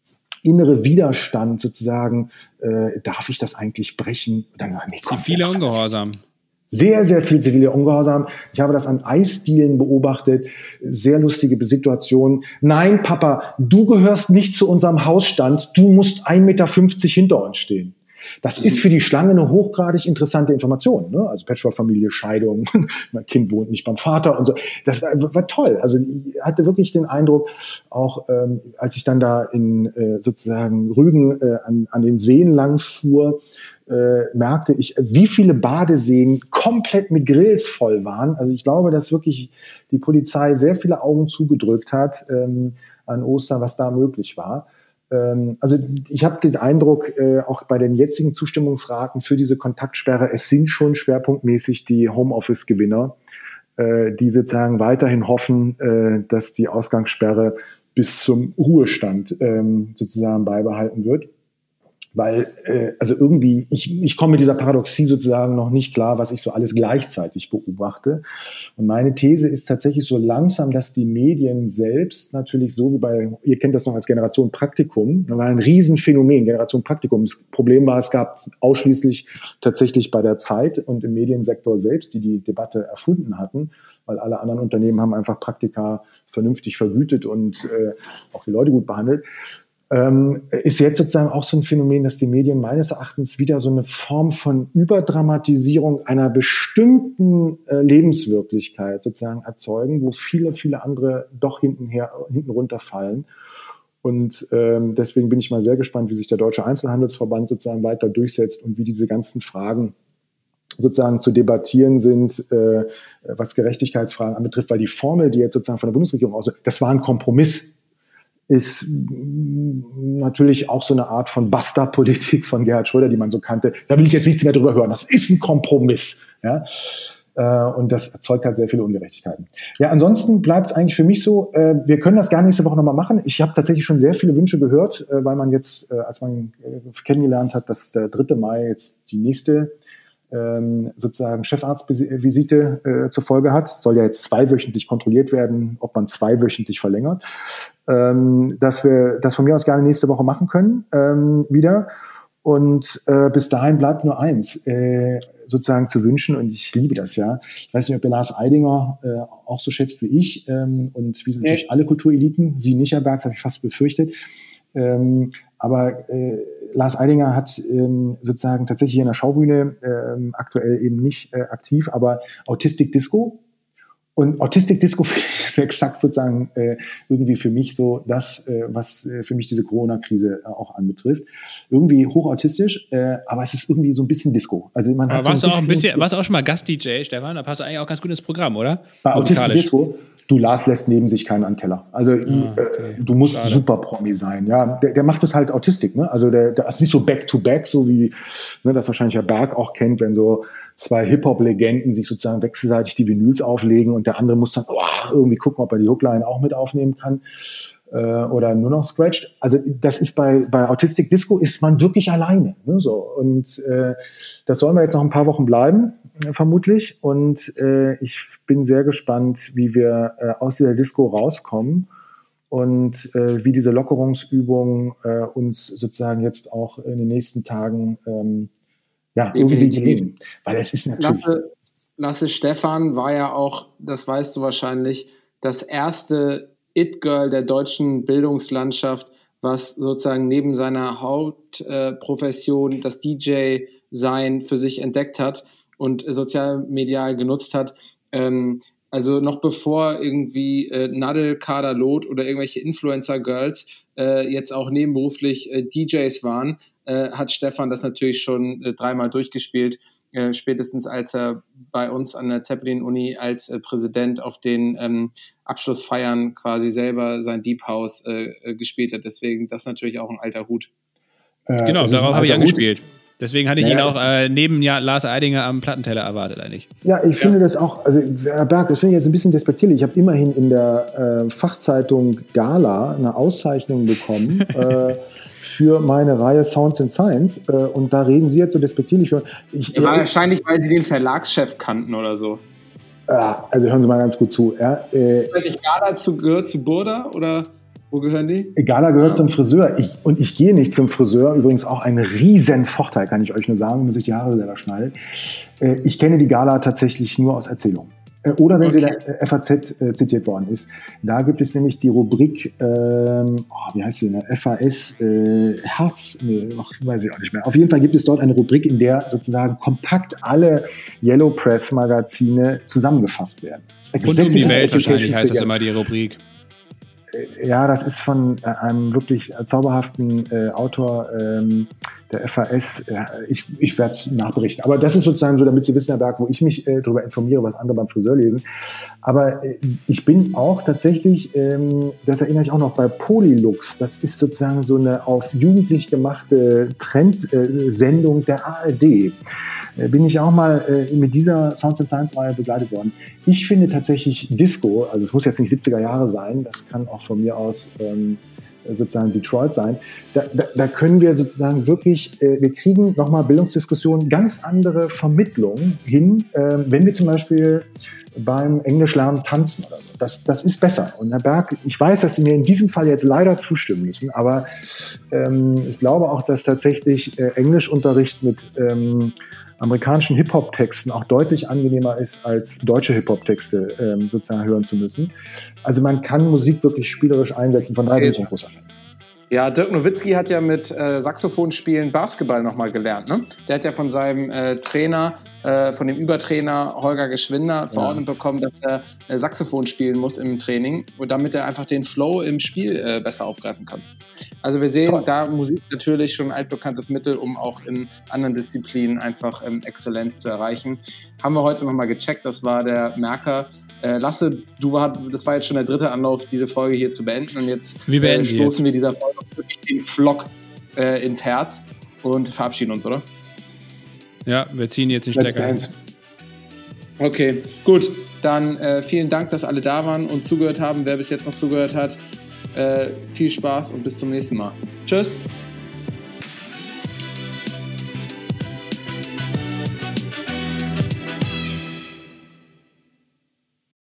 innere Widerstand sozusagen, äh, darf ich das eigentlich brechen? Und dann, nee, komm, Ziviler wer macht das Ungehorsam. Sehr, sehr viel ziviler Ungehorsam. Ich habe das an Eisdielen beobachtet. Sehr lustige Situation. Nein, Papa, du gehörst nicht zu unserem Hausstand. Du musst ein Meter fünfzig hinter uns stehen. Das ist für die Schlange eine hochgradig interessante Information. Ne? Also Patchwork-Familie, Scheidung, mein Kind wohnt nicht beim Vater und so. Das war, war toll. Also ich hatte wirklich den Eindruck, auch ähm, als ich dann da in äh, sozusagen Rügen äh, an, an den Seen lang fuhr, äh, merkte ich, wie viele Badeseen komplett mit Grills voll waren. Also ich glaube, dass wirklich die Polizei sehr viele Augen zugedrückt hat ähm, an Ostern, was da möglich war. Ähm, also ich habe den Eindruck, äh, auch bei den jetzigen Zustimmungsraten für diese Kontaktsperre, es sind schon schwerpunktmäßig die Homeoffice-Gewinner, äh, die sozusagen weiterhin hoffen, äh, dass die Ausgangssperre bis zum Ruhestand ähm, sozusagen beibehalten wird. Weil, äh, also irgendwie, ich, ich komme mit dieser Paradoxie sozusagen noch nicht klar, was ich so alles gleichzeitig beobachte. Und meine These ist tatsächlich so langsam, dass die Medien selbst natürlich so wie bei, ihr kennt das noch als Generation Praktikum, das war ein Riesenphänomen, Generation Praktikum. Das Problem war, es gab ausschließlich tatsächlich bei der Zeit und im Mediensektor selbst, die die Debatte erfunden hatten, weil alle anderen Unternehmen haben einfach Praktika vernünftig vergütet und äh, auch die Leute gut behandelt. Ähm, ist jetzt sozusagen auch so ein Phänomen, dass die Medien meines Erachtens wieder so eine Form von Überdramatisierung einer bestimmten äh, Lebenswirklichkeit sozusagen erzeugen, wo viele, viele andere doch hinten her, hinten runterfallen. Und ähm, deswegen bin ich mal sehr gespannt, wie sich der Deutsche Einzelhandelsverband sozusagen weiter durchsetzt und wie diese ganzen Fragen sozusagen zu debattieren sind, äh, was Gerechtigkeitsfragen anbetrifft, weil die Formel, die jetzt sozusagen von der Bundesregierung aus, das war ein Kompromiss, ist natürlich auch so eine Art von Basta-Politik von Gerhard Schröder, die man so kannte. Da will ich jetzt nichts mehr drüber hören. Das ist ein Kompromiss. Ja? Und das erzeugt halt sehr viele Ungerechtigkeiten. Ja, ansonsten bleibt es eigentlich für mich so, wir können das gar nächste Woche nochmal machen. Ich habe tatsächlich schon sehr viele Wünsche gehört, weil man jetzt, als man kennengelernt hat, dass der dritte Mai jetzt die nächste Ähm, sozusagen Chefarztvisite äh, zur Folge hat. Soll ja jetzt zweiwöchentlich kontrolliert werden, ob man zweiwöchentlich verlängert. Ähm, dass wir das von mir aus gerne nächste Woche machen können, ähm, wieder. Und äh, bis dahin bleibt nur eins, äh, sozusagen zu wünschen, und ich liebe das ja. Ich weiß nicht, ob ihr Lars Eidinger äh, auch so schätzt wie ich ähm, und wie natürlich alle Kultureliten, Sie nicht, Herr Bergs, habe ich fast befürchtet. Ähm, aber äh, Lars Eidinger hat ähm, sozusagen tatsächlich hier in der Schaubühne ähm, aktuell eben nicht äh, aktiv, aber Autistic Disco. Und Autistic Disco ist exakt sozusagen äh, irgendwie für mich so das, äh, was äh, für mich diese Corona-Krise äh, auch anbetrifft. Irgendwie hochautistisch, äh, aber es ist irgendwie so ein bisschen Disco. Also man aber hat so warst, ein du auch ein bisschen, bisschen, warst du auch schon mal Gast-D J, Stefan? Da passt du eigentlich auch ganz gut ins Programm, oder? bei Autistic Disco. du, Lars lässt neben sich keinen Anteller. Also Ah, okay. äh, du musst Schade. super Promi sein. Ja, der, der macht das halt Autistik, ne? Also der, der ist nicht so back-to-back, so wie ne, das wahrscheinlich der Berg auch kennt, wenn so zwei Hip-Hop-Legenden sich sozusagen wechselseitig die Vinyls auflegen und der andere muss dann oh, irgendwie gucken, ob er die Hookline auch mit aufnehmen kann. Oder nur noch scratcht. Also das ist bei, bei Autistic Disco ist man wirklich alleine. Ne, so. Und äh, das sollen wir jetzt noch ein paar Wochen bleiben, äh, vermutlich. Und äh, ich bin sehr gespannt, wie wir äh, aus dieser Disco rauskommen und äh, wie diese Lockerungsübungen äh, uns sozusagen jetzt auch in den nächsten Tagen ähm, ja, irgendwie gelingen. Weil es ist natürlich... Lasse, Lasse Stephan war ja auch, das weißt du wahrscheinlich, das erste It-Girl der deutschen Bildungslandschaft, was sozusagen neben seiner Hauptprofession äh, das D J-Sein für sich entdeckt hat und äh, sozialmedial genutzt hat. Ähm, also noch bevor irgendwie äh, Nadel, Kader Loth oder irgendwelche Influencer-Girls äh, jetzt auch nebenberuflich äh, D Js waren, äh, hat Stephan das natürlich schon äh, dreimal durchgespielt. Äh, spätestens als er bei uns an der Zeppelin-Uni als äh, Präsident auf den ähm, Abschlussfeiern quasi selber sein Deep House äh, gespielt hat. Deswegen das ist natürlich auch ein alter Hut. Äh, genau, darauf habe ich angespielt. Hut. Deswegen hatte ich ja, ihn auch äh, neben ja, Lars Eidinger am Plattenteller erwartet eigentlich. Ja, ich finde ja. das auch, also Herr Berg, das finde ich jetzt ein bisschen despektierlich. Ich habe immerhin in der äh, Fachzeitung Gala eine Auszeichnung bekommen äh, für meine Reihe Sounds and Science äh, und da reden Sie jetzt so despektierlich. Ich, ja, wahrscheinlich, weil Sie den Verlagschef kannten oder so. Ja, also hören Sie mal ganz gut zu. Ja, äh, ich weiß nicht, Gala zu, gehört zu Burda oder wo gehören die? Gala gehört ja. zum Friseur. Ich, und ich gehe nicht zum Friseur. Übrigens auch ein riesen Vorteil, kann ich euch nur sagen, wenn man sich die Haare selber schneidet. Äh, ich kenne die Gala tatsächlich nur aus Erzählungen. Äh, oder wenn okay. sie in der F A Z äh, zitiert worden ist. Da gibt es nämlich die Rubrik, ähm, oh, wie heißt die denn? F A S äh, Herz, nee, ach, weiß ich auch nicht mehr. Auf jeden Fall gibt es dort eine Rubrik, in der sozusagen kompakt alle Yellow Press Magazine zusammengefasst werden. Rund um die Welt wahrscheinlich heißt das immer die Rubrik. Ja, das ist von äh, einem wirklich zauberhaften äh, Autor ähm, der F A S. Ja, ich ich werde es nachberichten. Aber das ist sozusagen so, damit Sie wissen, Herr Berg, wo ich mich äh, darüber informiere, was andere beim Friseur lesen. Aber äh, ich bin auch tatsächlich, ähm, das erinnere ich auch noch, bei Polylux. Das ist sozusagen so eine auf jugendlich gemachte Trendsendung äh, der A R D. Bin ich auch mal äh, mit dieser Sounds and Science-Reihe begleitet worden. Ich finde tatsächlich Disco, also es muss jetzt nicht siebziger Jahre sein, das kann auch von mir aus ähm, sozusagen Detroit sein, da, da, da können wir sozusagen wirklich, äh, wir kriegen nochmal Bildungsdiskussionen, ganz andere Vermittlung hin, äh, wenn wir zum Beispiel beim Englischlernen tanzen oder so. Das, das ist besser. Und Herr Berg, ich weiß, dass Sie mir in diesem Fall jetzt leider zustimmen müssen, aber ähm, ich glaube auch, dass tatsächlich äh, Englischunterricht mit ähm, amerikanischen Hip-Hop-Texten auch deutlich angenehmer ist, als deutsche Hip-Hop-Texte ähm, sozusagen hören zu müssen. Also man kann Musik wirklich spielerisch einsetzen, von daher bin ich ein großer Fan. Ja, Dirk Nowitzki hat ja mit äh, Saxophonspielen Basketball nochmal gelernt, ne? Der hat ja von seinem äh, Trainer, äh, von dem Übertrainer Holger Geschwinder verordnet ja. bekommen, dass er äh, Saxophon spielen muss im Training, und damit er einfach den Flow im Spiel äh, besser aufgreifen kann. Also wir sehen Toll. da Musik natürlich schon ein altbekanntes Mittel, um auch in anderen Disziplinen einfach ähm, Exzellenz zu erreichen. Haben wir heute nochmal gecheckt, das war der Merker. Äh, Lasse, du war, das war jetzt schon der dritte Anlauf, diese Folge hier zu beenden, und jetzt äh, stoßen wir dieser Folge wirklich den Flock äh, ins Herz und verabschieden uns, oder? Ja, wir ziehen jetzt den Stecker ein. Okay, gut. Dann äh, vielen Dank, dass alle da waren und zugehört haben. Wer bis jetzt noch zugehört hat, äh, viel Spaß und bis zum nächsten Mal. Tschüss.